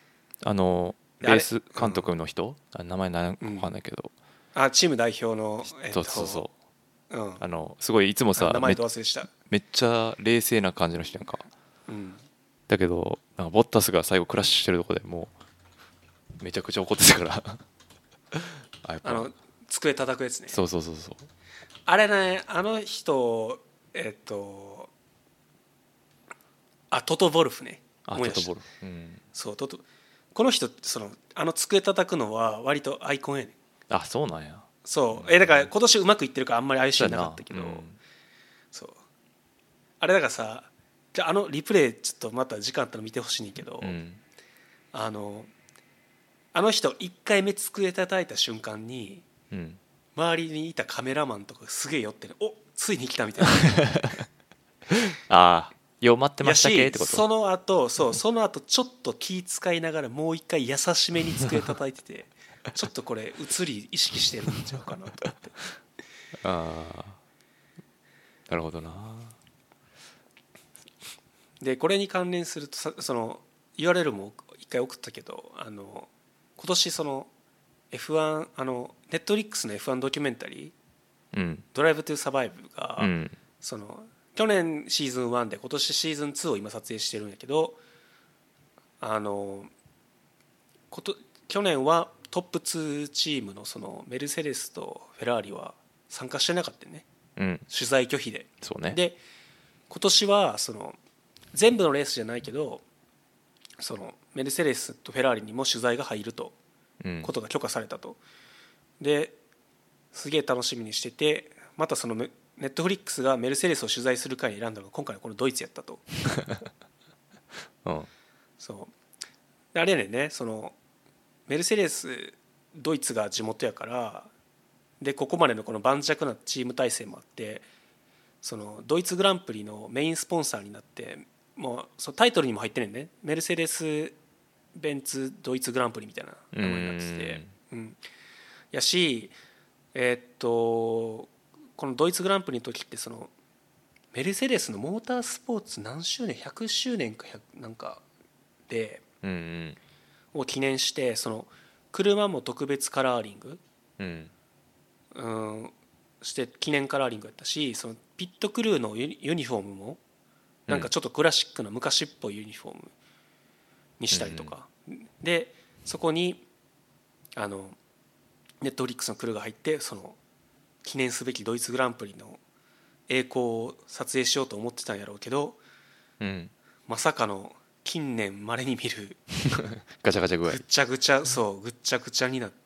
あのレース監督の人、うん、名前なんか分かんないけど、 うん、あチーム代表の、 えっと、そうそう、 うん、 あのすごいいつもさ名前と忘れしため, めっちゃ冷静な感じの人やんか、 うん、 だけどなんかボッタスが最後クラッシュしてるとこでもうめちゃくちゃ怒ってたからあ, やっぱあの机叩くやつね。 そうそうそうそう、 あれね、あの人えっとあトト・ボルフね、 あトト・ボルフ、うん、 そうトトこの人そのあの机叩くのは割とアイコンやねん。 あそうなんや。 そうえだから今年うまくいってるからあんまり相性なかったけど、うん、そうあれだからさ、じゃああのリプレイちょっとまた時間あったら見てほしいねんけど、うん、あのあの人いっかいめ机叩いた瞬間に、うん、周りにいたカメラマンとかすげえ寄ってる、おついに来たみたいなああよう待ってましたっけってこと。 その後そうその後ちょっと気遣いながらもう一回優しめに机叩いててちょっとこれ映り意識してるんちゃうかなと思ってああなるほどな。 でこれに関連するとその ユーアールエル も一回送ったけど、あの今年その エフワン あのネットフリックスの エフワン ドキュメンタリー、うん、ドライブトゥサバイブが、うん、その去年シーズンワンで今年シーズンツーを今撮影してるんやけど、あのこと去年はトップツーチームのそのメルセデスとフェラーリは参加してなかったね、うん、取材拒否で。 そうね。 で今年はその全部のレースじゃないけどそのメルセデスとフェラーリにも取材が入ると、うん、ことが許可されたと。ですげえ楽しみにしてて、またそのネットフリックスがメルセデスを取材する会に選んだのが今回のこのドイツやったと、うん、そうあれやねんね、そのメルセデスドイツが地元やからでここまでのこの盤石なチーム体制もあって、そのドイツグランプリのメインスポンサーになってもうそのタイトルにも入ってるんね、メルセデスベンツドイツグランプリみたいな名前になってて、うん、やしえー、っとこのドイツグランプリの時ってそのメルセデスのモータースポーツ何周年ひゃくしゅうねんかなんかで、うんうん、を記念してその車も特別カラーリング、うんうん、して記念カラーリングやったし、そのピットクルーのユニフォームもなんかちょっとクラシックな昔っぽいユニフォームにしたりとか、うんうん、でそこにあのネットフリックスのクルーが入ってその記念すべきドイツグランプリの栄光を撮影しようと思ってたんやろうけど、うん、まさかの近年まれに見るガチャガチャ具合ぐっちゃぐちゃそうぐっちゃぐちゃになって、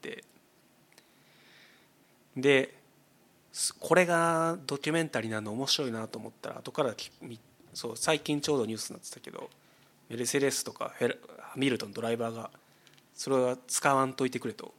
でこれがドキュメンタリーなの面白いなと思ったら後からそう最近ちょうどニュースになってたけどメルセデスとかフェラハミルトンドライバーがそれは使わんといてくれと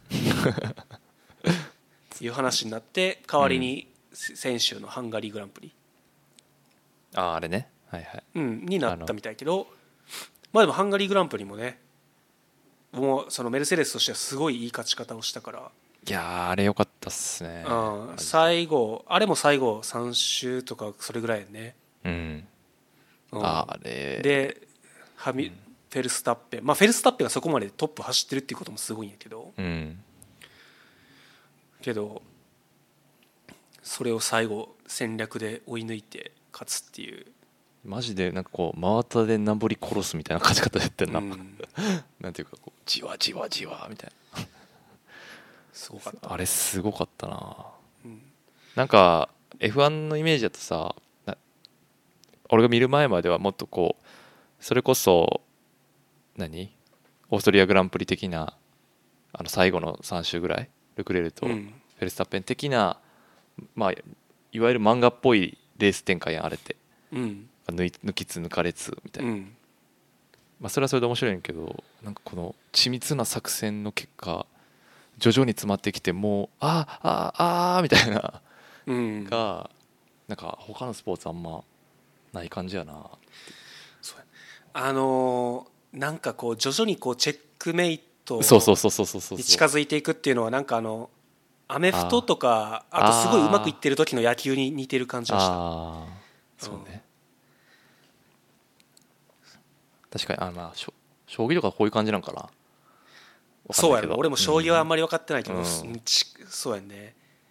いう話になって代わりに先週のハンガリーグランプリ、 うん、あああれねはいはい、 うん、になったみたいけど、まあでもハンガリーグランプリもねもうそのメルセデスとしてはすごいいい勝ち方をしたから、 いやあれ良かったっすね、 うん、最後あれも最後さん周とかそれぐらいやね、うんうん、あれでハミ、うん、フェルスタッペン、まあフェルスタッペンがそこまでトップ走ってるっていうこともすごいんやけど、うん、けどそれを最後戦略で追い抜いて勝つっていう、 マジでなんかこう真綿でなぶり殺すみたいな勝ち方やってんな、うん、なんていうかこうじわじわじわみたいなすごかった、ね、 あれすごかったな、うん、なんか エフワン のイメージだとさ、俺が見る前まではもっとこうそれこそ何オーストリアグランプリ的なあの最後のさん周ぐらいルクレールとフェルスタッペン的な、まあいわゆる漫画っぽいレース展開やんあれって、うん、抜, 抜きつ抜かれつみたいな、うん、まあそれはそれで面白いんやけど、なんかこの緻密な作戦の結果徐々に詰まってきてもうあーあーあーみたいな、うん、がなんか他のスポーツあんまない感じやな。 そうあのー、なんかこう徐々にこうチェックメイトに近づいていくっていうのはなんかあのアメフトとか あ, あとすごいうまくいってる時の野球に似てる感じがした。あそうね、うん、確かにあまあ将棋とかこういう感じなんかな。 そうやろ、俺も将棋はあんまり分かってないけど、うん、そうやね。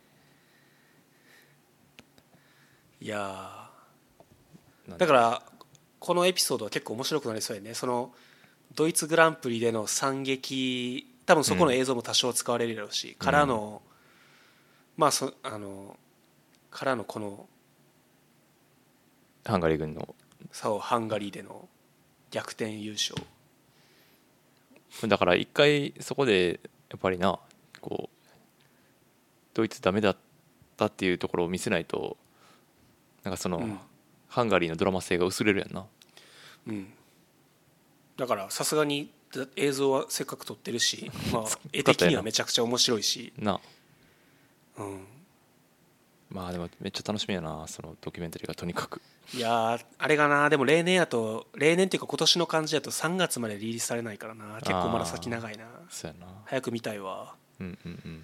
いやだからこのエピソードは結構面白くなりそうやね。そのドイツグランプリでの惨劇、多分そこの映像も多少使われるだろうし、うん、からのまあそあのからのこのハンガリー軍のそうハンガリーでの逆転優勝だから一回そこでやっぱりなこうドイツダメだったっていうところを見せないとなんかその、うん、ハンガリーのドラマ性が薄れるやんな。 うん、だからさすがに映像はせっかく撮ってるし、まあ、絵的にはめちゃくちゃ面白いしな、うん、まあでもめっちゃ楽しみやなそのドキュメンタリーがとにかく。 いやあれがなでも例年やと例年っていうか今年の感じだとさんがつまでリリースされないからな結構まだ先長いな。 そうやな早く見たいわ。 うんうんうん。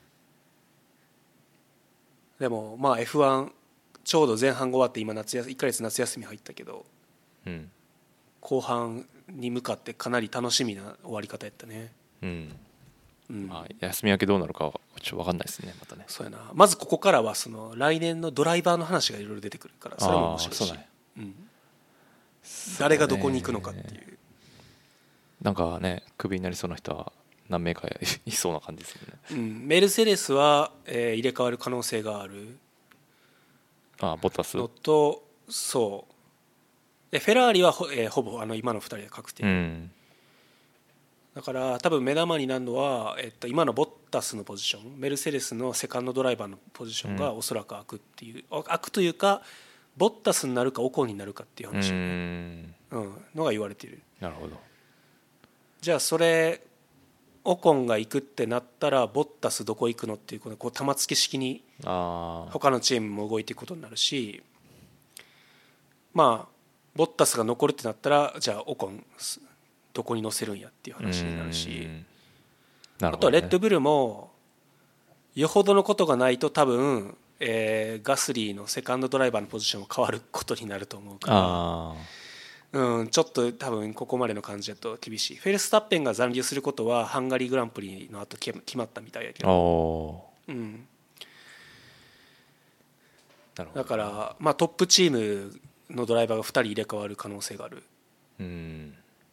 でもまあ エフワン ちょうど前半終わって今夏休いっかげつ夏休み入ったけど、うん、後半に向かってかなり楽しみな終わり方やったね。うんうん、まあ、休み明けどうなるかはちょっと分かんないですねまたね。 そうやな。まずここからはその来年のドライバーの話がいろいろ出てくるからそれも面白いし、ねうん、誰がどこに行くのかっていう。 なんかねクビになりそうな人は何名かいそうな感じですよね、 うん、メルセデスは、えー、入れ替わる可能性がある。 ああボタスのとそうでフェラーリは ほ,、えー、ほぼあの今のふたりで確定、うん、だから多分目玉になるのは、えっと、今のボッタスのポジションメルセデスのセカンドドライバーのポジションがおそらく開くっていう、うん、開くというかボッタスになるかオコンになるかっていう話、うんうん、のが言われている。 なるほど。 じゃあそれオコンが行くってなったらボッタスどこ行くのっていうこのこう玉突き式に他のチームも動いていくことになるし、まあボッタスが残るってなったらじゃあオコンどこに乗せるんやっていう話になるし、あとはレッドブルもよほどのことがないと多分、えー、ガスリーのセカンドドライバーのポジションも変わることになると思うから、うん、ちょっと多分ここまでの感じだと厳しい。フェルスタッペンが残留することはハンガリーグランプリの後決まったみたいやけど、うん、なるほど。だから、まあ、トップチームのドライバーがふたり入れ替わる可能性がある。うん、うん、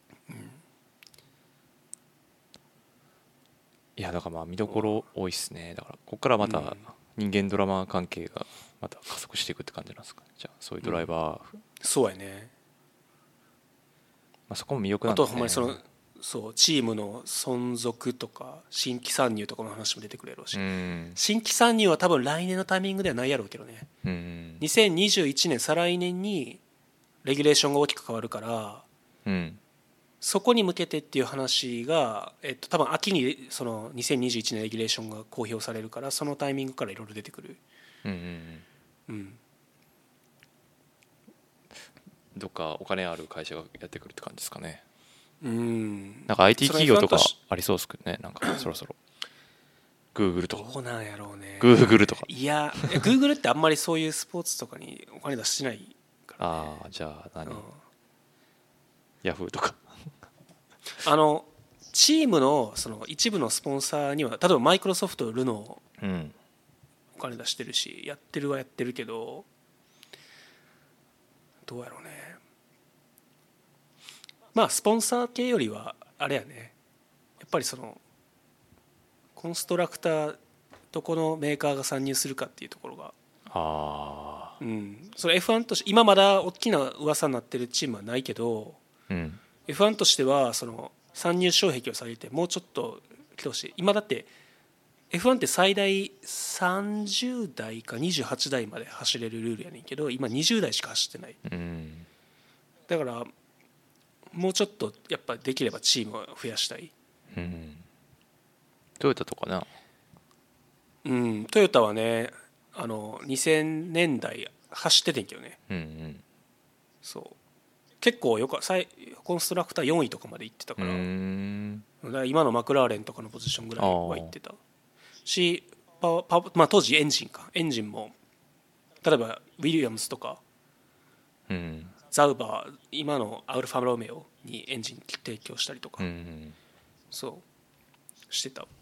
いやだからまあ見どころ多いっすね。だからここからまた人間ドラマ関係がまた加速していくって感じなんですかね。じゃあそういうドライバー、うん、 そうやね。 まあ、そこも魅力なんですね。 あとはほんまにそのそうチームの存続とか新規参入とかの話も出てくるやろうし、うん、新規参入は多分来年のタイミングではないやろうけどね、うん、にせんにじゅういちねん再来年にレギュレーションが大きく変わるから、うん、そこに向けてっていう話が、えっと、多分秋にそのにせんにじゅういちねんレギュレーションが公表されるからそのタイミングからいろいろ出てくる、うんうんうん、 どっかお金ある会社がやってくるって感じですかね。 うん、 なんか アイティー 企業とかありそうですけどね。なんかそろそろ Google とかどうなんやろうね。 Google とかいや Google ってあんまりそういうスポーツとかにお金出してないからね。 ああじゃあ何、うん、ヤフーとかあのチームのその一部のスポンサーには例えばマイクロソフトルノーお金出してるしやってるはやってるけどどうやろうね。まあスポンサー系よりはあれやねやっぱりそのコンストラクターどこのメーカーが参入するかっていうところがあ、うん、それ エフワン として今まだ大きな噂になってるチームはないけど、うん、エフワン としてはその参入障壁を下げてもうちょっと来てほしい。今だって エフワン って最大さんじゅうだいかにじゅうはちだいまで走れるルールやねんけど今にじゅうだいしか走ってない、うん、だからもうちょっとやっぱできればチームを増やしたい、うん、 トヨタとかな、 うん、トヨタはねあのにせんねんだい走っててんけどね、うんうん、そう結構よかコンストラクターよんいとかまで行ってたから、うんだから今のマクラーレンとかのポジションぐらいは行ってたしパパ、まあ、当時エンジンかエンジンも例えばウィリアムスとか、うん、ザウバー今のアルファロメオにエンジン提供したりとか、 うん、 そうしてた。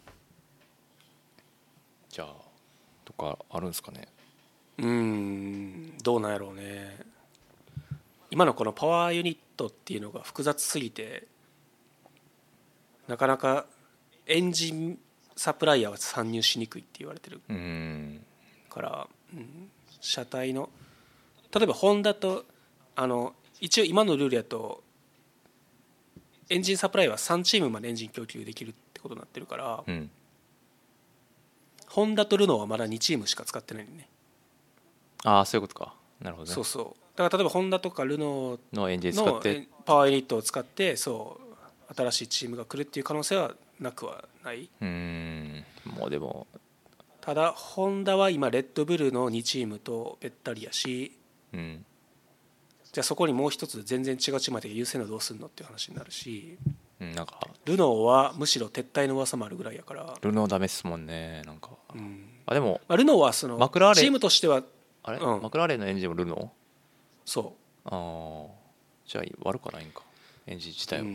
じゃあとかあるんですかね。 うーんどうなんやろうね。今のこのパワーユニットっていうのが複雑すぎてなかなかエンジンサプライヤーは参入しにくいって言われてるから、うん、車体の例えばホンダとあの一応今のルールやとエンジンサプライヤーはさんチームまでエンジン供給できるってことになってるから、 うん、 ホンダとルノーはまだにチームしか使ってないのね。 ああそういうことか。なるほどね。 そうそうだから例えばホンダとかルノーのエンジン使ってパワーユニットを使ってそう新しいチームが来るっていう可能性はなくはない。 うーんもうでもただホンダは今レッドブルのにチームとべったりやし、 うん、 じゃあそこにもう一つ全然違うチームで優先度どうすんのっていう話になるし、 うん、なんかルノーはむしろ撤退の噂もあるぐらいやから。 ルノーダメっすもんねなんか、 うん、 あでも、 まあ、ルノーはそのマクラーレンチームとしてはあれ、 うん、 マクラーレンのエンジンもルノー。 そああじゃあ悪くはないんかエンジン自体は、 う、うん、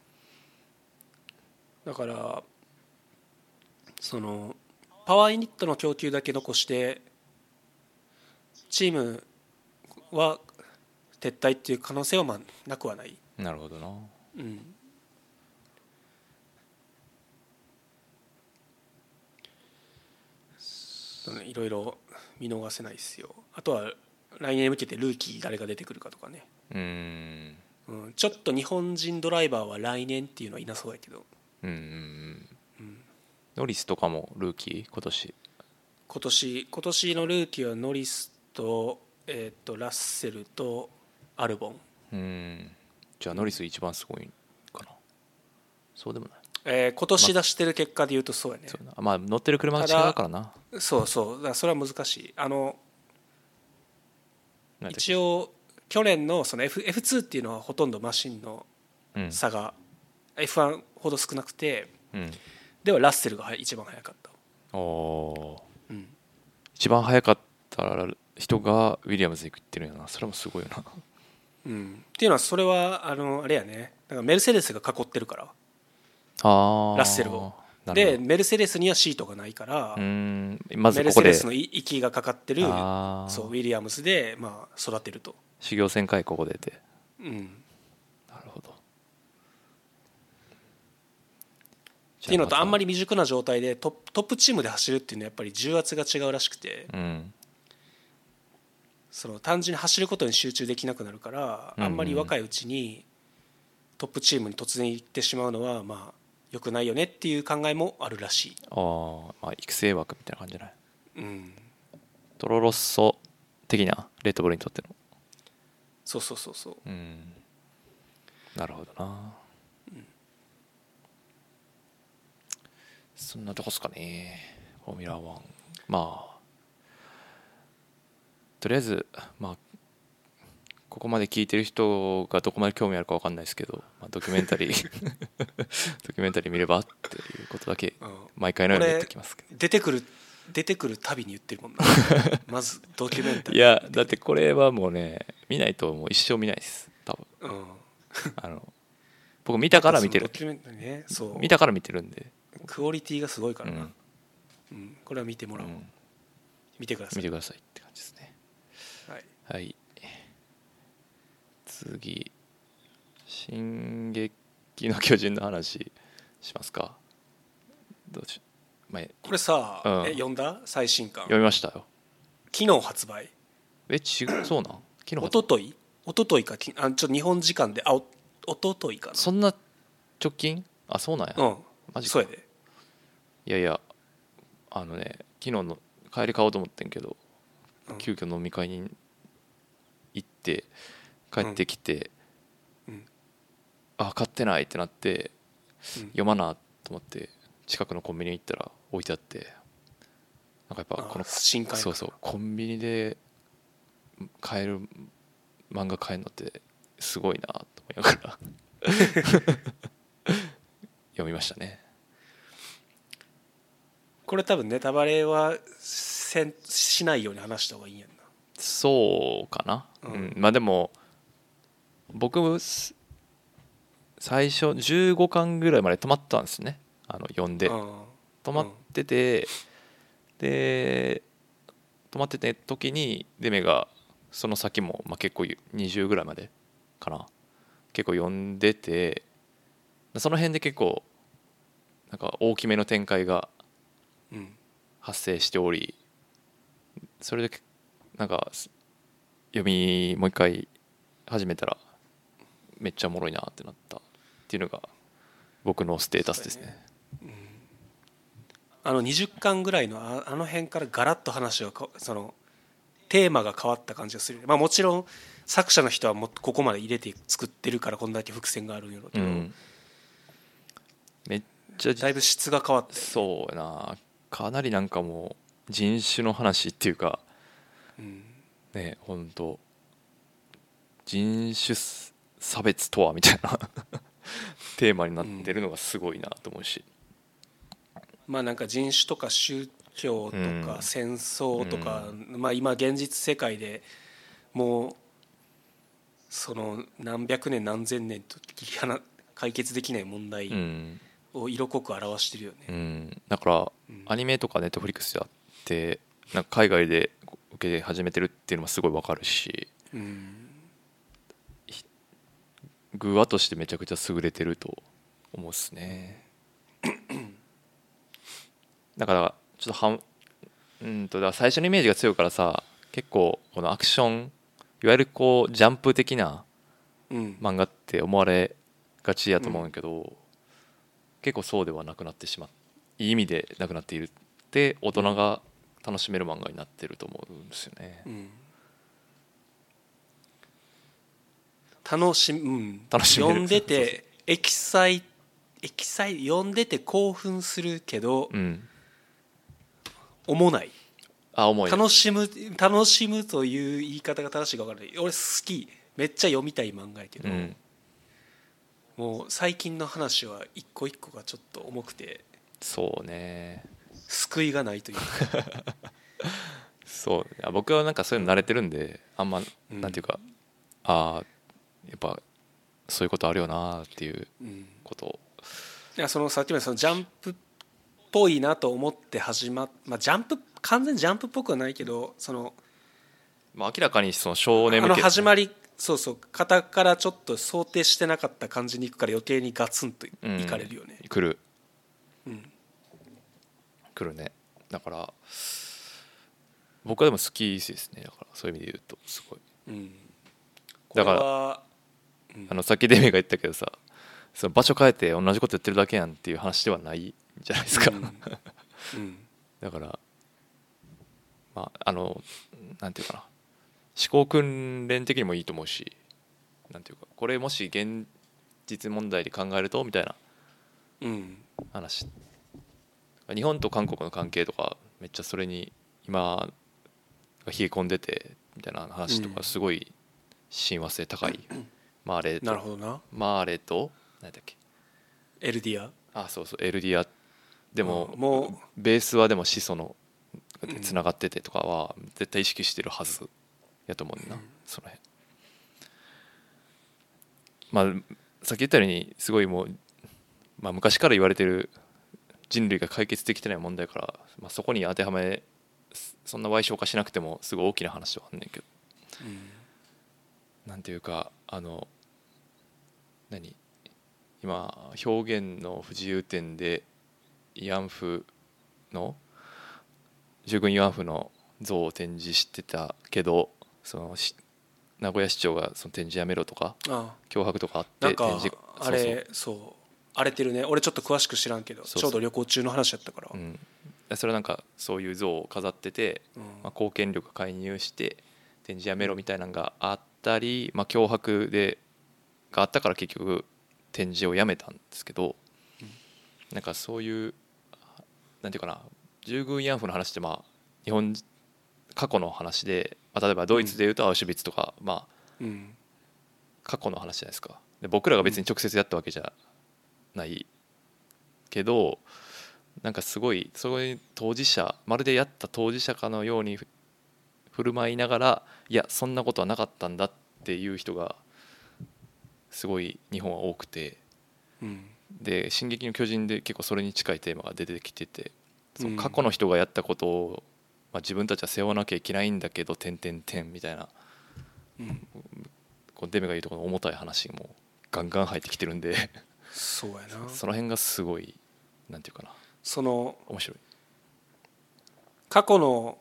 だからそのパワーユニットの供給だけ残してチームは撤退っていう可能性はまあなくはない。 なるほどな。 うん、いろいろ見逃せないですよ。あとは来年に向けてルーキー誰が出てくるかとかね。 うーん、 うん、ちょっと日本人ドライバーは来年っていうのはいなそうやけど、 うんうんうん、ノリスとかもルーキー今年。 今年今年のルーキーはノリスと、えー、とラッセルとアルボン。 うーんじゃあノリス一番すごいかな。そうでもない、 えー、今年出してる結果でいうとそうやね。 そうなまあ乗ってる車が違うからな。 そうそうだからそれは難しい。あのなんだっけ一応去年のその F エフツー っていうのはほとんどマシンのうん差が エフワン ほど少なくて、 うんではラッセルが一番速かった。 おおー、 うん、 一番速かった人がウィリアムズに行ってるんやな。それもすごいよな。 うん、っていうのはそれはあのあれやね。だからメルセデスが囲ってるからあラッセルを。でメルセデスにはシートがないから、 うんまずメルここでセデスの息がかかってるそうウィリアムズで、まあ、育てると。 修行旋回ここでて、 うん、 なるほど。 っていうのとあんまり未熟な状態でトップ、トップチームで走るっていうのはやっぱり重圧が違うらしくて、 うん、 その単純に走ることに集中できなくなるから、あんまり若いうちにトップチームに突然行ってしまうのはまあ良くないよねっていう考えもあるらしい。 あ、まあ育成枠みたいな感じじゃない。 うん、 トロロッソ的なレッドブルにとっての。 そうそうそうそう、 うん、なるほどな、うん、そんなとこっすかねフォーミュラーワン。まあとりあえずまあここまで聞いてる人がどこまで興味あるか分かんないですけど、まあ、ドキュメンタリードキュメンタリー見ればっていうことだけ毎回のように言ってきますけど、 出てくる出てくるたびに言ってるもんなまずドキュメンタリー。 いやだってこれはもうね見ないともう一生見ないです多分、うん、あの僕見たから見てる、ドキュメンタリー、ね、そう見たから見てるんでクオリティがすごいからな、うんうん、これは見てもらおう、うん、見てください見てくださいって感じですね。はい、はい、次進撃の巨人の話しますか。どうし前これさ、うん、え読んだ最新刊。読みましたよ。昨日発売。え違うそうなん昨日おとといおとといかきあちょっと日本時間であおおとといかな。そんな直近あそうなんや。うんマジかそうやで。いやいやあのね昨日の帰り買おうと思ってんけど、うん、急遽飲み会に行って帰ってきて、うんうん、あ買ってないってなって、うん、読まなと思って近くのコンビニ行ったら置いてあって、なんかやっぱこの新刊そうそうコンビニで買える漫画買えるのってすごいなと思いながら読みましたね。これ多分ネタバレはせんしないように話した方がいいんやんな。そうかな、うんうん、まあでも僕最初じゅうごかんぐらいまで止まったんですね、あの読んで止まってて、で止まってて時にデメがその先もまあ結構にじゅうぐらいまでかな結構読んでて、その辺で結構なんか大きめの展開が発生しており、それでなんか読みもう一回始めたらめっちゃおもろいなってなったっていうのが僕のステータスですね。うん、 あのにじゅっかんぐらいの あ, あの辺からガラッと話がそのテーマが変わった感じがする、まあ、もちろん作者の人はもっとここまで入れて作ってるからこんだけ伏線があるんやろうけど、うん、 めっちゃだいぶ質が変わって、ね、 そうやな、かなりなんかもう人種の話っていうか、うん、ね、本当人種差別とはみたいなテーマになってるのがすごいなと思うし、 うん、まあなんか人種とか宗教とか戦争とか、うん、まあ今現実世界でもうその何百年何千年と解決できない問題を色濃く表してるよね、 うん、だからアニメとかネットフリックスであってなんか海外で受け始めてるっていうのもすごい分かるし、うん、グワとしてめちゃくちゃ優れてると思うっすね。だからちょっとはんうんとだ最初のイメージが強いからさ、結構このアクションいわゆるこうジャンプ的な漫画って思われがちやと思うんだけど、うん、結構そうではなくなってしまう、いい意味でなくなっているって大人が楽しめる漫画になってると思うんですよね、うん、 楽し、うん、楽しめる、読んでてエキサイエキサイ読んでて興奮するけど、うん、重ない、 あ重い楽しむ楽しむという言い方が正しいか分からない。俺好き、めっちゃ読みたい漫画やけど、うん、もう最近の話は一個一個がちょっと重くて、 そうね、 救いがないというかそう僕はなんかそういうの慣れてるんで、あんまなんていうか、うん、ああやっぱそういうことあるよなっていうことを、 うん、いやそのさっきまでそのジャンプっぽいなと思って始まっ、まあ、ジャンプ完全にジャンプっぽくはないけど、その、 まあ、明らかにその少年向け、 あの始まり、そうそう、肩からちょっと想定してなかった感じにいくから余計にガツンといかれるよね、 うん、来る、うん、来るね。だから僕はでも好きですね。だからそういう意味で言うとすごい、うん、だから、うん、あのさっきデミが言ったけどさ、その場所変えて同じことやってるだけやんっていう話ではないじゃないですか、うんうん、だからまああのなんていうかな、思考訓練的にもいいと思うし、なんていうかこれもし現実問題で考えるとみたいな話、うん、日本と韓国の関係とかめっちゃそれに今が冷え込んでてみたいな話とかすごい親和性高い、うん、マーレとなるほどな、 マーレと何だっけエルディア、 あそうそうエルディアでも、うん、もうベースはでも始祖のつながっててとかは絶対意識してるはずやと思うな、うん、その辺まあさっき言ったようにすごいもう、まあ、昔から言われてる人類が解決できてない問題から、まあ、そこに当てはめそんな歪償化しなくてもすごい大きな話はあんねんけど、うん、なんていうかあの何今表現の不自由展で慰安婦の従軍慰安婦の像を展示してたけど、その名古屋市長がその展示やめろとか脅迫とかあって展示あれそう荒れてるね。俺ちょっと詳しく知らんけどちょうど旅行中の話やったから、うん、 それはなんかそういう像を飾ってて、うんまあ、公権力が介入して展示やめろみたいなのがあったり、まあ、脅迫でがあったから結局展示をやめたんですけど、うん、なんかそういうなんていうかな、従軍慰安婦の話ってまあ日本過去の話で、まあ、例えばドイツでいうとアウシュビッツとか、まあうん、過去の話じゃないですか。で僕らが別に直接やったわけじゃないけど、なんかすごいそういう当事者、まるでやった当事者かのように振る舞いながら、いやそんなことはなかったんだっていう人がすごい日本は多くて、 うん、 で「進撃の巨人」で結構それに近いテーマが出てきてて、その過去の人がやったことを、まあ、自分たちは背負わなきゃいけないんだけど点点点みたいな、 うん、 こうデメが言うところの重たい話もガンガン入ってきてるんでそうやな。 その辺がすごいなんていうかな、 その面白い。 過去の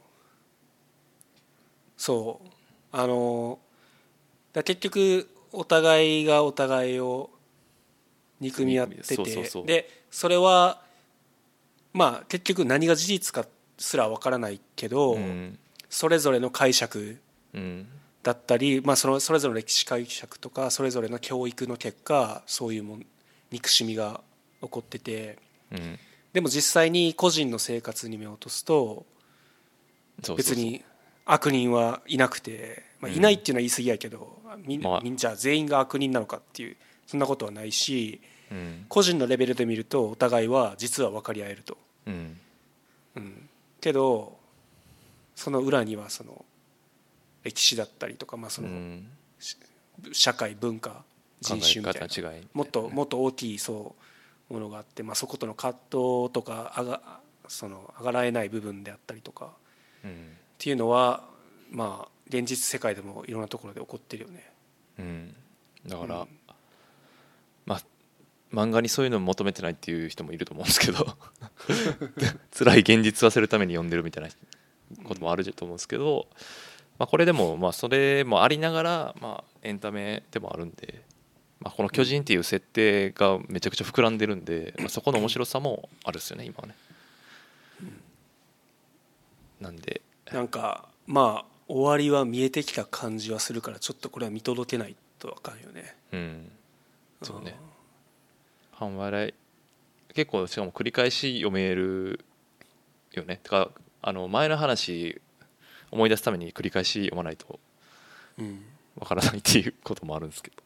そうあのだ結局お互いがお互いを憎み合ってて、でそれはまあ結局何が事実かすら分からないけど、うん、それぞれの解釈だったり、まあ、そのそれぞれの歴史解釈とかそれぞれの教育の結果そういうもん憎しみが起こってて、うん、でも実際に個人の生活に目を落とすと別に悪人はいなくて、まあ、いないっていうのは言い過ぎやけど、うん、みんじゃ全員が悪人なのかっていうそんなことはないし、うん、個人のレベルで見るとお互いは実は分かり合えると、うんうん、けどその裏にはその歴史だったりとか、まあその社会文化人種みたいなもっともっと大きいそうものがあって、まあ、そことの葛藤とかあがそのあがらえない部分であったりとか、うん、っていうのはまあ現実世界でもいろんなところで起こってるよね、 うん、だから、うん、まあ漫画にそういうのを求めてないっていう人もいると思うんですけど辛い現実を忘れるために読んでるみたいなこともあると思うんですけど、まあ、これでもまあそれもありながらまあエンタメでもあるんで、まあ、この巨人っていう設定がめちゃくちゃ膨らんでるんで、まあ、そこの面白さもあるっすよね今はね。なんでなんかまあ終わりは見えてきた感じはするからちょっとこれは見届けないとあかんよね。 うんそうね。半笑い結構しかも繰り返し読めるよね。てかあの前の話思い出すために繰り返し読まないとわからないっていうこともあるんですけど、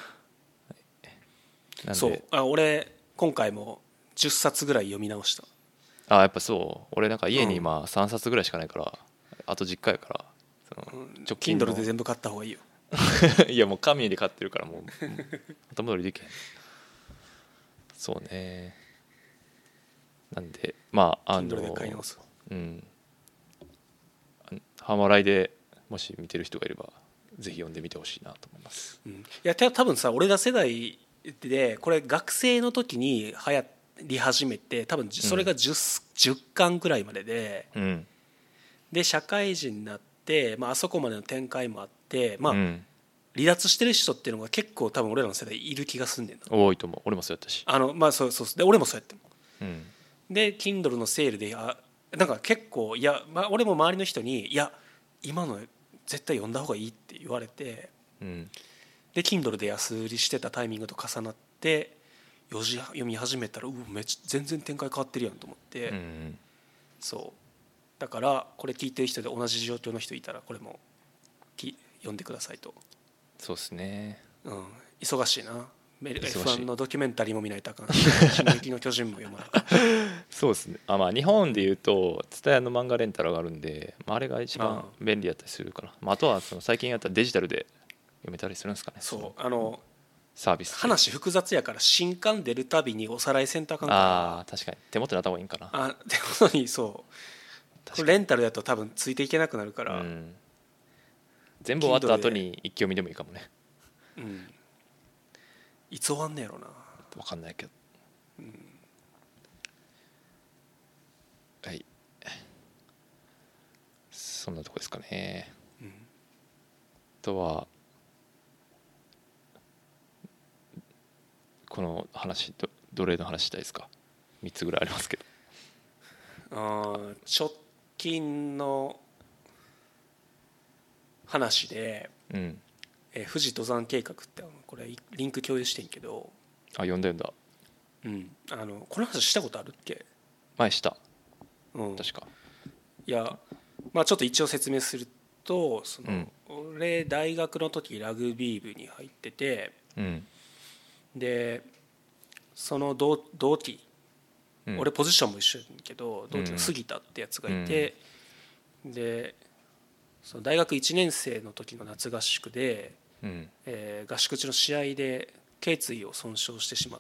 はい、そうあ俺今回もじゅっさつぐらい読み直した。 あやっぱそう俺なんか家に今さんさつぐらいしかないから、うん、あと実家やからその直近の Kindle で全部買った方がいいよいやもう紙で買ってるからもう後戻りできへん。そうね。なんでまああの Kindle で買い直す。 うんハマライでもし見てる人がいればぜひ読んでみてほしいなと思います、 うん、いや多分さ俺ら世代でこれ学生の時に流行り始めて多分それが 10,、うん、じゅっかんぐらいまでで、うん、で社会人になって、まあ、あそこまでの展開もあってまあ、うん、離脱してる人っていうのが結構多分俺らの世代いる気がすんねんな。 多いと思う。俺もそうやったしあのまあそうそうで俺もそうやっても、うん、で Kindle のセールであなんか結構いや、まあ、俺も周りの人にいや今の絶対読んだ方がいいって言われて、うん、で Kindle で安売りしてたタイミングと重なってよじ読み始めたらうめっちゃ全然展開変わってるやんと思って、うん、そうだからこれ聞いてる人で同じ状況の人いたらこれもき読んでくださいと。 そうですね、 うん、忙しいな。エフワン のドキュメンタリーも見ないとあかんし「進撃の巨人」も読まないとそうですね。あ、まあ、日本でいうと TSUTAYA の漫画レンタルがあるんで、まあ、あれが一番便利だったりするかな。まあ、あとはその最近やったらデジタルで読めたりするんですかね。 そうあのサービス話複雑やから新刊出るたびにおさらいせんとあかんから。 ああ確かに手元にあった方がいいんかな。 あ手元にそうこれレンタルだと多分ついていけなくなるから、うん、 全部終わった後に一気読みでもいいかもね。 うんいつ終わんねやろな分かんないけど、うん、はいそんなとこですかね、うん、あとはこの話ど奴隷の話したいですか。みっつぐらいありますけど。 あ直近の話で、うんえー、富士登山計画ってこれリンク共有してんけど。 あ読んだ読んだ。 うんあのこの話したことあるっけ。 前した、 うん、 確か。 いやまあちょっと一応説明するとその、うん、俺大学の時ラグビー部に入ってて、うん、でその 同, 同期、うん、俺ポジションも一緒やけど同期の杉田ってやつがいて、うん、でその大学いちねん生の時の夏合宿で、うんえー、合宿中の試合で頸椎を損傷してしまって、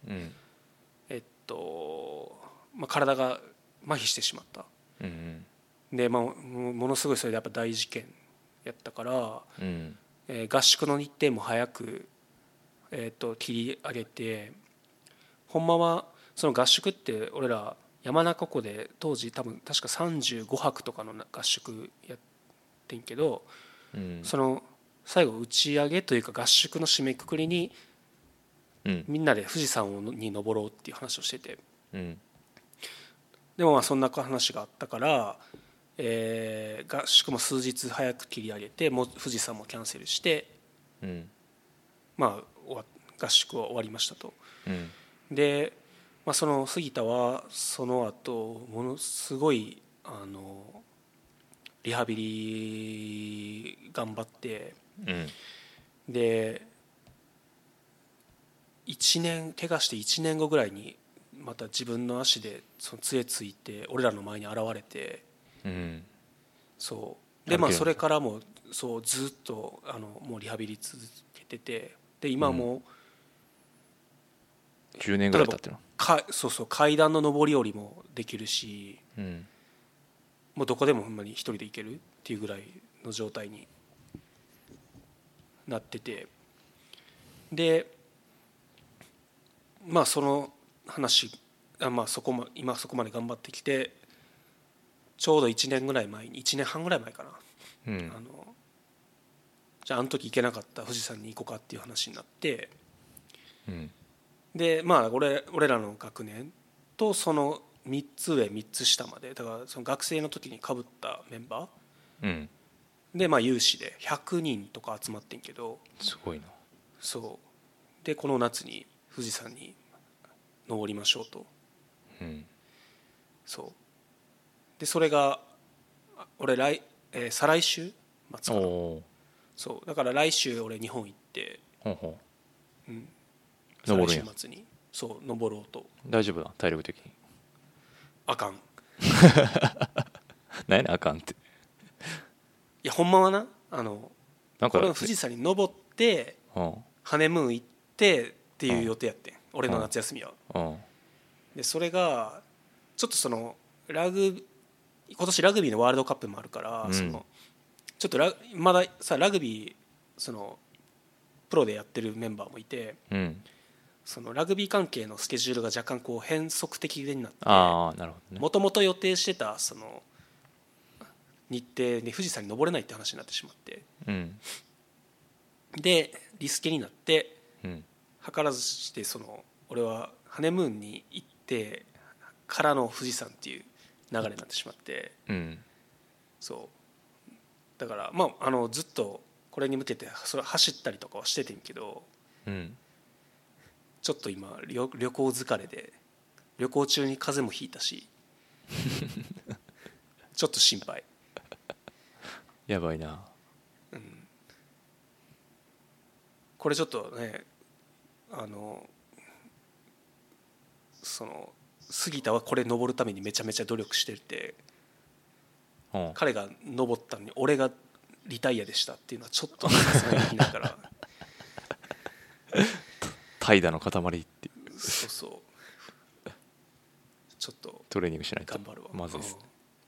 うん、 えっと、まあ、体が麻痺してしまった、 うんうん、で、まあ、ものすごいそれでやっぱ大事件やったから、 うんえー、合宿の日程も早く、えー、と切り上げて、ほんまはその合宿って俺ら山中湖で当時多分確かさんじゅうごはくとかの合宿やってんけど、 うん、 その最後打ち上げというか合宿の締めくくりにみんなで富士山に登ろうっていう話をしてて、 うん、 でもまあそんな話があったから、えー、合宿も数日早く切り上げて、もう富士山もキャンセルして、 うん、 まあ合宿は終わりましたと。 うん、 で、まあ、その杉田はその後ものすごいあのリハビリ頑張って、 うん、 でいちねん怪我していちねんごぐらいにまた自分の足でその杖ついて俺らの前に現れて、 うん、 そうでまあそれからもそうずっとあのもうリハビリ続けてて、で今も、うんじゅうねんぐらい経ってるのかそうそう階段の上り下りもできるし、 うん、 もうどこでもほんまに一人で行けるっていうぐらいの状態になってて、でまあその話あまあそこま今そこまで頑張ってきて、ちょうどいちねんぐらい前にいちねんはんぐらい前かな、 うん、 あのじゃああの時行けなかった富士山に行こうかっていう話になって、 うん、 でまあ 俺, 俺らの学年とそのみっつ上みっつ下までだからその学生の時にかぶったメンバー、うん、 でまあ有志でひゃくにんとか集まってんけど、 すごいな。 そうでこの夏に富士山に登りましょうと、 うん、 そうでそれが俺来、えー、再来週末かな、そうだから来週俺日本行って、 ほうほう、うん、 登るんや。 再来週末にそう登ろうと。 大丈夫だ体力的に。 あかん何やねんあかんって。 いやほんまはなあのなんかこれ富士山に登って、うん、ハネムーン行ってっていう予定やってん、うん、俺の夏休みは、うん、でそれがちょっとそのラグ今年ラグビーのワールドカップもあるから、うん、そのちょっとラまださラグビーそのプロでやってるメンバーもいて、うん、そのラグビー関係のスケジュールが若干こう変則的になって、もともと予定してたその日程に富士山に登れないって話になってしまって、うん、でリスケになって、うん、図らずしてその俺はハネムーンに行ってからの富士山っていう流れになってしまって、うん、そうだからまああのずっとこれに向けてそれ走ったりとかはしててんけど、うん、ちょっと今 旅, 旅行疲れで旅行中に風邪もひいたしちょっと心配。 やばいな、 うん、これちょっとねあのその杉田はこれ登るためにめちゃめちゃ努力してて、うん、彼が登ったのに俺がリタイアでしたっていうのはちょっとさすがにできないから怠惰の塊っていう。 そうそうちょっとトレーニングしないと頑張るわまずいです、 うん、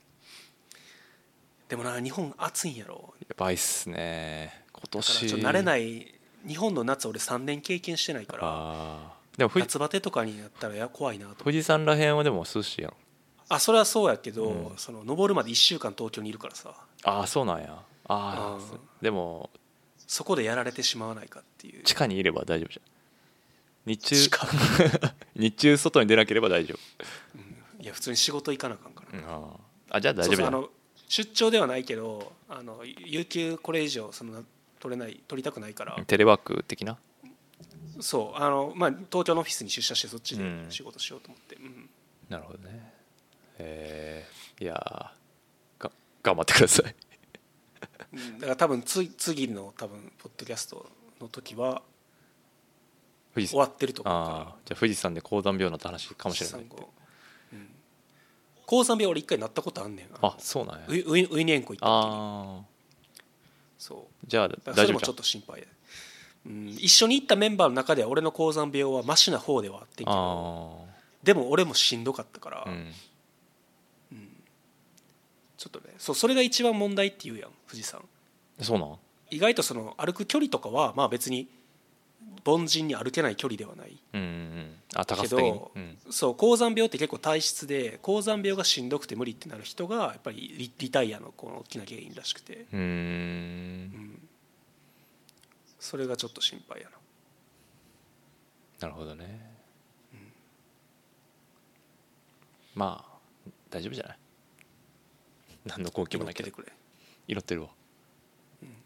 でもな日本暑いんやろ。 やばいっすね今年。 だからちょっと慣れない日本の夏俺さんねん経験してないから、あでも夏バテとかになったらや怖いなと。 富士山らへんはでも涼しいやろ。 あそれはそうやけど、うん、その登るまでいっしゅうかん東京にいるからさ。 ああそうなんや。ああでもそこでやられてしまわないかっていう。 地下にいれば大丈夫じゃん。日中日中外に出なければ大丈夫、 うん、いや普通に仕事行かなあかんから、うん、 ああじゃあ大丈夫だ。 そうそうあの出張ではないけどあの有給これ以上その取れない取りたくないからテレワーク的な。 そうあの、まあ、東京のオフィスに出社してそっちで仕事しようと思って、うんうん、 なるほどね。えー、いやが頑張ってくださいだから多分つ次の多分ポッドキャストの時は終わってると思うから。 あじゃあ富士山で高山病になった話かもしれないって。 うん、高山病俺一回なったことあんねん。 あそうなんや。 ウイウイニエンコ行った時に。 あそうじゃあ大丈夫じゃん。 それもちょっと心配で。 うん、一緒に行ったメンバーの中では俺の高山病はマシな方ではあってんけど、でも俺もしんどかったから、うんうん、ちょっとね、そうそれが一番問題って言うやん富士山。 そうなん。 意外とその歩く距離とかはまあ別に凡人に歩けない距離ではない、 うんうん、あ高さ的に、うん、そう高山病って結構体質で高山病がしんどくて無理ってなる人がやっぱり リ, リタイアのこの大きな原因らしくて、うーん、うん、それがちょっと心配やな。 なるほどね、うん、まあ大丈夫じゃない。何の根拠もないけど祈っててくれ。 祈ってるわ、うん、あ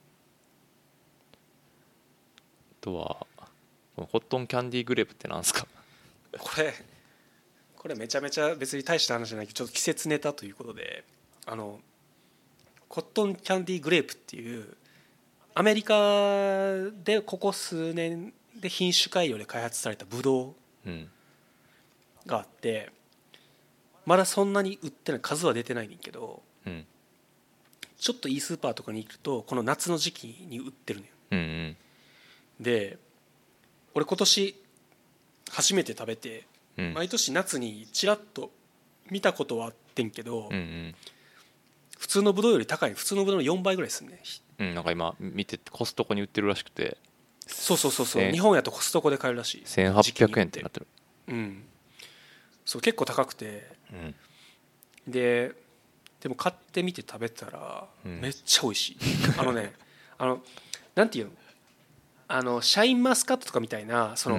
とはホットンキャンディーグレープってなんですか。 これこれめちゃめちゃ別に大した話じゃないけどちょっと季節ネタということで、あのコットンキャンディーグレープっていうアメリカでここ数年で品種改良で開発されたブドウがあって、まだそんなに売ってない、数は出てないねんけど、うん、ちょっといいスーパーとかに行くとこの夏の時期に売ってるのよ、うんうん、で俺今年初めて食べて、うん、毎年夏にちらっと見たことはあってんけど、うんうん、普通のブドウより高い、普通のブドウのよんばいぐらいするね、 うん、なんか今見てコストコに売ってるらしくて、 そうそうそうそう、日本やとコストコで買えるらしい。 せんはっぴゃくえんってなってる。 うん、そう結構高くて、うん、ででも買ってみて食べたらめっちゃ美味しい、うん、あのねあのなんていうの、あのシャインマスカットとかみたいなその、うん、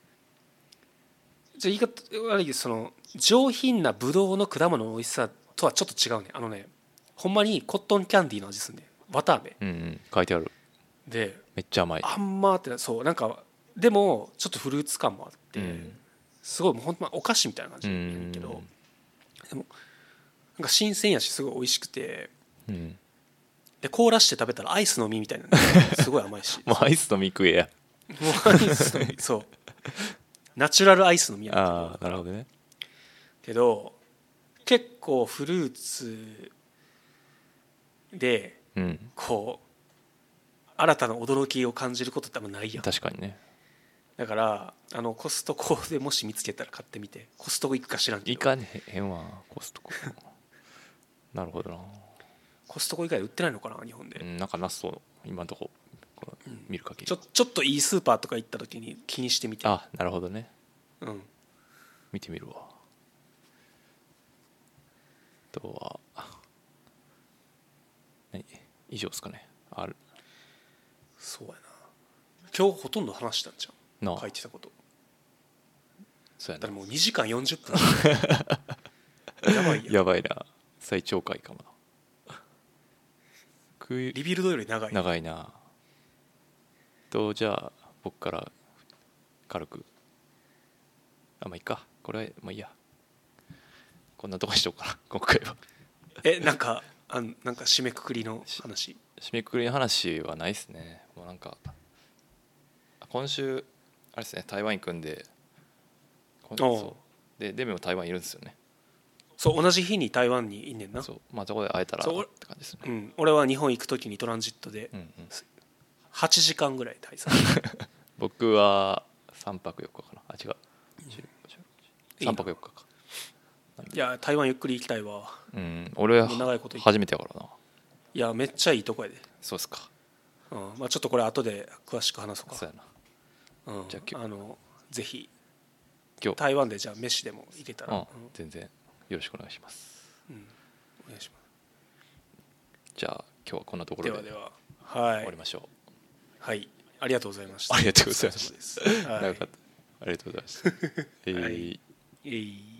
じゃ言い方悪いけどその上品なブドウの果物の美味しさとはちょっと違うね。あのねほんまにコットンキャンディーの味するね。綿あめ、 うんうん、書いてある。 でめっちゃ甘い。 あんまってそうなんかでもちょっとフルーツ感もあって、うん、すごいほんまお菓子みたいな感じなんだけど、うん、でもなんか新鮮やしすごい美味しくて、うん、で凍らして食べたらアイスの実みたいなすごい甘いしもうアイスの実食えや。 もうアイスの実そうナチュラルアイスの実やん。 ああなるほどね。 けど結構フルーツで、うん、こう新たな驚きを感じることってあんまないやん。 確かにね。 だからあのコストコでもし見つけたら買ってみて。コストコ行くか知らんけど行かねへんわコストコなるほどな。 コストコ以外売ってないのかな日本で、 うん、なんかなそう今のとこ見る限り、 ちょ、ちょっといいスーパーとか行った時に気にしてみて。 あなるほどね、 うん、 見てみるわ。あとは何以上ですかね。あるそうやな。今日ほとんど話したんじゃん書いてたこと。 そうやな。 だからもうにじかんよんじゅっぷんやばいややばいな。最長回かもな。 リビルドより長い長いな。とじゃあ僕から軽くあまあいいかこれはまあいいやこんなとこにしようかな今回は。 えなんかあなんか締めくくりの話。 締めくくりの話はないですね。もうなんか今週あれですね台湾行くんで、そうでデメも台湾いるんですよね。 そう同じ日に台湾にいんねんな。 そうまあそこで会えたらって感じですね。 うん、俺は日本行く時にトランジットではちじかんぐらい滞在僕はさんぱくよっかかな。あ違うさんぱくよっかか。 いや台湾ゆっくり行きたいわ。 うん俺は初めてやからな。 いやめっちゃいいとこやで。 そうですか。 うんまあ、ちょっとこれ後で詳しく話そうか。 そうやな、うん、じゃああのぜひ今日台湾でじゃあ飯でも入れたら、うん、 全然よろしくお願いします、うん、 お願いします。 じゃあ今日はこんなところでではでは、はい、 終わりましょう。 はいありがとうございました。 ありがとうございました、 はい、 長かった。ありがとうございました。えー、 はいえー